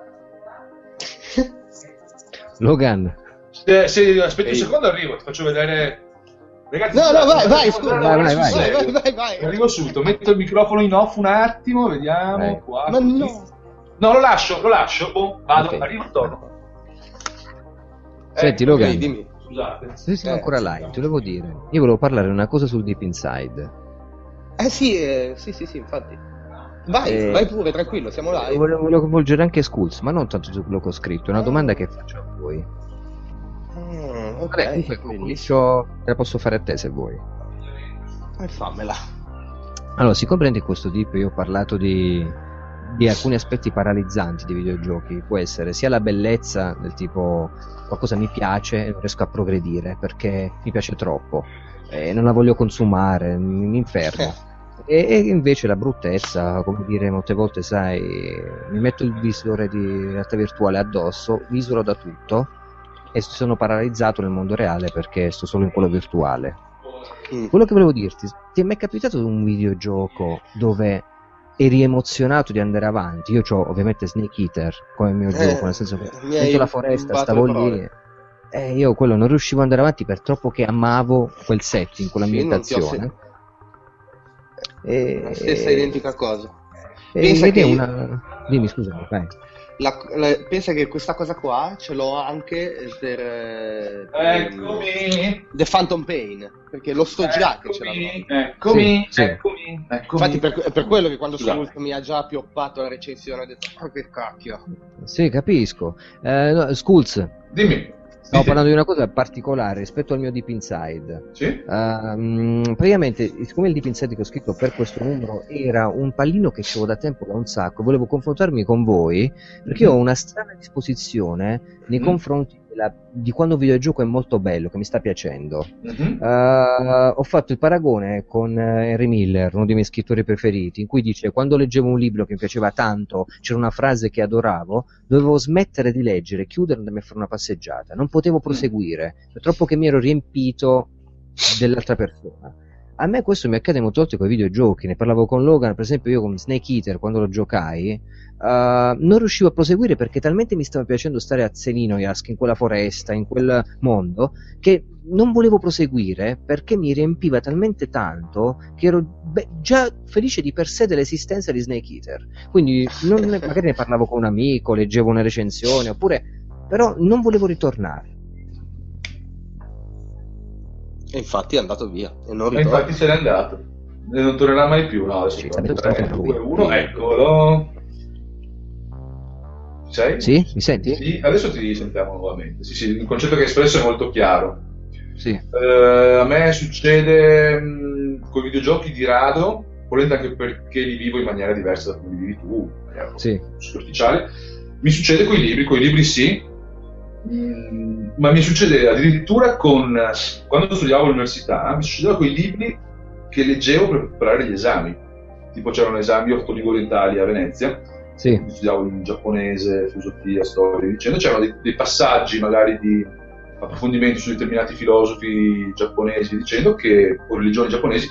Speaker 4: Logan.
Speaker 2: Se, se aspetti
Speaker 3: Ehi.
Speaker 2: un secondo arrivo, ti faccio vedere. Ragazzi,
Speaker 3: No, no,
Speaker 2: scusate,
Speaker 3: vai, vai,
Speaker 2: devo
Speaker 3: scusa.
Speaker 2: andare
Speaker 4: Vai,
Speaker 2: sul
Speaker 4: vai,
Speaker 3: Vai,
Speaker 2: serio.
Speaker 3: vai, vai, vai.
Speaker 2: Arrivo subito, metto il microfono in off un attimo, vediamo.
Speaker 4: Vai.
Speaker 2: Qua,
Speaker 3: Ma
Speaker 2: così.
Speaker 3: no.
Speaker 2: No, lo lascio, lo lascio. Boh, vado,
Speaker 4: Ok.
Speaker 2: arrivo torno.
Speaker 4: Senti,
Speaker 2: Eh,
Speaker 4: Logan.
Speaker 3: Dimmi, dimmi.
Speaker 2: Scusate.
Speaker 4: Se siamo
Speaker 3: Eh,
Speaker 4: ancora live, ti volevo dire. Io volevo parlare di una cosa sul Deep Inside.
Speaker 3: Eh sì, eh, sì, sì, sì, infatti. Vai,
Speaker 4: Eh,
Speaker 3: vai pure, tranquillo, siamo live.
Speaker 4: Volevo, volevo coinvolgere anche Skulls, ma non tanto su quello che ho scritto. È una domanda che faccio a voi.
Speaker 3: Mm, ok,
Speaker 4: Vabbè, comunque
Speaker 3: bellissimo.
Speaker 4: comincio, te la posso fare a te se vuoi.
Speaker 3: Eh, fammela.
Speaker 4: Allora, si comprende in questo Deep io ho parlato di, di alcuni aspetti paralizzanti dei videogiochi. Può essere sia la bellezza del tipo qualcosa mi piace e non riesco a progredire perché mi piace troppo e non la voglio consumare, mi mi inferno. E, e invece la bruttezza, come dire, molte volte sai, mi metto il visore di realtà virtuale addosso, visoro da tutto e sono paralizzato nel mondo reale perché sto solo in quello virtuale.
Speaker 3: Mm.
Speaker 4: Quello che volevo dirti, ti è mai capitato un videogioco dove eri emozionato di andare avanti. Io ho ovviamente Snake Eater come mio
Speaker 3: Eh,
Speaker 4: gioco, nel senso che
Speaker 3: mi hai
Speaker 4: dentro la foresta
Speaker 3: rubato
Speaker 4: stavo
Speaker 3: le parole.
Speaker 4: lì e io quello non riuscivo ad andare avanti per troppo che amavo quel setting,
Speaker 3: Sì, non ti ho
Speaker 4: quell'ambientazione.
Speaker 3: La stessa
Speaker 4: E,
Speaker 3: identica cosa.
Speaker 4: e
Speaker 3: Pensa
Speaker 4: ed
Speaker 3: che
Speaker 4: è
Speaker 3: io-
Speaker 4: una... Dimmi, scusami, vai.
Speaker 3: La- la- pensa che questa cosa qua ce l'ho anche per eh,
Speaker 2: Eccomi.
Speaker 3: The Phantom Pain, perché lo sto già che ce l'avevo.
Speaker 2: Eccomi,
Speaker 4: Sì, sì.
Speaker 2: eccomi, eccomi.
Speaker 3: Infatti per, è per quello che quando
Speaker 2: Scusate.
Speaker 3: Sculz mi ha già pioppato la recensione ho detto oh, che cacchio.
Speaker 4: Sì, capisco. Eh, no, Skulls,
Speaker 2: Dimmi.
Speaker 4: stavo
Speaker 2: Dite.
Speaker 4: parlando di una cosa particolare rispetto al mio Deep Inside.
Speaker 2: Sì?
Speaker 4: Ehm, praticamente, siccome il Deep Inside che ho scritto per questo numero era un pallino che c'avevo da tempo, da un sacco, volevo confrontarmi con voi perché io ho una strana disposizione nei
Speaker 2: Mhm.
Speaker 4: confronti della- di quando un videogioco è molto bello, che mi sta piacendo.
Speaker 2: Mhm.
Speaker 4: Eh, ho fatto il paragone con eh, Henry Miller, uno dei miei scrittori preferiti, in cui dice: quando leggevo un libro che mi piaceva tanto, c'era una frase che adoravo, dovevo smettere di leggere, chiudere e andarmi a fare una passeggiata, non potevo proseguire, per troppo che mi ero riempito dell'altra persona. A me questo mi accade molte volte con i videogiochi, ne parlavo con Logan, per esempio io con Snake Eater quando lo giocai, eh, non riuscivo a proseguire perché talmente mi stava piacendo stare a Xenojask, in quella foresta, in quel mondo, che non volevo proseguire perché mi riempiva talmente tanto che ero beh, già felice di per sé dell'esistenza di Snake Eater. Quindi non ne- magari ne parlavo con un amico, leggevo una recensione, oppure però non volevo ritornare.
Speaker 3: E infatti è andato via e non
Speaker 2: E
Speaker 3: ritorna.
Speaker 2: infatti se n'è andato. E non tornerà mai più. No, adesso
Speaker 4: Sì,
Speaker 2: pronto.
Speaker 4: sapete
Speaker 2: tre,
Speaker 4: cosa
Speaker 2: due,
Speaker 4: lui.
Speaker 2: uno, eccolo. Sei?
Speaker 4: Sì? Mi senti?
Speaker 2: Sì, adesso ti sentiamo nuovamente. Sì, sì, il concetto che hai espresso è molto chiaro.
Speaker 4: Sì.
Speaker 2: Eh, a me succede con i videogiochi di rado, volendo anche perché li vivo in maniera diversa da come li vivi tu, in maniera
Speaker 4: Sì.
Speaker 2: superficiale. Mi succede con i libri, con i libri sì, Mm, ma mi succede addirittura con quando studiavo all'università, mi succedeva con i libri che leggevo per preparare gli esami. Tipo c'erano esami ortolingua orientali a Venezia,
Speaker 4: Sì.
Speaker 2: studiavo in giapponese, filosofia, storia, dicendo c'erano dei, dei passaggi magari di approfondimento su determinati filosofi giapponesi, dicendo che o religioni giapponesi,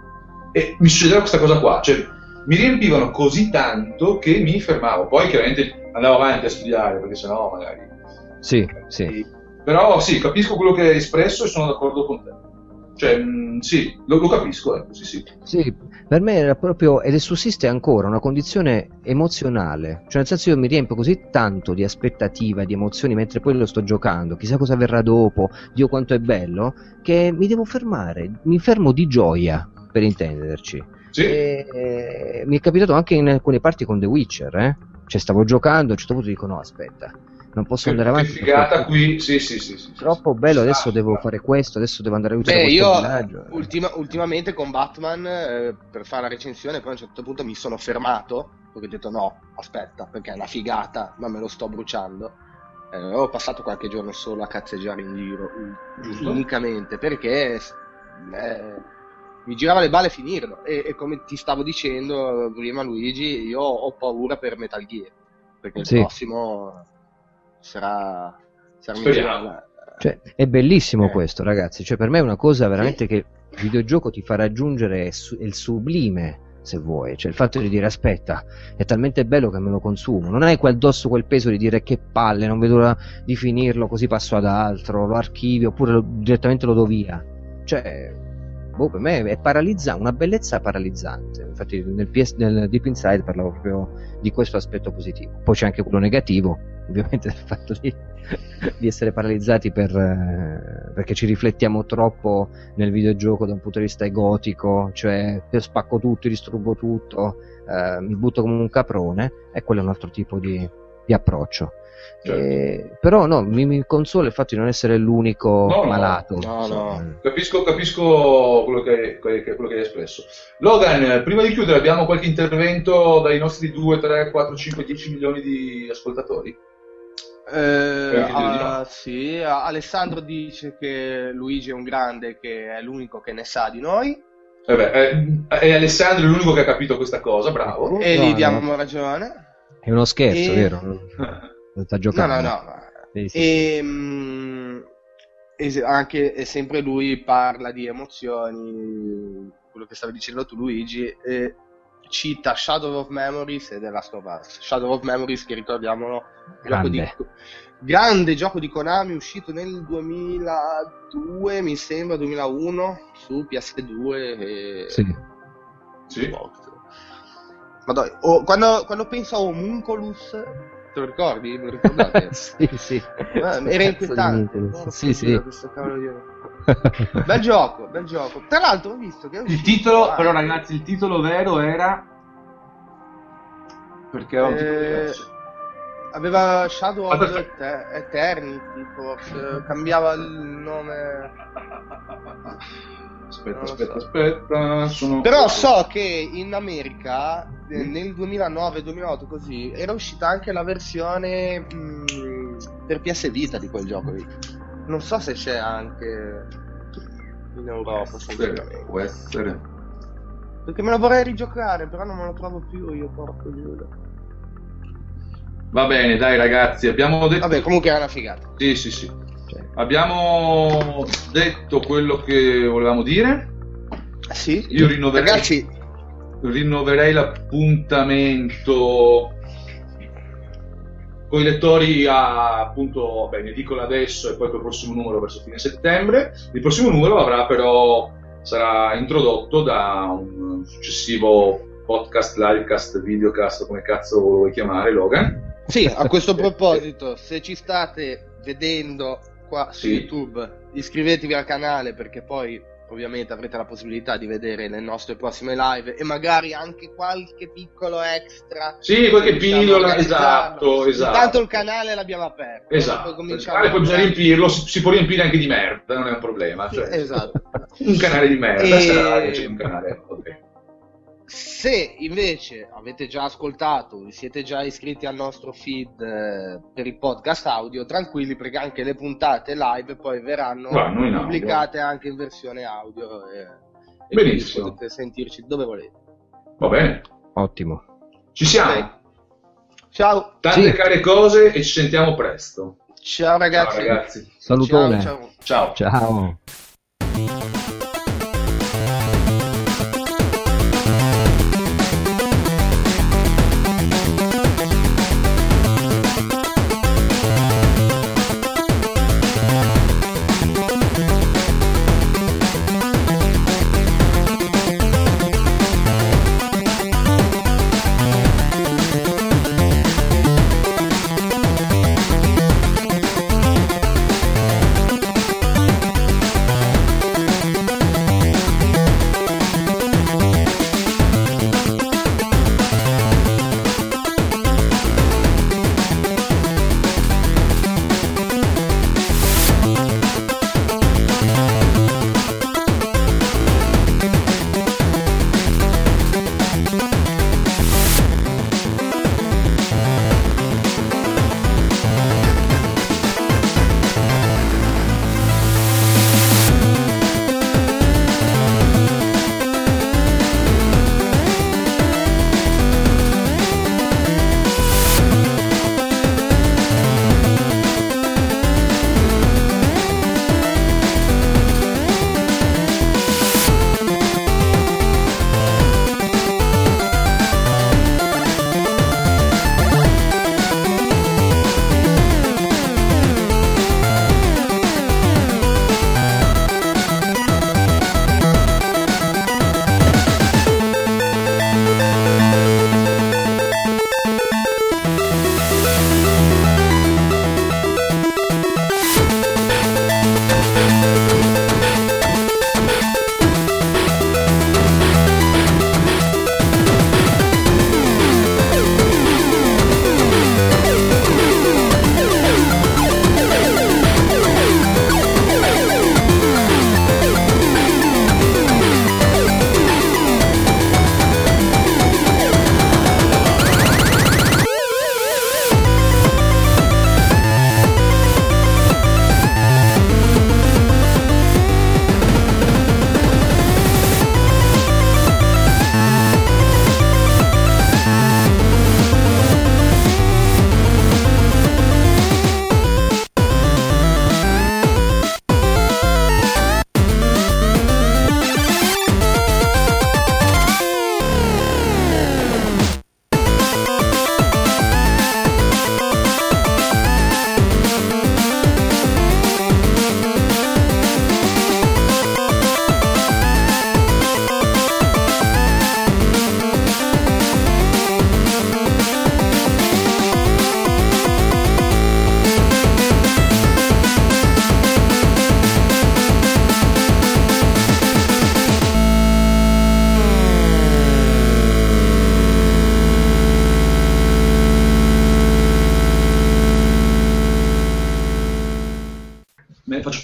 Speaker 2: e mi succedeva questa cosa qua, cioè mi riempivano così tanto che mi fermavo. Poi chiaramente andavo avanti a studiare perché sennò magari.
Speaker 4: Sì, sì.
Speaker 2: Però sì, capisco quello che hai espresso e sono d'accordo con te. Cioè, mh, sì, lo, lo capisco, ecco, sì, sì.
Speaker 4: Sì, per me era proprio, ed è sussiste ancora, una condizione emozionale. Cioè, nel senso, io mi riempio così tanto di aspettativa, di emozioni mentre poi lo sto giocando, chissà cosa verrà dopo, Dio quanto è bello, che mi devo fermare, mi fermo di gioia, per intenderci.
Speaker 2: Sì.
Speaker 4: E, e, mi è capitato anche in alcune parti con The Witcher, eh? Cioè, stavo giocando, a un certo punto dico, no, aspetta, non posso
Speaker 2: Che,
Speaker 4: andare avanti.
Speaker 2: che figata
Speaker 4: perché-
Speaker 2: qui, sì, sì, sì, sì.
Speaker 4: Troppo bello,
Speaker 2: Sì,
Speaker 4: adesso
Speaker 2: sì.
Speaker 4: devo fare questo, adesso devo andare a aiutare
Speaker 3: Beh,
Speaker 4: questo
Speaker 3: io
Speaker 4: villaggio.
Speaker 3: ultima- ultimamente con Batman eh, per fare la recensione poi a un certo punto mi sono fermato perché ho detto no, aspetta, perché è una figata, ma me lo sto bruciando. Eh, ho passato qualche giorno solo a cazzeggiare in giro, u-
Speaker 2: Giusto.
Speaker 3: unicamente, perché eh, mi girava le balle finirlo e, e come ti stavo dicendo prima Luigi, io ho paura per Metal Gear, perché il
Speaker 4: Sì.
Speaker 3: prossimo sarà... sarà
Speaker 2: Speriamo.
Speaker 4: Cioè, è bellissimo
Speaker 3: Eh.
Speaker 4: questo, ragazzi. Cioè, per me è una cosa veramente che il videogioco ti fa raggiungere su- il sublime, se vuoi. Cioè, il fatto di dire aspetta, è talmente bello che me lo consumo. Non hai quel dosso, quel peso di dire che palle, non vedo l'ora di finirlo, così passo ad altro, lo archivio oppure lo- direttamente lo do via. Cioè, boh, per me è paralizzante, una bellezza paralizzante. Infatti, nel, P S, nel Deep Inside parlavo proprio di questo aspetto positivo. Poi c'è anche quello negativo, ovviamente, del fatto di, di essere paralizzati per, eh, perché ci riflettiamo troppo nel videogioco da un punto di vista egotico, cioè io spacco tutto, distruggo tutto, eh, mi butto come un caprone, e quello è un altro tipo di, di approccio.
Speaker 2: Certo.
Speaker 4: Eh, però no, mi, mi consola il fatto di non essere l'unico
Speaker 2: No, no,
Speaker 4: malato.
Speaker 3: no,
Speaker 4: insomma.
Speaker 3: no.
Speaker 2: Capisco, capisco quello che, che- quello che hai espresso. Logan, prima di chiudere, abbiamo qualche intervento dai nostri due, tre, quattro, cinque, dieci milioni di ascoltatori?
Speaker 3: Eh,
Speaker 2: Perché io di no.
Speaker 3: ah, sì, a- Alessandro dice che Luigi è un grande, che è l'unico che ne sa di noi,
Speaker 2: Eh beh, eh, è Alessandro l'unico che ha capito questa cosa, bravo.
Speaker 3: e
Speaker 4: No,
Speaker 3: gli
Speaker 4: no.
Speaker 3: diamo ragione.
Speaker 4: È uno scherzo,
Speaker 3: E-
Speaker 4: vero? Lo sta
Speaker 3: No,
Speaker 4: giocando.
Speaker 3: no, no. ma-
Speaker 4: Sì, sì.
Speaker 3: E, mm, e se- anche e sempre lui parla di emozioni, quello che stavi dicendo tu Luigi, e cita Shadow of Memories e The Last of Us. Shadow of Memories, che ricordiamolo, gioco di, grande gioco di Konami, uscito nel duemiladue, mi sembra, duemilauno, su P S due e...
Speaker 4: Sì.
Speaker 2: Sì.
Speaker 3: Madonna, oh, quando, quando penso a Homunculus, te lo ricordi? Me lo ricordate?
Speaker 4: Sì, sì.
Speaker 3: Eh, era inquietante.
Speaker 4: No, sì, sì.
Speaker 3: Questo cavolo di... Bel gioco, bel gioco. Tra l'altro ho visto che è
Speaker 2: Il
Speaker 3: uscito,
Speaker 2: titolo,
Speaker 3: ah,
Speaker 2: però ragazzi, il titolo vero era... Perché era un titolo
Speaker 3: eh,
Speaker 2: diverso.
Speaker 3: aveva Shadow of
Speaker 2: Aspetta.
Speaker 3: Ete- Eternity, forse, cambiava il nome.
Speaker 2: Aspetta,
Speaker 3: Non lo
Speaker 2: aspetta,
Speaker 3: so.
Speaker 2: aspetta. Sono...
Speaker 3: Però so che in America eh, nel duemilanove duemilaotto così era uscita anche la versione mh, per P S Vita di quel gioco lì. Non so se c'è anche in Europa,
Speaker 2: Aspetta, può essere...
Speaker 3: perché me lo vorrei rigiocare, però non me lo trovo più io, porco Giuda.
Speaker 2: Va bene, dai ragazzi, abbiamo detto...
Speaker 3: Vabbè, comunque è una figata.
Speaker 2: Sì, sì, sì. Abbiamo detto quello che volevamo dire.
Speaker 3: Sì.
Speaker 2: Io rinnoverei,
Speaker 3: Ragazzi,
Speaker 2: rinnoverei l'appuntamento con i lettori a, appunto, beh, ne dicono adesso e poi col prossimo numero verso fine settembre. Il prossimo numero avrà però, sarà introdotto da un successivo podcast, livecast, videocast, come cazzo lo vuoi chiamare, Logan?
Speaker 3: sì, a questo proposito, se ci state vedendo qua su
Speaker 2: Sì.
Speaker 3: YouTube, iscrivetevi al canale, perché poi ovviamente avrete la possibilità di vedere le nostre prossime live e magari anche qualche piccolo extra.
Speaker 2: Sì, qualche
Speaker 3: Riusciamo a
Speaker 2: pillola,
Speaker 3: organizzarlo.
Speaker 2: esatto, esatto.
Speaker 3: Intanto il canale l'abbiamo aperto.
Speaker 2: Esatto,
Speaker 3: poi
Speaker 2: il
Speaker 3: cominciamo
Speaker 2: canale poi
Speaker 3: a-
Speaker 2: bisogna riempirlo, si, si può riempire anche di merda, non è un problema. Cioè,
Speaker 3: Esatto.
Speaker 2: Un canale di merda,
Speaker 3: E-
Speaker 2: sarà invece un canale, ok.
Speaker 3: Se invece avete già ascoltato, vi siete già iscritti al nostro feed eh, per il podcast audio, tranquilli, perché anche le puntate live poi verranno
Speaker 2: Vanno in audio.
Speaker 3: pubblicate anche in versione audio e, e
Speaker 2: Benissimo.
Speaker 3: quindi potete sentirci dove volete.
Speaker 2: Va bene,
Speaker 4: Ottimo.
Speaker 2: ci siamo.
Speaker 3: Ok. Ciao,
Speaker 2: Tante
Speaker 4: Sì.
Speaker 2: care cose e ci sentiamo presto.
Speaker 3: ciao ragazzi.
Speaker 2: Ciao ragazzi.
Speaker 4: Salutone.
Speaker 3: Ciao,
Speaker 2: Ciao.
Speaker 3: ciao.
Speaker 4: Ciao.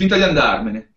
Speaker 2: spinta di andarmene.